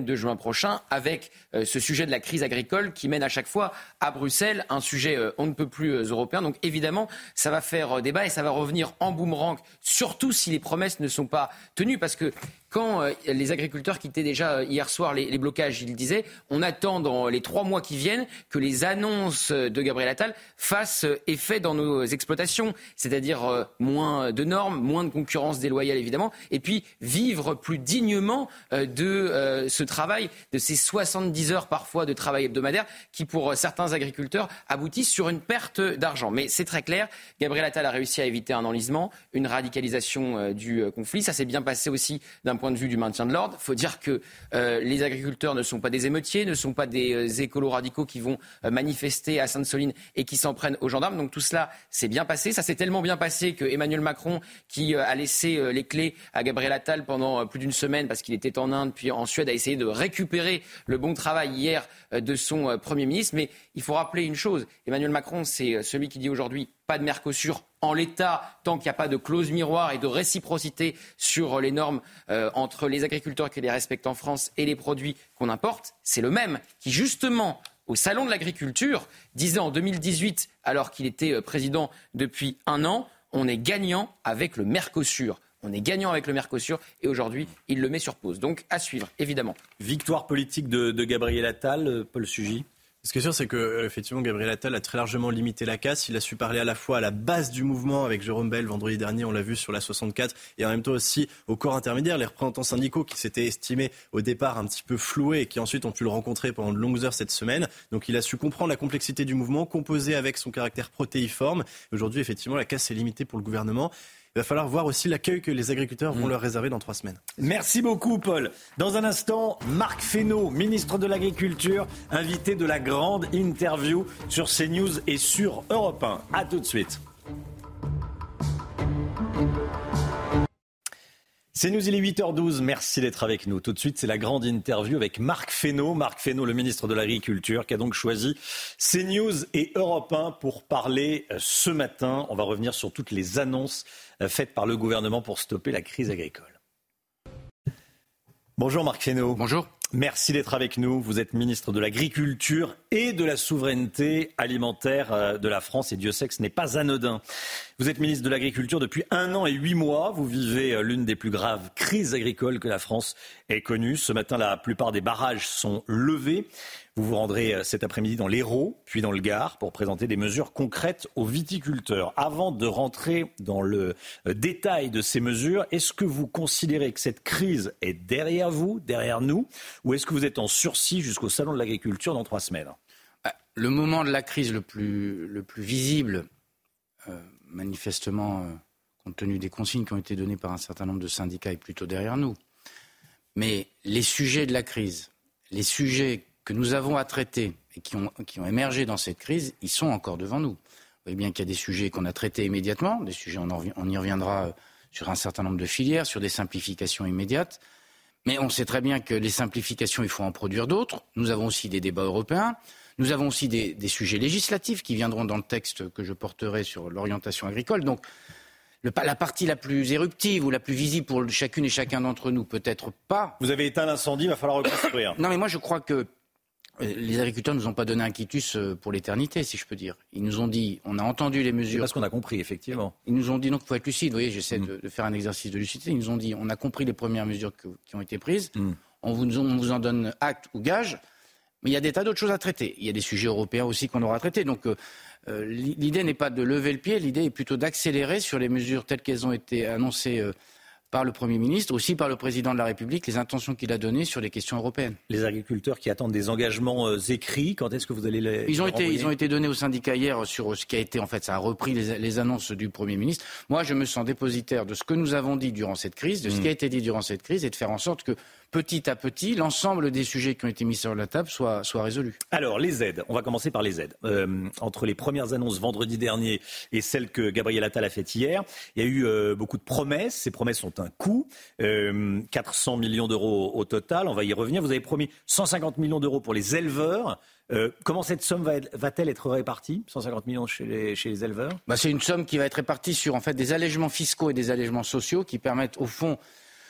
deux juin prochain avec euh, ce sujet de la crise agricole qui mène à chaque fois à Bruxelles, un sujet euh, on ne peut plus euh, européen. Donc évidemment, ça va faire euh, débat et ça va revenir en boomerang, surtout si les promesses ne sont pas tenues, parce que quand euh, les agriculteurs quittaient déjà euh, hier soir les, les blocages, ils disaient on attend dans les trois mois qui viennent que les annonces de Gabriel Attal fassent euh, effet dans nos exploitations, c'est-à-dire euh, moins de normes, moins de concurrence déloyale évidemment, et puis vivre plus dignement euh, de euh, ce travail, de ces soixante-dix heures parfois de travail hebdomadaire qui pour euh, certains agriculteurs aboutissent sur une perte d'argent. Mais c'est très clair, Gabriel Attal a réussi à éviter un enlisement, une radicalisation euh, du euh, conflit. Ça s'est bien passé aussi d'un point de vue du maintien de l'ordre. Il faut dire que euh, les agriculteurs ne sont pas des émeutiers, ne sont pas des euh, écolos radicaux qui vont euh, manifester à Sainte-Soline et qui s'en prennent aux gendarmes. Donc tout cela s'est bien passé. Ça s'est tellement bien passé que Emmanuel Macron, qui euh, a laissé euh, les clés à Gabriel Attal pendant euh, plus d'une semaine parce qu'il était en Inde puis en Suède, a essayé de récupérer le bon travail hier euh, de son euh, Premier ministre. Mais il faut rappeler une chose, Emmanuel Macron, c'est euh, celui qui dit aujourd'hui pas de Mercosur en l'état, tant qu'il n'y a pas de clause miroir et de réciprocité sur les normes euh, entre les agriculteurs qui les respectent en France et les produits qu'on importe. C'est le même qui, justement, au Salon de l'Agriculture, disait en deux mille dix-huit, alors qu'il était président depuis un an, on est gagnant avec le Mercosur. On est gagnant avec le Mercosur et aujourd'hui, il le met sur pause. Donc, à suivre, évidemment. Victoire politique de, de Gabriel Attal, Paul Sugy. Ce qui est sûr, c'est que effectivement, Gabriel Attal a très largement limité la casse. Il a su parler à la fois à la base du mouvement avec Jérôme Bel vendredi dernier, on l'a vu sur la soixante-quatre, et en même temps aussi au corps intermédiaire, les représentants syndicaux qui s'étaient estimés au départ un petit peu floués et qui ensuite ont pu le rencontrer pendant de longues heures cette semaine. Donc il a su comprendre la complexité du mouvement, composer avec son caractère protéiforme. Aujourd'hui, effectivement, la casse est limitée pour le gouvernement. Il va falloir voir aussi l'accueil que les agriculteurs vont mmh. leur réserver dans trois semaines. Merci beaucoup, Paul. Dans un instant, Marc Fesneau, ministre de l'Agriculture, invité de la grande interview sur CNews et sur Europe un. A tout de suite. CNews, il est huit heures douze. Merci d'être avec nous. Tout de suite, c'est la grande interview avec Marc Fesneau. Marc Fesneau, le ministre de l'Agriculture, qui a donc choisi CNews et Europe un pour parler ce matin. On va revenir sur toutes les annonces faites par le gouvernement pour stopper la crise agricole. Bonjour Marc Fesneau. Bonjour. Merci d'être avec nous. Vous êtes ministre de l'Agriculture et de la Souveraineté alimentaire de la France et Dieu sait que ce n'est pas anodin. Vous êtes ministre de l'Agriculture depuis un an et huit mois. Vous vivez l'une des plus graves crises agricoles que la France ait connues. Ce matin, la plupart des barrages sont levés. Vous vous rendrez cet après-midi dans l'Hérault, puis dans le Gard, pour présenter des mesures concrètes aux viticulteurs. Avant de rentrer dans le détail de ces mesures, est-ce que vous considérez que cette crise est derrière vous, derrière nous, ou est-ce que vous êtes en sursis jusqu'au Salon de l'Agriculture dans trois semaines ? Le moment de la crise le plus, le plus visible, euh, manifestement, euh, compte tenu des consignes qui ont été données par un certain nombre de syndicats, est plutôt derrière nous. Mais les sujets de la crise, les sujets que nous avons à traiter et qui ont, qui ont émergé dans cette crise, ils sont encore devant nous. Vous voyez bien qu'il y a des sujets qu'on a traités immédiatement, des sujets, on, en, on y reviendra sur un certain nombre de filières, sur des simplifications immédiates. Mais on sait très bien que les simplifications, il faut en produire d'autres. Nous avons aussi des débats européens. Nous avons aussi des, des sujets législatifs qui viendront dans le texte que je porterai sur l'orientation agricole. Donc, le, la partie la plus éruptive ou la plus visible pour chacune et chacun d'entre nous, peut-être pas. Vous avez éteint l'incendie, il va falloir reconstruire. Non, mais moi, je crois que les agriculteurs ne nous ont pas donné un quitus pour l'éternité, si je peux dire. Ils nous ont dit, on a entendu les mesures. C'est parce qu'on a compris, effectivement. Ils nous ont dit, donc il faut être lucide. Vous voyez, j'essaie mmh. de, de faire un exercice de lucidité. Ils nous ont dit, on a compris les premières mesures que, qui ont été prises. Mmh. On, vous, on vous en donne acte ou gage. Mais il y a des tas d'autres choses à traiter. Il y a des sujets européens aussi qu'on aura à traiter. Donc euh, l'idée n'est pas de lever le pied, l'idée est plutôt d'accélérer sur les mesures telles qu'elles ont été annoncées euh, par le Premier ministre, aussi par le Président de la République, les intentions qu'il a données sur les questions européennes. Les agriculteurs qui attendent des engagements euh, écrits, quand est-ce que vous allez les ils ont les été, Ils ont été donnés aux syndicats hier sur ce qui a été, en fait, ça a repris les, les annonces du Premier ministre. Moi, je me sens dépositaire de ce que nous avons dit durant cette crise, de ce mmh. qui a été dit durant cette crise, et de faire en sorte que petit à petit, l'ensemble des sujets qui ont été mis sur la table soient, soient résolus. Alors, les aides. On va commencer par les aides. Euh, entre les premières annonces vendredi dernier et celles que Gabriel Attal a faites hier, il y a eu euh, beaucoup de promesses. Ces promesses ont un coût. Euh, quatre cents millions d'euros au total. On va y revenir. Vous avez promis cent cinquante millions d'euros pour les éleveurs. Euh, comment cette somme va, va-t-elle être répartie, cent cinquante millions chez les, chez les éleveurs ? Bah, c'est une somme qui va être répartie sur en fait, des allègements fiscaux et des allègements sociaux qui permettent, au fond,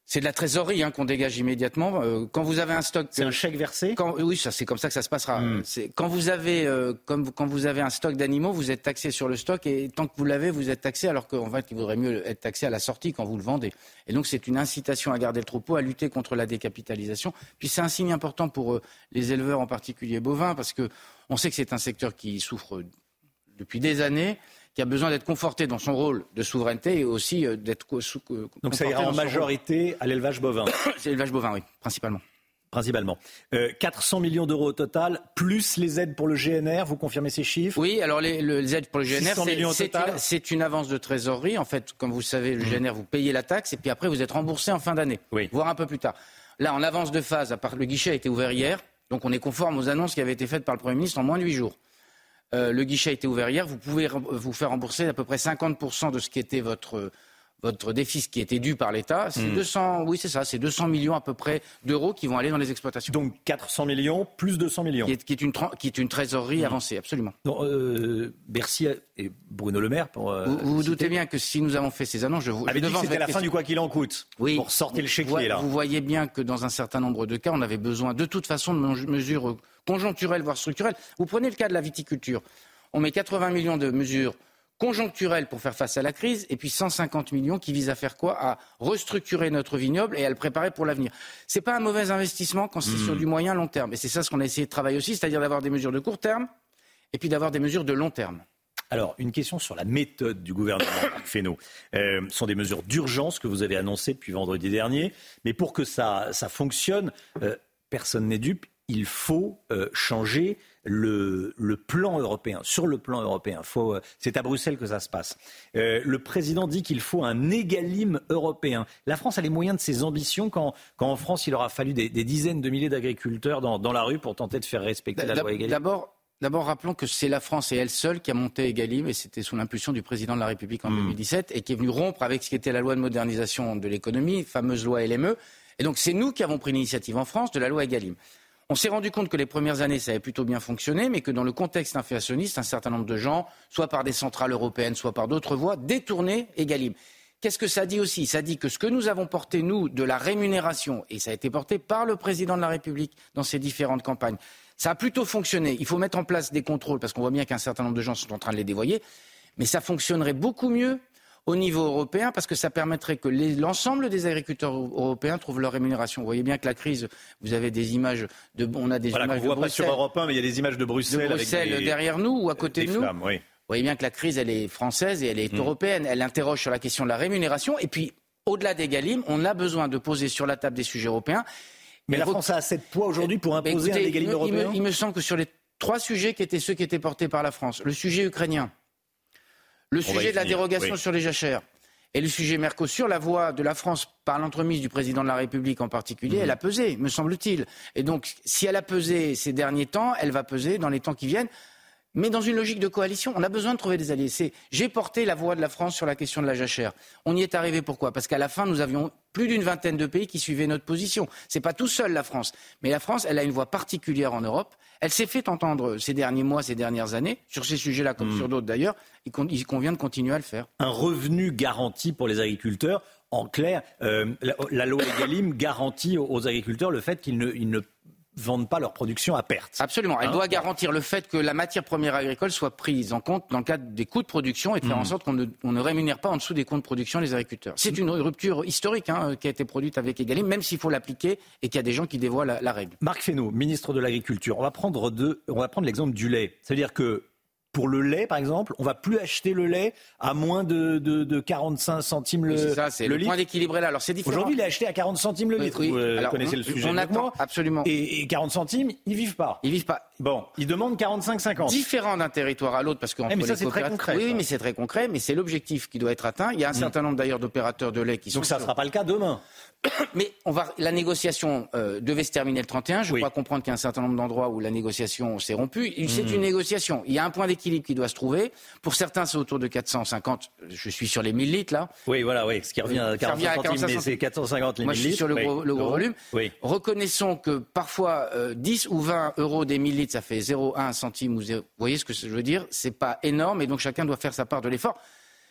C'est de la trésorerie hein, qu'on dégage immédiatement. Euh, quand vous avez un stock, c'est un chèque versé. Quand, oui, ça c'est comme ça que ça se passera. Mmh. C'est, quand vous avez, euh, comme, quand vous avez un stock d'animaux, vous êtes taxé sur le stock et tant que vous l'avez, vous êtes taxé. Alors qu'en fait, il vaudrait mieux être taxé à la sortie quand vous le vendez. Et donc, c'est une incitation à garder le troupeau, à lutter contre la décapitalisation. Puis c'est un signe important pour euh, les éleveurs, en particulier bovins, parce que on sait que c'est un secteur qui souffre depuis des années, qui a besoin d'être conforté dans son rôle de souveraineté et aussi euh, d'être co- sous, euh, Donc ça ira en majorité à l'élevage bovin. C'est l'élevage bovin, oui, principalement. Principalement. Euh, quatre cents millions d'euros au total, plus les aides pour le G N R, vous confirmez ces chiffres? Oui, alors les, les aides pour le G N R, c'est, c'est, une, c'est une avance de trésorerie. En fait, comme vous savez, le mmh. G N R, vous payez la taxe et puis après, vous êtes remboursé en fin d'année, oui. voire un peu plus tard. Là, en avance de phase, à part le guichet a été ouvert hier, donc on est conforme aux annonces qui avaient été faites par le Premier ministre en moins de huit jours. Euh, le guichet a été ouvert hier, vous pouvez vous faire rembourser à peu près cinquante pour cent de ce qui était votre, votre déficit qui était dû par l'État. C'est mmh. deux cents, oui, c'est ça, c'est deux cents millions à peu près d'euros qui vont aller dans les exploitations. Donc quatre cents millions plus deux cents millions. Qui est, qui est, une, qui est une trésorerie mmh. avancée, absolument. Donc, euh, Bercy et Bruno Le Maire pour. Euh, vous vous, vous doutez bien que si nous avons fait ces annonces, je vous. Avait je dit que c'était la question. fin du quoi qu'il en coûte. Oui. Pour sortir le chéquier vous, là. Vous voyez bien que dans un certain nombre de cas, on avait besoin de toute façon de mesures conjoncturelles, voire structurelles. Vous prenez le cas de la viticulture. On met quatre-vingts millions de mesures conjoncturelles pour faire face à la crise et puis cent cinquante millions qui visent à faire quoi? À restructurer notre vignoble et à le préparer pour l'avenir. C'est pas un mauvais investissement quand c'est mmh. sur du moyen long terme. Et c'est ça ce qu'on a essayé de travailler aussi, c'est-à-dire d'avoir des mesures de court terme et puis d'avoir des mesures de long terme. Alors, une question sur la méthode du gouvernement, Marc Fesneau. Euh, ce sont des mesures d'urgence que vous avez annoncées depuis vendredi dernier. Mais pour que ça, ça fonctionne, euh, personne n'est dupe. Il faut euh, changer le, le plan européen. Sur le plan européen, faut, euh, c'est à Bruxelles que ça se passe. Euh, le président dit qu'il faut un égalime européen. La France a les moyens de ses ambitions quand, quand en France, il aura fallu des, des dizaines de milliers d'agriculteurs dans, dans la rue pour tenter de faire respecter la loi Egalim. D'abord, D'abord, rappelons que c'est la France et elle seule qui a monté Egalim, et c'était sous l'impulsion du président de la République en mmh. deux mille dix-sept, et qui est venu rompre avec ce qui était la loi de modernisation de l'économie, fameuse loi L M E. Et donc, c'est nous qui avons pris l'initiative en France de la loi Egalim. On s'est rendu compte que les premières années, ça avait plutôt bien fonctionné, mais que dans le contexte inflationniste, un certain nombre de gens, soit par des centrales européennes, soit par d'autres voies, détournaient Egalim. Qu'est-ce que ça dit aussi? Ça dit que ce que nous avons porté, nous, de la rémunération, et ça a été porté par le président de la République dans ses différentes campagnes, ça a plutôt fonctionné. Il faut mettre en place des contrôles, parce qu'on voit bien qu'un certain nombre de gens sont en train de les dévoyer, mais ça fonctionnerait beaucoup mieux au niveau européen, parce que ça permettrait que les, l'ensemble des agriculteurs européens trouvent leur rémunération. Vous voyez bien que la crise, vous avez des images de, on a des voilà, images qu'on voit de Bruxelles, pas sur Europe un, mais il y a des images de Bruxelles, de Bruxelles avec des, derrière nous ou à côté de nous. Flammes, oui. Vous voyez bien que la crise, elle est française et elle est mmh. européenne. Elle interroge sur la question de la rémunération. Et puis, au-delà d'Egalim, on a besoin de poser sur la table des sujets européens. Mais la France a assez de poids aujourd'hui pour imposer écoutez, un Egalim européen. Il me, il me semble que sur les trois sujets qui étaient ceux qui étaient portés par la France, le sujet ukrainien, le on sujet de la finir. dérogation oui. sur les jachères et le sujet Mercosur, la voix de la France par l'entremise du président de la République en particulier, mmh. elle a pesé, me semble-t-il. Et donc, si elle a pesé ces derniers temps, elle va peser dans les temps qui viennent. Mais dans une logique de coalition, on a besoin de trouver des alliés. C'est, j'ai porté la voix de la France sur la question de la jachère. On y est arrivé pourquoi? Parce qu'à la fin, nous avions plus d'une vingtaine de pays qui suivaient notre position. C'est pas tout seul la France. Mais la France, elle a une voix particulière en Europe. Elle s'est fait entendre ces derniers mois, ces dernières années, sur ces sujets-là comme mmh. sur d'autres d'ailleurs. Il, con- il convient de continuer à le faire. Un revenu garanti pour les agriculteurs. En clair, euh, la, la loi Egalim garantit aux, aux agriculteurs le fait qu'ils ne, ils ne vendent pas leur production à perte. Absolument. Elle hein doit garantir le fait que la matière première agricole soit prise en compte dans le cadre des coûts de production et de faire mmh. en sorte qu'on ne, on ne rémunère pas en dessous des coûts de production les agriculteurs. C'est une rupture historique hein, qui a été produite avec Egalim, même s'il faut l'appliquer et qu'il y a des gens qui dévoient la, la règle. Marc Fesneau, ministre de l'Agriculture, on va prendre, de, on va prendre l'exemple du lait. C'est-à-dire que pour le lait, par exemple, on ne va plus acheter le lait à moins de, de, de quarante-cinq centimes le, oui, c'est ça, c'est le le litre. point d'équilibre est là. Alors c'est différent. Aujourd'hui, il est acheté à quarante centimes le oui, litre. Oui. Vous Alors, connaissez on, le sujet. On attend, moi. Absolument. Et, et quarante centimes, ils vivent pas. Ils vivent pas. Bon, ils demandent quarante-cinq cinquante. Différent d'un territoire à l'autre, parce qu'entre eh mais ça, les c'est très concret. Oui, ça. mais c'est très concret, mais c'est l'objectif qui doit être atteint. Il y a un mmh. certain nombre d'ailleurs d'opérateurs de lait qui Donc sont. Donc ça ne sur... sera pas le cas demain. Mais on va, la négociation euh, devait se terminer le trente et un. Je oui. crois comprendre qu'il y a un certain nombre d'endroits où la négociation s'est rompue. C'est mmh. une négociation. Il y a un point d'équilibre qui doit se trouver. Pour certains, c'est autour de quatre cent cinquante. Je suis sur les mille litres là. Oui, voilà, oui, ce qui revient à quarante-cinq centimes, mais c'est quatre cent cinquante les Moi, mille je suis litres. sur le oui. gros, le gros volume. Oui. Reconnaissons que parfois euh, dix ou vingt euros des mille litres, ça fait zéro virgule un centime ou zéro. Vous voyez ce que je veux dire? C'est pas énorme et donc chacun doit faire sa part de l'effort.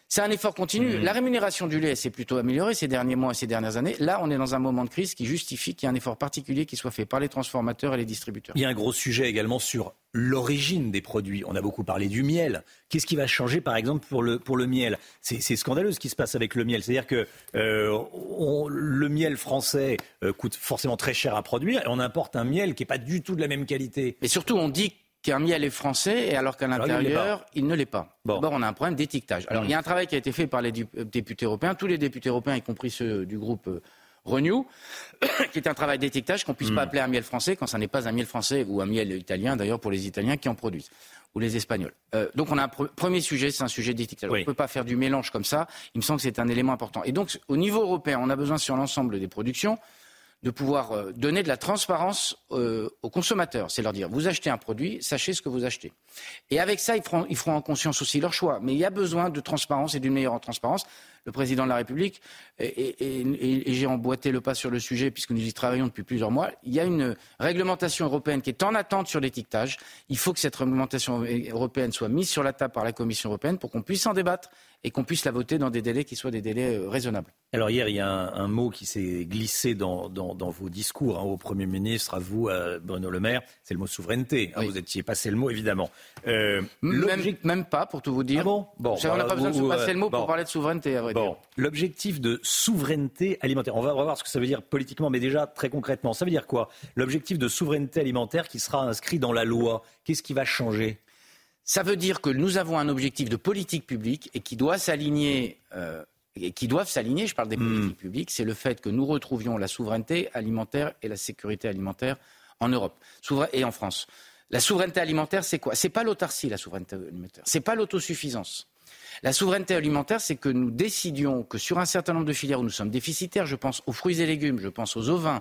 C'est un effort continu. Mmh. La rémunération du lait s'est plutôt améliorée ces derniers mois et ces dernières années. Là, on est dans un moment de crise qui justifie qu'il y ait un effort particulier qui soit fait par les transformateurs et les distributeurs. Il y a un gros sujet également sur l'origine des produits. On a beaucoup parlé du miel. Qu'est-ce qui va changer, par exemple, pour le, pour le miel ? c'est, c'est scandaleux ce qui se passe avec le miel. C'est-à-dire que euh, on, le miel français euh, coûte forcément très cher à produire et on importe un miel qui n'est pas du tout de la même qualité. Et surtout, on dit qu'un miel est français, et alors qu'à l'intérieur, alors, il, il ne l'est pas. Bon. D'abord, on a un problème d'étiquetage. Alors, mmh. il y a un travail qui a été fait par les députés européens, tous les députés européens, y compris ceux du groupe euh, Renew, qui est un travail d'étiquetage qu'on ne puisse mmh. pas appeler un miel français quand ça n'est pas un miel français, ou un miel italien, d'ailleurs, pour les Italiens qui en produisent, ou les Espagnols. Euh, donc, on a un pr- premier sujet, c'est un sujet d'étiquetage. Oui. On ne peut pas faire du mélange comme ça. Il me semble que c'est un élément important. Et donc, au niveau européen, on a besoin, sur l'ensemble des productions, de pouvoir euh, donner de la transparence euh, aux consommateurs. C'est leur dire, vous achetez un produit, sachez ce que vous achetez. Et avec ça, ils feront, ils feront en conscience aussi leur choix. Mais il y a besoin de transparence et d'une meilleure transparence. Le président de la République, et, et, et, et j'ai emboîté le pas sur le sujet puisque nous y travaillons depuis plusieurs mois, il y a une réglementation européenne qui est en attente sur l'étiquetage. Il faut que cette réglementation européenne soit mise sur la table par la Commission européenne pour qu'on puisse en débattre et qu'on puisse la voter dans des délais qui soient des délais euh, raisonnables. Alors hier, il y a un, un mot qui s'est glissé dans, dans, dans vos discours hein, au Premier ministre, à vous, à Bruno Le Maire, c'est le mot souveraineté. Hein, oui. Vous étiez passé le mot, évidemment. Euh, même, même pas, pour tout vous dire. Ah bon bon, on n'a pas besoin de passer le mot bon. pour parler de souveraineté, à vrai bon. dire. L'objectif de souveraineté alimentaire, on va, on va voir ce que ça veut dire politiquement, mais déjà très concrètement, ça veut dire quoi ? L'objectif de souveraineté alimentaire qui sera inscrit dans la loi, qu'est-ce qui va changer ? Ça veut dire que nous avons un objectif de politique publique et qui doit s'aligner, euh, et qui doivent s'aligner, je parle des politiques mmh. publiques, c'est le fait que nous retrouvions la souveraineté alimentaire et la sécurité alimentaire en Europe et en France. La souveraineté alimentaire, c'est quoi ? C'est pas l'autarcie, la souveraineté alimentaire. C'est pas l'autosuffisance. La souveraineté alimentaire, c'est que nous décidions que sur un certain nombre de filières où nous sommes déficitaires, je pense aux fruits et légumes, je pense aux ovins,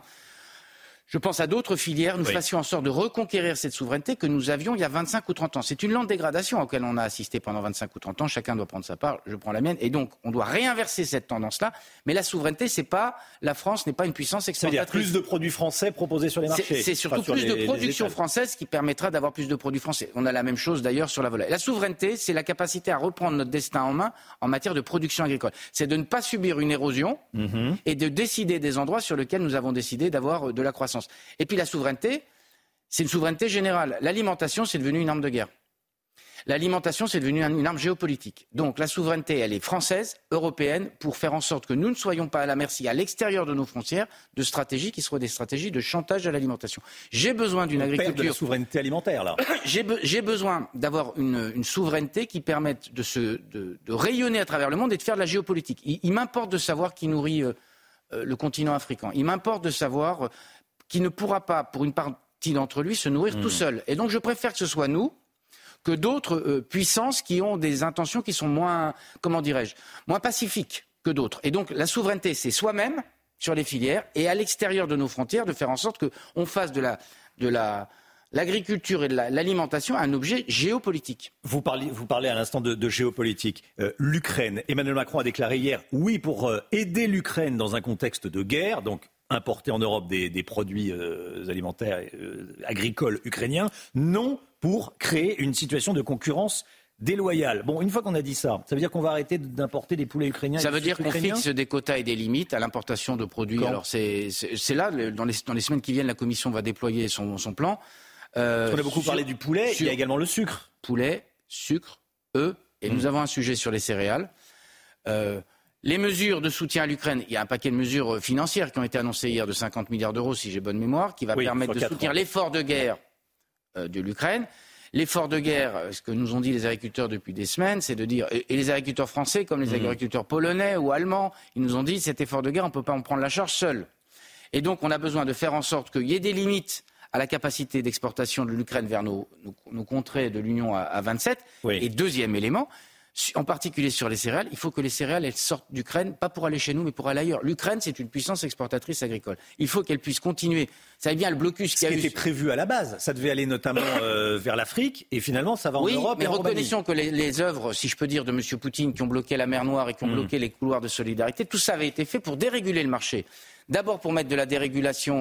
je pense à d'autres filières, nous oui. fassions en sorte de reconquérir cette souveraineté que nous avions il y a vingt-cinq ou trente ans. C'est une lente dégradation à laquelle on a assisté pendant vingt-cinq ou trente ans. Chacun doit prendre sa part, je prends la mienne. Et donc, on doit réinverser cette tendance-là. Mais la souveraineté, c'est pas, la France n'est pas une puissance exportatrice. C'est-à-dire plus de produits français proposés sur les marchés. C'est, c'est surtout enfin, plus les, de production française qui permettra d'avoir plus de produits français. On a la même chose d'ailleurs sur la volaille. La souveraineté, c'est la capacité à reprendre notre destin en main en matière de production agricole. C'est de ne pas subir une érosion mm-hmm. et de décider des endroits sur lesquels nous avons décidé d'avoir de la croissance. Et puis la souveraineté, c'est une souveraineté générale. L'alimentation, c'est devenu une arme de guerre. L'alimentation, c'est devenu une arme géopolitique. Donc la souveraineté, elle est française, européenne, pour faire en sorte que nous ne soyons pas à la merci, à l'extérieur de nos frontières, de stratégies qui soient des stratégies de chantage à l'alimentation. J'ai besoin d'une On agriculture... perd de la souveraineté alimentaire, là. j'ai, be... j'ai besoin d'avoir une, une souveraineté qui permette de, se, de, de rayonner à travers le monde et de faire de la géopolitique. Il, il m'importe de savoir qui nourrit euh, le continent africain. Il m'importe de savoir... Euh, qui ne pourra pas, pour une partie d'entre lui, se nourrir mmh. tout seul. Et donc je préfère que ce soit nous que d'autres euh, puissances qui ont des intentions qui sont moins, comment dirais-je, moins pacifiques que d'autres. Et donc la souveraineté, c'est soi-même sur les filières et à l'extérieur de nos frontières de faire en sorte qu'on fasse de la, de la, l'agriculture et de la, l'alimentation un objet géopolitique. Vous parlez, vous parlez à l'instant de, de géopolitique. Euh, L'Ukraine, Emmanuel Macron a déclaré hier, oui, pour euh, aider l'Ukraine dans un contexte de guerre, donc importer en Europe des, des produits euh, alimentaires euh, agricoles ukrainiens, non pour créer une situation de concurrence déloyale. Bon, une fois qu'on a dit ça, ça veut dire qu'on va arrêter d'importer des poulets ukrainiens. Ça veut dire qu'on ukrainiens fixe des quotas et des limites à l'importation de produits. Quand Alors c'est, c'est, c'est là, dans les, dans les semaines qui viennent, la Commission va déployer son, son plan. Euh, on a beaucoup sur, parlé du poulet, sur, il y a également le sucre. Poulet, sucre, œufs, et mmh. nous avons un sujet sur les céréales. Euh, Les mesures de soutien à l'Ukraine, il y a un paquet de mesures financières qui ont été annoncées hier de cinquante milliards d'euros, si j'ai bonne mémoire, qui va oui, permettre de soutenir ans. l'effort de guerre euh, de l'Ukraine. L'effort de guerre, ce que nous ont dit les agriculteurs depuis des semaines, c'est de dire, et, et les agriculteurs français comme les mmh. agriculteurs polonais ou allemands, ils nous ont dit, cet effort de guerre, on ne peut pas en prendre la charge seul. Et donc, on a besoin de faire en sorte qu'il y ait des limites à la capacité d'exportation de l'Ukraine vers nos, nos, nos contrées de l'Union à, à vingt-sept. Oui. Et deuxième élément, en particulier sur les céréales, il faut que les céréales elles sortent d'Ukraine, pas pour aller chez nous, mais pour aller ailleurs. L'Ukraine, c'est une puissance exportatrice agricole. Il faut qu'elle puisse continuer. Vous savez bien le blocus qui a eu... Ce qui était prévu à la base, ça devait aller notamment euh, vers l'Afrique, et finalement ça va en oui, Europe et en Roumanie. Oui, mais reconnaissons que les, les œuvres, si je peux dire, de M. Poutine, qui ont bloqué la mer Noire et qui ont mmh. bloqué les couloirs de solidarité, tout ça avait été fait pour déréguler le marché. D'abord pour mettre de la dérégulation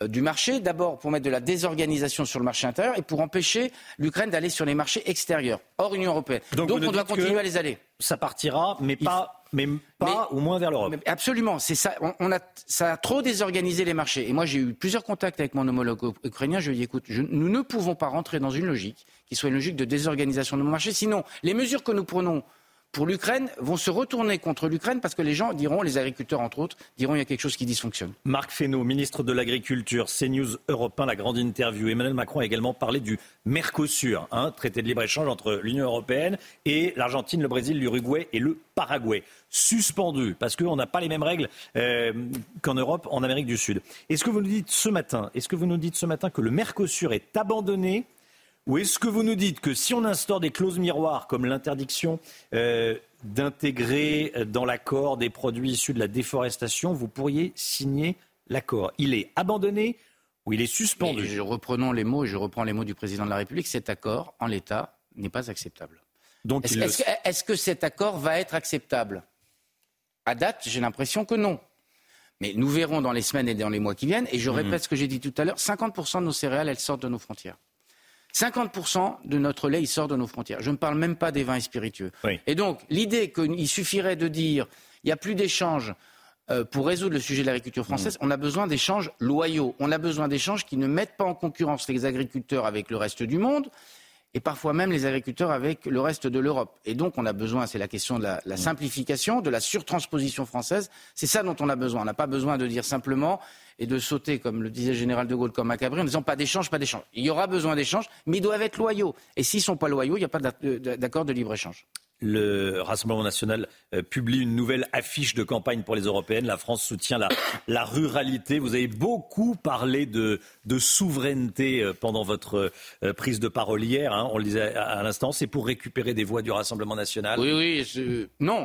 du marché, d'abord pour mettre de la désorganisation sur le marché intérieur et pour empêcher l'Ukraine d'aller sur les marchés extérieurs, hors Union européenne. Donc, Donc on doit continuer à les aller. Ça partira, mais pas, mais pas mais, ou moins vers l'Europe. Absolument, c'est ça. On, on a, ça a trop désorganisé les marchés. Et moi, j'ai eu plusieurs contacts avec mon homologue ukrainien. Je lui ai dit, écoute, je, nous ne pouvons pas rentrer dans une logique qui soit une logique de désorganisation de nos marchés. Sinon, les mesures que nous prenons pour l'Ukraine vont se retourner contre l'Ukraine parce que les gens diront, les agriculteurs entre autres, diront il y a quelque chose qui dysfonctionne. Marc Fesneau, ministre de l'Agriculture, CNews Europe un, la grande interview. Emmanuel Macron a également parlé du Mercosur, hein, traité de libre-échange entre l'Union européenne et l'Argentine, le Brésil, l'Uruguay et le Paraguay. Suspendu, parce qu'on n'a pas les mêmes règles euh, qu'en Europe, en Amérique du Sud. Est-ce que vous nous dites ce matin, est-ce que vous nous dites ce matin que le Mercosur est abandonné ? Ou est-ce que vous nous dites que si on instaure des clauses miroirs comme l'interdiction euh, d'intégrer dans l'accord des produits issus de la déforestation, vous pourriez signer l'accord ? Il est abandonné ou il est suspendu ? Mais je reprenons les mots, je reprends les mots du président de la République. Cet accord, en l'état, n'est pas acceptable. Donc, est-ce, il... est-ce, que, est-ce que cet accord va être acceptable ? À date, j'ai l'impression que non. Mais nous verrons dans les semaines et dans les mois qui viennent. Et je répète mmh. ce que j'ai dit tout à l'heure, cinquante pour cent de nos céréales, elles sortent de nos frontières. cinquante pour cent de notre lait, il sort de nos frontières. Je ne parle même pas des vins et spiritueux. Oui. Et donc, l'idée qu'il suffirait de dire il n'y a plus d'échanges euh, pour résoudre le sujet de l'agriculture française, mmh. on a besoin d'échanges loyaux. On a besoin d'échanges qui ne mettent pas en concurrence les agriculteurs avec le reste du monde et parfois même les agriculteurs avec le reste de l'Europe. Et donc, on a besoin, c'est la question de la, la mmh. simplification, de la surtransposition française. C'est ça dont on a besoin. On n'a pas besoin de dire simplement et de sauter, comme le disait le général de Gaulle, comme un cabri, en disant pas d'échange, pas d'échange. Il y aura besoin d'échanges, mais ils doivent être loyaux. Et s'ils ne sont pas loyaux, il n'y a pas d'accord de libre-échange. Le Rassemblement national euh, publie une nouvelle affiche de campagne pour les européennes. La France soutient la, la ruralité. Vous avez beaucoup parlé de, de souveraineté euh, pendant votre euh, prise de parole hier. Hein, on le disait à, à l'instant. C'est pour récupérer des voix du Rassemblement national. Oui, oui. Je... Non.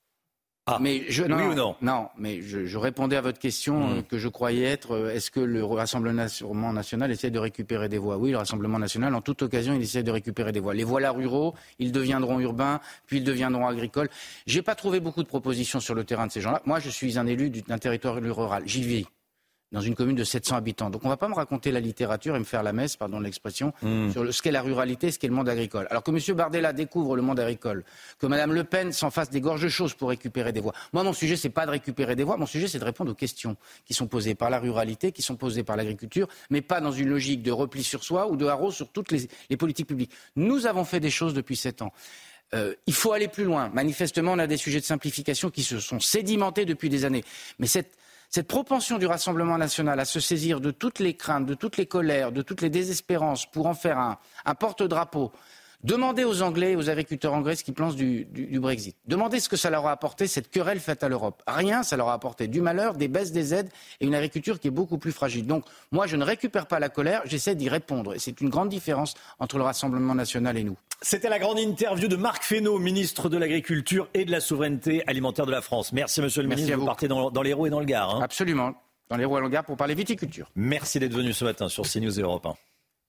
Ah, mais je, non, oui ou non ? Non, mais je, je répondais à votre question mmh. euh, que je croyais être euh, est-ce que le Rassemblement national essaie de récupérer des voix ? Oui, le Rassemblement national, en toute occasion, il essaie de récupérer des voix. Les voilà ruraux, ils deviendront urbains, puis ils deviendront agricoles. J'ai pas trouvé beaucoup de propositions sur le terrain de ces gens-là. Moi, je suis un élu d'un territoire rural. J'y vis. Dans une commune de sept cents habitants. Donc on ne va pas me raconter la littérature et me faire la messe, pardon de l'expression, mmh. sur le, ce qu'est la ruralité, ce qu'est le monde agricole. Alors que M. Bardella découvre le monde agricole, que Mme Le Pen s'en fasse des gorges chaudes pour récupérer des voix. Moi, mon sujet, c'est pas de récupérer des voix, mon sujet, c'est de répondre aux questions qui sont posées par la ruralité, qui sont posées par l'agriculture, mais pas dans une logique de repli sur soi ou de haro sur toutes les, les politiques publiques. Nous avons fait des choses depuis sept ans. Euh, il faut aller plus loin. Manifestement, on a des sujets de simplification qui se sont sédimentés depuis des années. Mais cette Cette propension du Rassemblement national à se saisir de toutes les craintes, de toutes les colères, de toutes les désespérances pour en faire un, un porte-drapeau, demandez aux Anglais, aux agriculteurs anglais ce qu'ils pensent du, du, du Brexit. Demandez ce que ça leur a apporté, cette querelle faite à l'Europe. Rien, ça leur a apporté du malheur, des baisses des aides et une agriculture qui est beaucoup plus fragile. Donc moi, je ne récupère pas la colère, j'essaie d'y répondre. Et c'est une grande différence entre le Rassemblement national et nous. C'était la grande interview de Marc Fesneau, ministre de l'Agriculture et de la Souveraineté alimentaire de la France. Merci, monsieur le Merci ministre. Vous. vous partez dans, dans l'Hérault et dans le Gard. Hein. Absolument. Dans l'Hérault et dans le Gard pour parler viticulture. Merci d'être venu ce matin sur CNews et Europe un.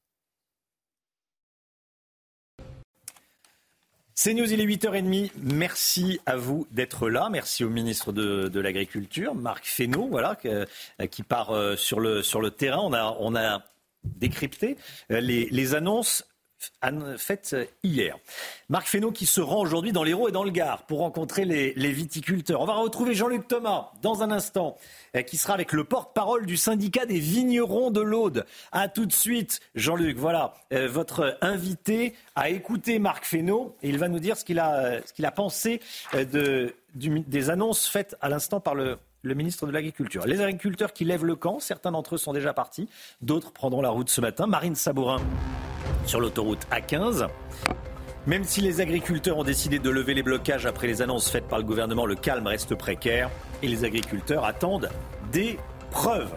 CNews, il est huit heures trente. Merci à vous d'être là. Merci au ministre de, de l'Agriculture, Marc Fesneau, voilà, que, qui part euh, sur, le, sur le terrain. On a, on a décrypté euh, les, les annonces faite hier. Marc Fesneau qui se rend aujourd'hui dans l'Hérault et dans le Gard pour rencontrer les, les viticulteurs. On va retrouver Jean-Luc Thomas dans un instant, euh, qui sera avec le porte-parole du syndicat des vignerons de l'Aude. À tout de suite, Jean-Luc. Voilà, euh, votre invité a écouté Marc Fesneau et il va nous dire ce qu'il a, euh, ce qu'il a pensé euh, de, du, des annonces faites à l'instant par le le ministre de l'Agriculture. Les agriculteurs qui lèvent le camp, certains d'entre eux sont déjà partis, d'autres prendront la route ce matin. Marine Sabourin sur l'autoroute A quinze. Même si les agriculteurs ont décidé de lever les blocages après les annonces faites par le gouvernement, le calme reste précaire et les agriculteurs attendent des preuves.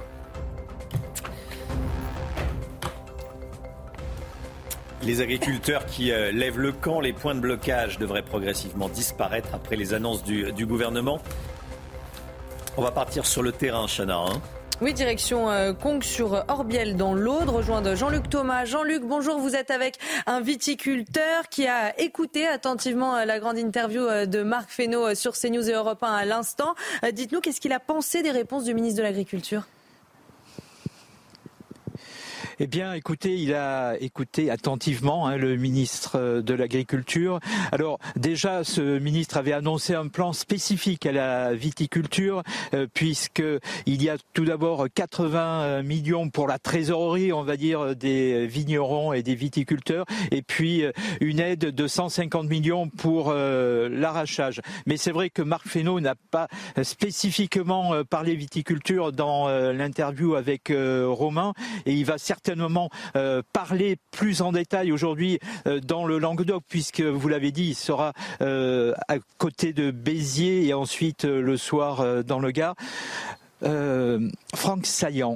Les agriculteurs qui euh, lèvent le camp, les points de blocage devraient progressivement disparaître après les annonces du, du gouvernement. On va partir sur le terrain, Chana. Hein. Oui, direction euh, Conques sur Orbiel dans l'Aude, rejoindre Jean-Luc Thomas. Jean-Luc, bonjour, vous êtes avec un viticulteur qui a écouté attentivement euh, la grande interview euh, de Marc Fesneau euh, sur CNews et Europe un à l'instant. Euh, dites-nous, qu'est-ce qu'il a pensé des réponses du ministre de l'Agriculture ? Eh bien, écoutez, il a écouté attentivement hein, le ministre de l'Agriculture. Alors, déjà, ce ministre avait annoncé un plan spécifique à la viticulture, euh, puisqu'il y a tout d'abord quatre-vingts millions pour la trésorerie, on va dire, des vignerons et des viticulteurs, et puis euh, une aide de cent cinquante millions pour euh, l'arrachage. Mais c'est vrai que Marc Fesneau n'a pas spécifiquement euh, parlé viticulture dans euh, l'interview avec euh, Romain, et il va certainement euh, parler plus en détail aujourd'hui euh, dans le Languedoc, puisque vous l'avez dit, il sera euh, à côté de Béziers et ensuite euh, le soir euh, dans le Gard. Euh, Franck Saillant,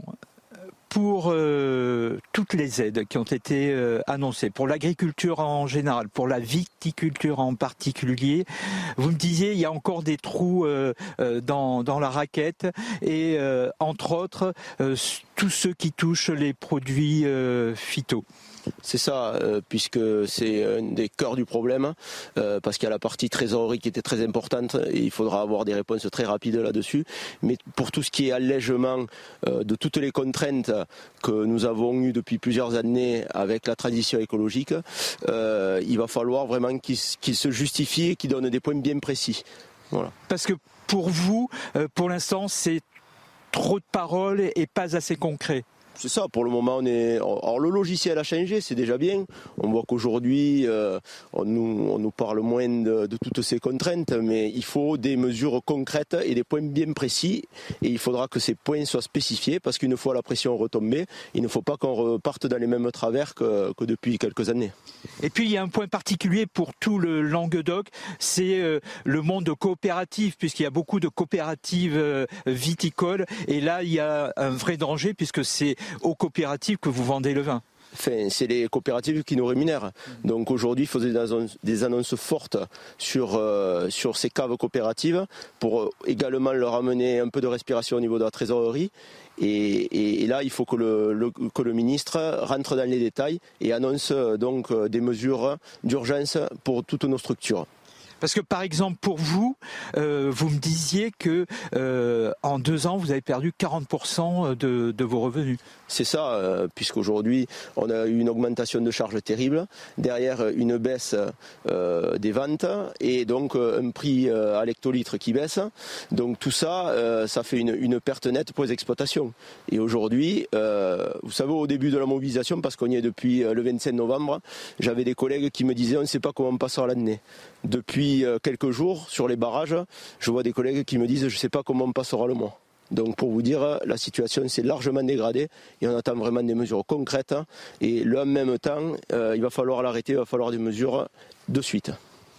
pour euh, toutes les aides qui ont été euh, annoncées, pour l'agriculture en général, pour la viticulture en particulier, vous me disiez il y a encore des trous euh, euh, dans, dans la raquette et euh, entre autres euh, tous ceux qui touchent les produits euh, phyto. C'est ça, euh, puisque c'est un des cœurs du problème, euh, parce qu'il y a la partie trésorerie qui était très importante et il faudra avoir des réponses très rapides là-dessus. Mais pour tout ce qui est allègement euh, de toutes les contraintes que nous avons eues depuis plusieurs années avec la transition écologique, euh, il va falloir vraiment qu'il, qu'il se justifie et qu'il donne des points bien précis. Voilà. Parce que pour vous, euh, pour l'instant, c'est trop de paroles et pas assez concret. C'est ça, pour le moment on est. Alors le logiciel a changé, c'est déjà bien. On voit qu'aujourd'hui euh, on, nous, on nous parle moins de, de toutes ces contraintes, mais il faut des mesures concrètes et des points bien précis. Et il faudra que ces points soient spécifiés, parce qu'une fois la pression retombée, il ne faut pas qu'on reparte dans les mêmes travers que, que depuis quelques années. Et puis il y a un point particulier pour tout le Languedoc, c'est euh, le monde coopératif, puisqu'il y a beaucoup de coopératives euh, viticoles. Et là il y a un vrai danger, puisque c'est aux coopératives que vous vendez le vin. Enfin, c'est les coopératives qui nous rémunèrent. Donc aujourd'hui, il faut des annonces, des annonces fortes sur, euh, sur ces caves coopératives pour euh, également leur amener un peu de respiration au niveau de la trésorerie. Et, et, et là, il faut que le, le, que le ministre rentre dans les détails et annonce euh, donc euh, des mesures d'urgence pour toutes nos structures. Parce que par exemple pour vous, euh, vous me disiez que euh, en deux ans vous avez perdu quarante pour cent de, de vos revenus. C'est ça, euh, puisqu'aujourd'hui on a eu une augmentation de charges terrible, derrière une baisse euh, des ventes et donc euh, un prix euh, à l'hectolitre qui baisse. Donc tout ça, euh, ça fait une, une perte nette pour les exploitations. Et aujourd'hui, euh, vous savez, au début de la mobilisation, parce qu'on y est depuis le vingt-cinq novembre, j'avais des collègues qui me disaient on ne sait pas comment on passera l'année. Depuis quelques jours, sur les barrages, je vois des collègues qui me disent je ne sais pas comment on passera le mois. Donc pour vous dire, la situation s'est largement dégradée et on attend vraiment des mesures concrètes. Et là, en même temps, euh, il va falloir l'arrêter, il va falloir des mesures de suite.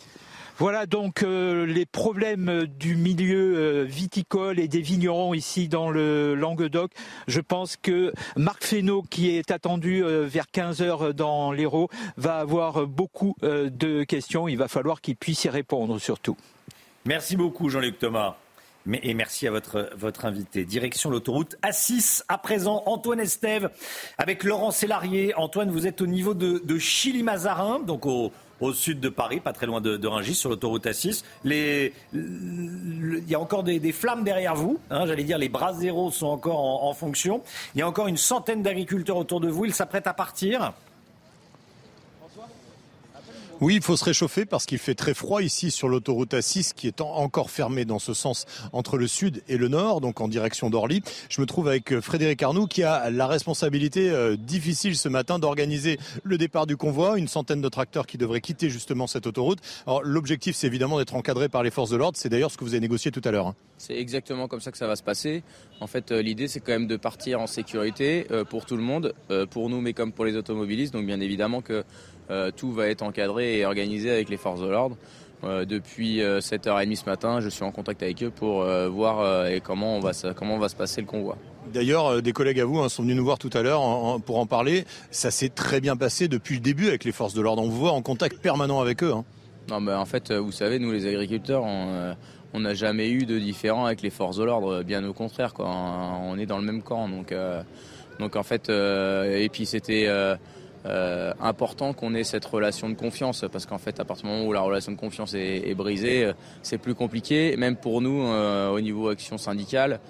Voilà donc euh, les problèmes du milieu euh, viticole et des vignerons ici dans le Languedoc. Je pense que Marc Fesneau, qui est attendu euh, vers quinze heures dans l'Hérault, va avoir beaucoup euh, de questions. Il va falloir qu'il puisse y répondre surtout. Merci beaucoup Jean-Luc Thomas. Et merci à votre, votre invité. Direction l'autoroute A six. À présent, Antoine Estève avec Laurent Sélarié. Antoine, vous êtes au niveau de, de Chilly-Mazarin, donc au, au sud de Paris, pas très loin de, de Rungis, sur l'autoroute A six. Les, le, il y a encore des, des flammes derrière vous. Hein, j'allais dire, les bras zéro sont encore en, en fonction. Il y a encore une centaine d'agriculteurs autour de vous. Ils s'apprêtent à partir. Oui, il faut se réchauffer parce qu'il fait très froid ici sur l'autoroute A six qui est encore fermée dans ce sens entre le sud et le nord, donc en direction d'Orly. Je me trouve avec Frédéric Arnoux qui a la responsabilité euh, difficile ce matin d'organiser le départ du convoi, une centaine de tracteurs qui devraient quitter justement cette autoroute. Alors l'objectif c'est évidemment d'être encadré par les forces de l'ordre, c'est d'ailleurs ce que vous avez négocié tout à l'heure. Hein. C'est exactement comme ça que ça va se passer. En fait, euh, l'idée c'est quand même de partir en sécurité euh, pour tout le monde, euh, pour nous mais comme pour les automobilistes, donc bien évidemment que Euh, tout va être encadré et organisé avec les forces de l'ordre. Euh, depuis euh, sept heures trente ce matin, je suis en contact avec eux pour euh, voir euh, et comment, on va se, comment on va se passer le convoi. D'ailleurs, euh, des collègues à vous hein, sont venus nous voir tout à l'heure en, en, pour en parler. Ça s'est très bien passé depuis le début avec les forces de l'ordre. On vous voit en contact permanent avec eux. Hein. Non, mais en fait, vous savez, nous les agriculteurs, on euh, on n'a jamais eu de différend avec les forces de l'ordre. Bien au contraire, quoi. On, on est dans le même camp. Donc, euh, donc en fait, euh, et puis c'était... Euh, Euh, important qu'on ait cette relation de confiance, parce qu'en fait à partir du moment où la relation de confiance est, est brisée, euh, c'est plus compliqué, même pour nous euh, au niveau action syndicale.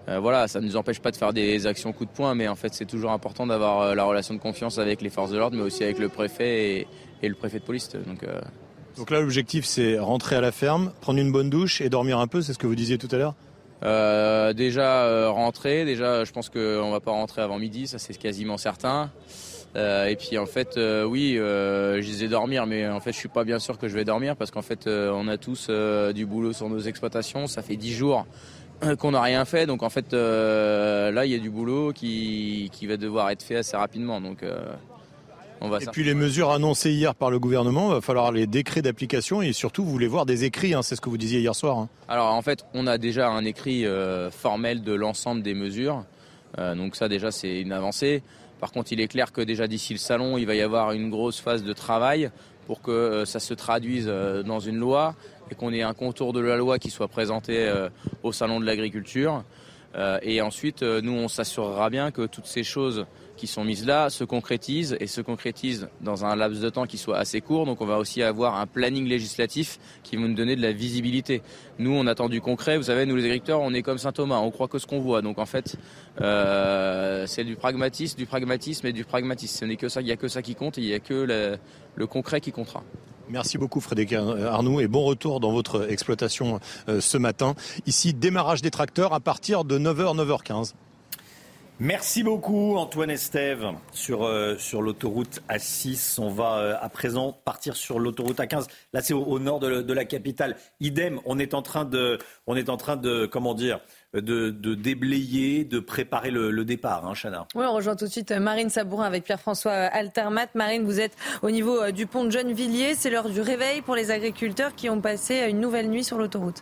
Euh, voilà, ça ne nous empêche pas de faire des actions coup de poing, mais en fait c'est toujours important d'avoir euh, la relation de confiance avec les forces de l'ordre, mais aussi avec le préfet et, et le préfet de police. Donc, euh, Donc là, l'objectif, c'est rentrer à la ferme, prendre une bonne douche et dormir un peu, c'est ce que vous disiez tout à l'heure ? euh, Déjà euh, rentrer, déjà je pense qu'on ne va pas rentrer avant midi, ça c'est quasiment certain. Euh, et puis en fait, euh, oui, euh, je disais dormir, mais en fait je suis pas bien sûr que je vais dormir parce qu'en fait euh, on a tous euh, du boulot sur nos exploitations, ça fait dix jours qu'on n'a rien fait, donc en fait euh, là il y a du boulot qui, qui va devoir être fait assez rapidement, donc euh, on va. Et puis les mesures annoncées hier par le gouvernement, il va falloir les décrets d'application et surtout vous voulez voir des écrits, hein, c'est ce que vous disiez hier soir. Hein. Alors en fait on a déjà un écrit euh, formel de l'ensemble des mesures, euh, donc ça déjà c'est une avancée. Par contre il est clair que déjà d'ici le salon il va y avoir une grosse phase de travail pour que euh, ça se traduise euh, dans une loi et qu'on ait un contour de la loi qui soit présenté euh, au salon de l'agriculture. Euh, et ensuite, euh, nous, on s'assurera bien que toutes ces choses qui sont mises là se concrétisent et se concrétisent dans un laps de temps qui soit assez court. Donc on va aussi avoir un planning législatif qui va nous donner de la visibilité. Nous, on attend du concret. Vous savez, nous les agriculteurs, on est comme Saint Thomas, on croit que ce qu'on voit. Donc en fait, euh, c'est du pragmatisme, du pragmatisme et du pragmatisme. Ce n'est que ça, il n'y a que ça qui compte et il n'y a que le, le concret qui comptera. Merci beaucoup Frédéric Arnoux et bon retour dans votre exploitation euh, ce matin. Ici, démarrage des tracteurs à partir de neuf heures, neuf heures quinze. Merci beaucoup Antoine Estève sur, euh, sur l'autoroute A six. On va euh, à présent partir sur l'autoroute A quinze. Là c'est au, au nord de, de la capitale. Idem, on est en train de, on est en train de comment dire, de, de déblayer, de préparer le, le départ, hein, Chana. Oui, on rejoint tout de suite Marine Sabourin avec Pierre-François Altermat. Marine, vous êtes au niveau du pont de Gennevilliers. C'est l'heure du réveil pour les agriculteurs qui ont passé une nouvelle nuit sur l'autoroute.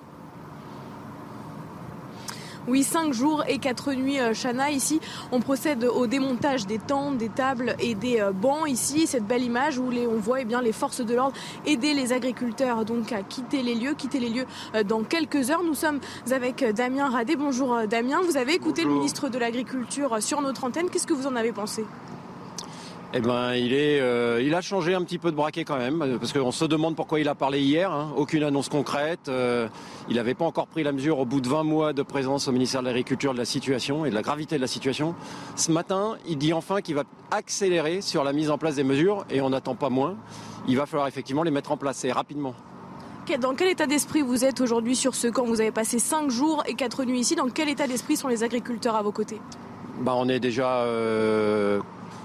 Oui, cinq jours et quatre nuits, Chana. Ici, on procède au démontage des tentes, des tables et des bancs. Ici, cette belle image où les, on voit eh bien, les forces de l'ordre aider les agriculteurs donc, à quitter les lieux, quitter les lieux dans quelques heures. Nous sommes avec Damien Radé. Bonjour Damien. Vous avez écouté Bonjour. Le ministre de l'Agriculture sur notre antenne. Qu'est-ce que vous en avez pensé ? Eh ben, il est, euh, il a changé un petit peu de braquet quand même, parce qu'on se demande pourquoi il a parlé hier. Hein, aucune annonce concrète. Euh, il n'avait pas encore pris la mesure au bout de vingt mois de présence au ministère de l'Agriculture de la situation et de la gravité de la situation. Ce matin, il dit enfin qu'il va accélérer sur la mise en place des mesures et on n'attend pas moins. Il va falloir effectivement les mettre en place et rapidement. Dans quel état d'esprit vous êtes aujourd'hui sur ce camp ? Vous avez passé cinq jours et quatre nuits ici. Dans quel état d'esprit sont les agriculteurs à vos côtés ? Bah, on est déjà... Euh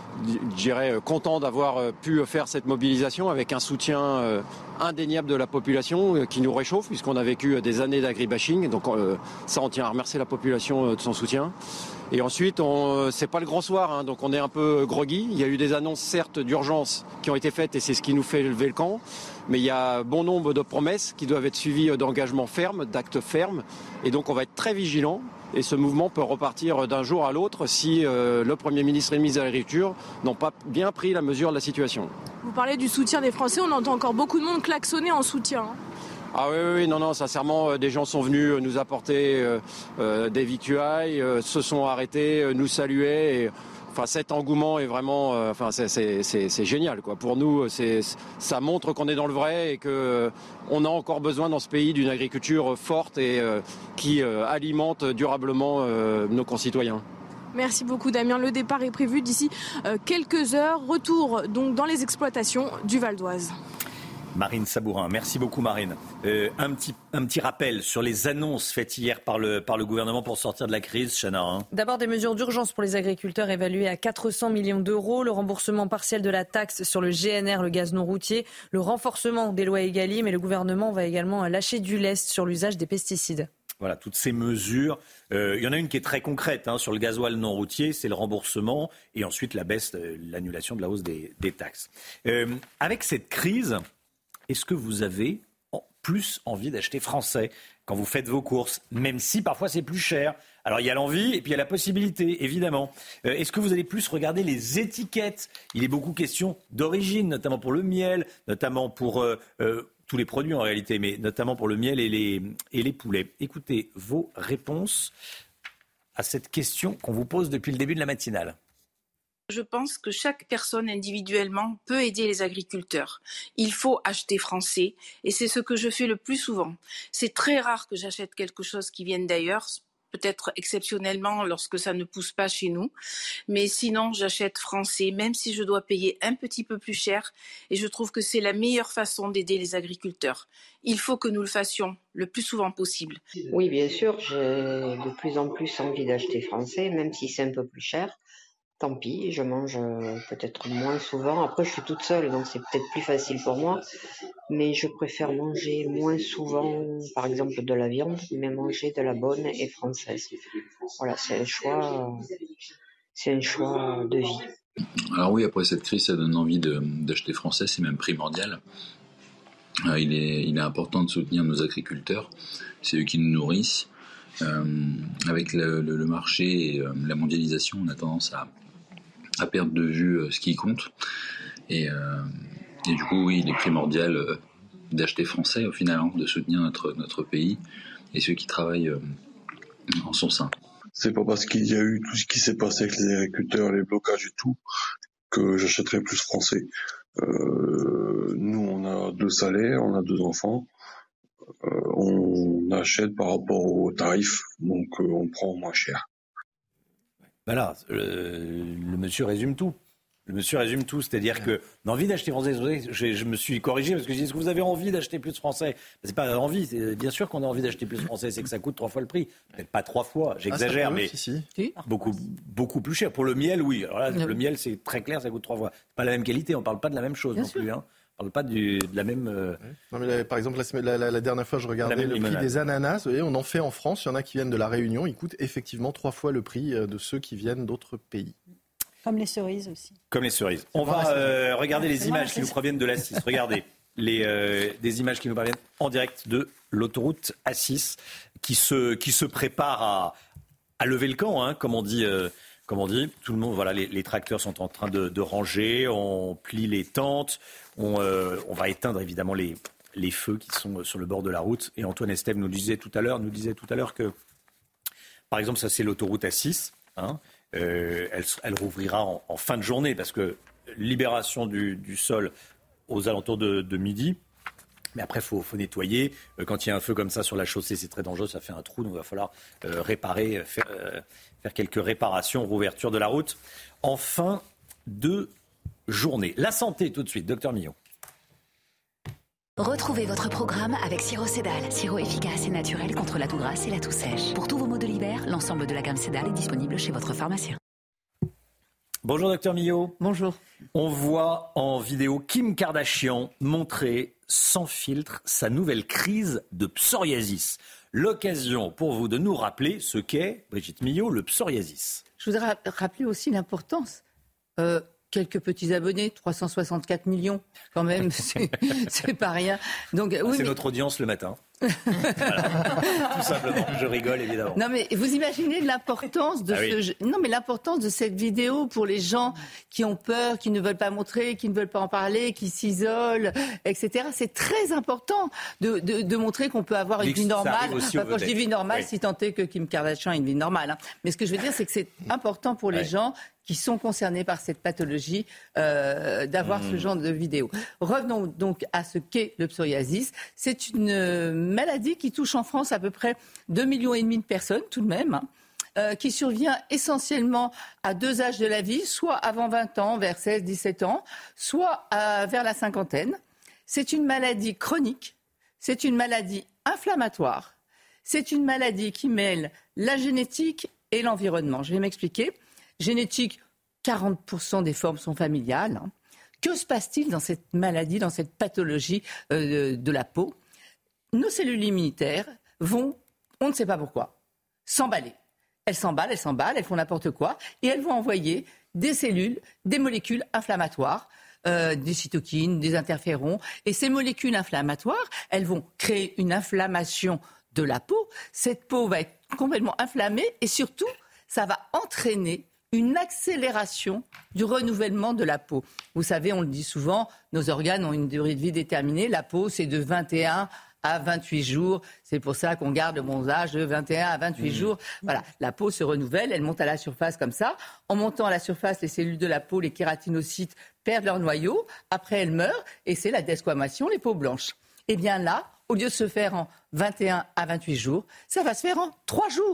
je dirais, content d'avoir pu faire cette mobilisation avec un soutien indéniable de la population qui nous réchauffe puisqu'on a vécu des années d'agribashing. Donc ça, on tient à remercier la population de son soutien. Et ensuite, on, c'est pas le grand soir, hein, donc on est un peu groggy. Il y a eu des annonces, certes, d'urgence qui ont été faites et c'est ce qui nous fait lever le camp. Mais il y a bon nombre de promesses qui doivent être suivies d'engagements fermes, d'actes fermes. Et donc on va être très vigilants. Et ce mouvement peut repartir d'un jour à l'autre si euh, le Premier ministre et le ministre de l'Agriculture n'ont pas bien pris la mesure de la situation. Vous parlez du soutien des Français, on entend encore beaucoup de monde klaxonner en soutien. Ah oui, oui, non, non, sincèrement, des gens sont venus nous apporter euh, euh, des victuailles, euh, se sont arrêtés, euh, nous saluaient. Et, enfin, cet engouement est vraiment, euh, enfin, c'est, c'est, c'est, c'est génial, quoi. Pour nous, c'est, ça montre qu'on est dans le vrai et que euh, on a encore besoin dans ce pays d'une agriculture forte et euh, qui euh, alimente durablement euh, nos concitoyens. Merci beaucoup Damien. Le départ est prévu d'ici euh, quelques heures. Retour donc dans les exploitations du Val d'Oise. Marine Sabourin, merci beaucoup Marine. Euh, un, petit, un petit rappel sur les annonces faites hier par le, par le gouvernement pour sortir de la crise, Chana. Hein. D'abord des mesures d'urgence pour les agriculteurs évaluées à quatre cents millions d'euros, le remboursement partiel de la taxe sur le G N R, le gaz non routier, le renforcement des lois Egalim et le gouvernement va également lâcher du lest sur l'usage des pesticides. Voilà, toutes ces mesures. Euh, il y en a une qui est très concrète hein, sur le gasoil non routier, c'est le remboursement et ensuite la baisse, euh, l'annulation de la hausse des, des taxes. Euh, avec cette crise, est-ce que vous avez plus envie d'acheter français quand vous faites vos courses, même si parfois c'est plus cher ? Alors il y a l'envie et puis il y a la possibilité, évidemment. Euh, est-ce que vous allez plus regarder les étiquettes ? Il est beaucoup question d'origine, notamment pour le miel, notamment pour euh, euh, tous les produits en réalité, mais notamment pour le miel et les, et les poulets. Écoutez vos réponses à cette question qu'on vous pose depuis le début de la matinale. Je pense que chaque personne individuellement peut aider les agriculteurs. Il faut acheter français et c'est ce que je fais le plus souvent. C'est très rare que j'achète quelque chose qui vienne d'ailleurs peut-être exceptionnellement lorsque ça ne pousse pas chez nous. Mais sinon, j'achète français, même si je dois payer un petit peu plus cher. Et je trouve que c'est la meilleure façon d'aider les agriculteurs. Il faut que nous le fassions le plus souvent possible. Oui, bien sûr, j'ai de plus en plus envie d'acheter français, même si c'est un peu plus cher. Tant pis, je mange peut-être moins souvent. Après, je suis toute seule, donc c'est peut-être plus facile pour moi. Mais je préfère manger moins souvent, par exemple, de la viande, mais manger de la bonne et française. Voilà, c'est un choix, c'est un choix de vie. Alors oui, après cette crise, ça donne envie de, d'acheter français, c'est même primordial. Euh, il est, il est important de soutenir nos agriculteurs, c'est eux qui nous nourrissent. Euh, avec le, le, le marché et euh, la mondialisation, on a tendance à à perdre de vue euh, ce qui compte. Et, euh, et du coup, oui, il est primordial euh, d'acheter français au final, hein, de soutenir notre, notre pays et ceux qui travaillent euh, en son sein. C'est pas parce qu'il y a eu tout ce qui s'est passé avec les agriculteurs, les blocages et tout, que j'achèterai plus français. Euh, nous, on a deux salaires, on a deux enfants. Euh, on achète par rapport aux tarifs, donc euh, on prend moins cher. Voilà, le, le monsieur résume tout. Le monsieur résume tout, c'est-à-dire que on a envie d'acheter français. Je, je me suis corrigé parce que je dis, est-ce que vous avez envie d'acheter plus français ? C'est pas envie, c'est bien sûr qu'on a envie d'acheter plus français, c'est que ça coûte trois fois le prix. Peut-être pas trois fois, j'exagère, ah, mais si, si. beaucoup beaucoup plus cher. Pour le miel, oui. Alors là, le miel, c'est très clair, ça coûte trois fois. C'est pas la même qualité, on parle pas de la même chose bien non sûr. plus. Hein. On parle pas du, de la même. Euh... Non mais là, par exemple, la, la, la, la dernière fois, je regardais le prix des ananas. Vous voyez, on en fait en France. Il y en a qui viennent de la Réunion. Ils coûtent effectivement trois fois le prix de ceux qui viennent d'autres pays. Comme les cerises aussi. Comme les cerises. On va euh, regarder les images qui nous proviennent de l'A six. Regardez les euh, des images qui nous parviennent en direct de l'autoroute A six qui se qui se prépare à à lever le camp, hein, comme on dit. Euh, Comme on dit, tout le monde, voilà, les, les tracteurs sont en train de, de ranger, on plie les tentes, on, euh, on va éteindre évidemment les, les feux qui sont sur le bord de la route. Et Antoine Estève nous disait tout à l'heure, nous disait tout à l'heure que, par exemple, ça c'est l'autoroute A six, hein, euh, elle, elle rouvrira en, en fin de journée parce que libération du, du sol aux alentours de, de midi. Mais après, il faut, faut nettoyer. Quand il y a un feu comme ça sur la chaussée, c'est très dangereux, ça fait un trou, donc il va falloir euh, réparer, faire, euh, faire quelques réparations, rouverture de la route en fin de journée. La santé, tout de suite, docteur Millot. Retrouvez votre programme avec Sirop Cédal. Sirop efficace et naturel contre la toux grasse et la toux sèche. Pour tous vos maux de l'hiver, l'ensemble de la gamme Cédal est disponible chez votre pharmacien. Bonjour docteur Millot. Bonjour. On voit en vidéo Kim Kardashian montrer sans filtre sa nouvelle crise de psoriasis. L'occasion pour vous de nous rappeler ce qu'est, Brigitte Millot, le psoriasis. Je voudrais rappeler aussi l'importance. Euh, quelques petits abonnés, trois cent soixante-quatre millions quand même, c'est, c'est pas rien. Donc, ah, oui, c'est mais... notre audience le matin. Voilà. Tout simplement, je rigole évidemment. Non mais vous imaginez l'importance de ah, ce oui. non mais l'importance de cette vidéo pour les gens qui ont peur, qui ne veulent pas montrer, qui ne veulent pas en parler, qui s'isolent, et cetera. C'est très important de, de, de montrer qu'on peut avoir une vie normale. Enfin, quand je dis vie normale, oui. si tant est que Kim Kardashian ait une vie normale. Hein. Mais ce que je veux dire, c'est que c'est important pour les ouais. gens qui sont concernés par cette pathologie euh, d'avoir mmh. ce genre de vidéo. Revenons donc à ce qu'est le psoriasis. C'est une maladie qui touche en France à peu près deux millions et demi de personnes tout de même, hein, euh, qui survient essentiellement à deux âges de la vie, soit avant vingt ans, vers seize dix-sept ans, soit à, vers la cinquantaine. C'est une maladie chronique, c'est une maladie inflammatoire, c'est une maladie qui mêle la génétique et l'environnement. Je vais m'expliquer. Génétique, quarante pour cent des formes sont familiales. Hein. Que se passe-t-il dans cette maladie, dans cette pathologie euh, de, de la peau ? Nos cellules immunitaires vont, on ne sait pas pourquoi, s'emballer. Elles s'emballent, elles s'emballent, elles font n'importe quoi, et elles vont envoyer des cellules, des molécules inflammatoires, euh, des cytokines, des interférons. Et ces molécules inflammatoires, elles vont créer une inflammation de la peau. Cette peau va être complètement inflammée et surtout, ça va entraîner une accélération du renouvellement de la peau. Vous savez, on le dit souvent, nos organes ont une durée de vie déterminée. La peau, c'est de vingt et un à vingt-huit jours. C'est pour ça qu'on garde le bon âge de vingt et un à vingt-huit mmh. jours. Voilà, la peau se renouvelle, elle monte à la surface comme ça. En montant à la surface, les cellules de la peau, les kératinocytes, perdent leur noyau. Après, elles meurent et c'est la desquamation, les peaux blanches. Eh bien là, au lieu de se faire en vingt et un à vingt-huit jours, ça va se faire en trois jours.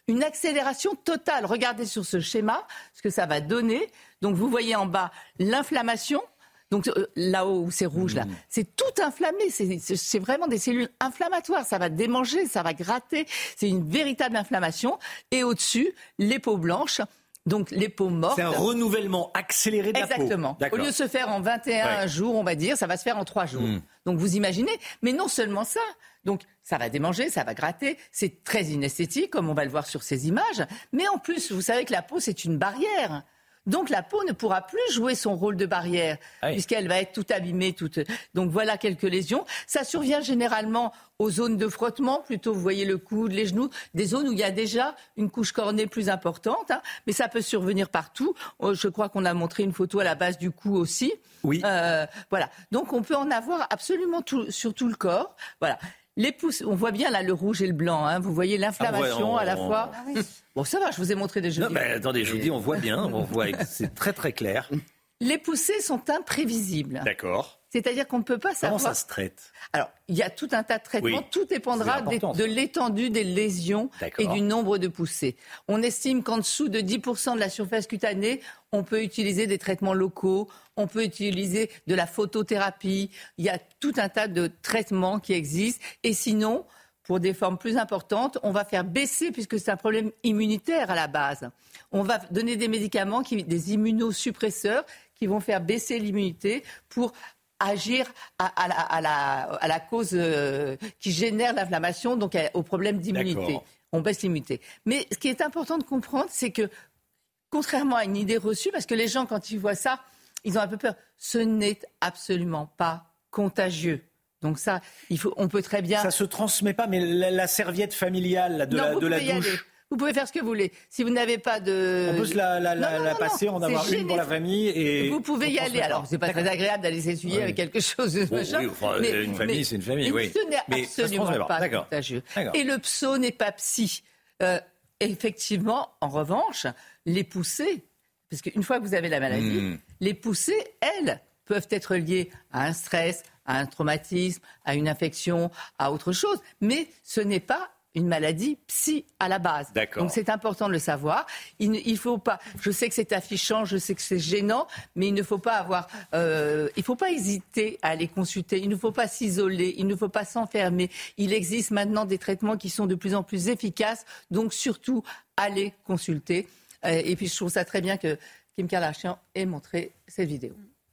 une accélération totale. Regardez sur ce schéma ce que ça va donner. Donc vous voyez en bas l'inflammation. Donc euh, là-haut où c'est rouge, là, mmh. c'est tout inflammé. C'est, c'est, c'est vraiment des cellules inflammatoires. Ça va démanger, ça va gratter. C'est une véritable inflammation. Et au-dessus, les peaux blanches. Donc les peaux mortes. C'est un renouvellement accéléré de la peau. Exactement. Au lieu de se faire en vingt et un ouais. jours, on va dire, ça va se faire en trois jours. Mmh. Donc vous imaginez. Mais non seulement ça. Donc ça va démanger, ça va gratter. C'est très inesthétique, comme on va le voir sur ces images. Mais en plus, vous savez que la peau, c'est une barrière. Donc la peau ne pourra plus jouer son rôle de barrière, ah oui. puisqu'elle va être toute abîmée. Toute... Donc voilà quelques lésions. Ça survient généralement aux zones de frottement, plutôt vous voyez le coude, les genoux, des zones où il y a déjà une couche cornée plus importante, hein, mais ça peut survenir partout. Je crois qu'on a montré une photo à la base du cou aussi. Oui. Euh, voilà. Donc on peut en avoir absolument tout, sur tout le corps. Voilà. Les pouces, on voit bien là le rouge et le blanc. Hein. Vous voyez l'inflammation ah ouais, on, à la on... fois. Ah oui. Bon, ça va, je vous ai montré des jeux. Non, mais attendez, je vous dis, on voit bien, on voit, c'est très très clair. Les poussées sont imprévisibles. D'accord. C'est-à-dire qu'on ne peut pas savoir. Comment ça se traite ? Alors, il y a tout un tas de traitements. Oui. Tout dépendra des, de l'étendue des lésions D'accord. et du nombre de poussées. On estime qu'en dessous de dix pour cent de la surface cutanée, on peut utiliser des traitements locaux, on peut utiliser de la photothérapie. Il y a tout un tas de traitements qui existent. Et sinon, pour des formes plus importantes, on va faire baisser, puisque c'est un problème immunitaire à la base. On va donner des médicaments, qui, des immunosuppresseurs, qui vont faire baisser l'immunité pour agir à, à, la, à, la, à la cause euh, qui génère l'inflammation, donc à, au problème d'immunité. D'accord. On baisse l'immunité. Mais ce qui est important de comprendre, c'est que, contrairement à une idée reçue, parce que les gens, quand ils voient ça, ils ont un peu peur, ce n'est absolument pas contagieux. Donc ça, il faut, on peut très bien... Ça se transmet pas, mais la, la serviette familiale de non, la, de la douche... Aller. Vous pouvez faire ce que vous voulez. Si vous n'avez pas de... On peut se la, la, non, non, la non, passer, non, en avoir une géné... pour la famille et... Vous pouvez y aller. Alors, c'est pas D'accord. très agréable d'aller s'essuyer oui. avec quelque chose de bon, machin. Oui, enfin, mais, une famille, mais, c'est une famille, oui. Ce n'est mais absolument pas, pas contagieux. Et le pso n'est pas psy. Euh, effectivement, en revanche, les poussées, parce qu'une fois que vous avez la maladie, mmh. les poussées, elles, peuvent être liées à un stress, à un traumatisme, à une infection, à autre chose. Mais ce n'est pas une maladie psy à la base. D'accord. Donc c'est important de le savoir. Il ne il faut pas. Je sais que c'est affichant, je sais que c'est gênant, mais il ne faut pas avoir. Euh, il ne faut pas hésiter à aller consulter. Il ne faut pas s'isoler. Il ne faut pas s'enfermer. Il existe maintenant des traitements qui sont de plus en plus efficaces. Donc surtout, allez consulter. Euh, et puis je trouve ça très bien que Kim Kardashian ait montré cette vidéo.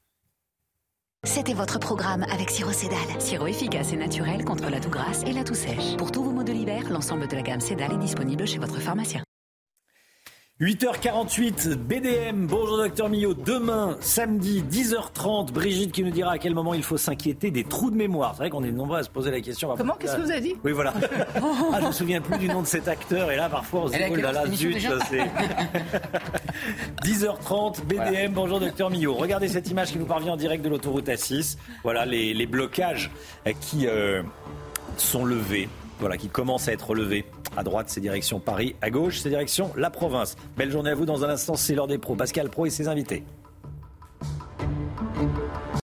C'était votre programme avec Sirop Cédal. Sirop efficace et naturel contre la toux grasse et la toux sèche. Pour tous vos maux de l'hiver, l'ensemble de la gamme Cédal est disponible chez votre pharmacien. huit heures quarante-huit, B D M, bonjour docteur Millot. Demain, samedi, dix heures trente, Brigitte qui nous dira à quel moment il faut s'inquiéter des trous de mémoire. C'est vrai qu'on est nombreux à se poser la question. Comment ? Qu'est-ce que vous avez dit ? Oui, voilà. Ah, je me souviens plus du nom de cet acteur et là, parfois, on se dit, oh là là, zut, ça c'est... dix heures trente, B D M, voilà. Bonjour docteur Millot. Regardez cette image qui nous parvient en direct de l'autoroute A six. Voilà les, les blocages qui euh, sont levés. Voilà, qui commence à être levé. À droite, c'est direction Paris. À gauche, c'est direction la province. Belle journée à vous. Dans un instant, c'est l'heure des pros. Pascal Pro et ses invités.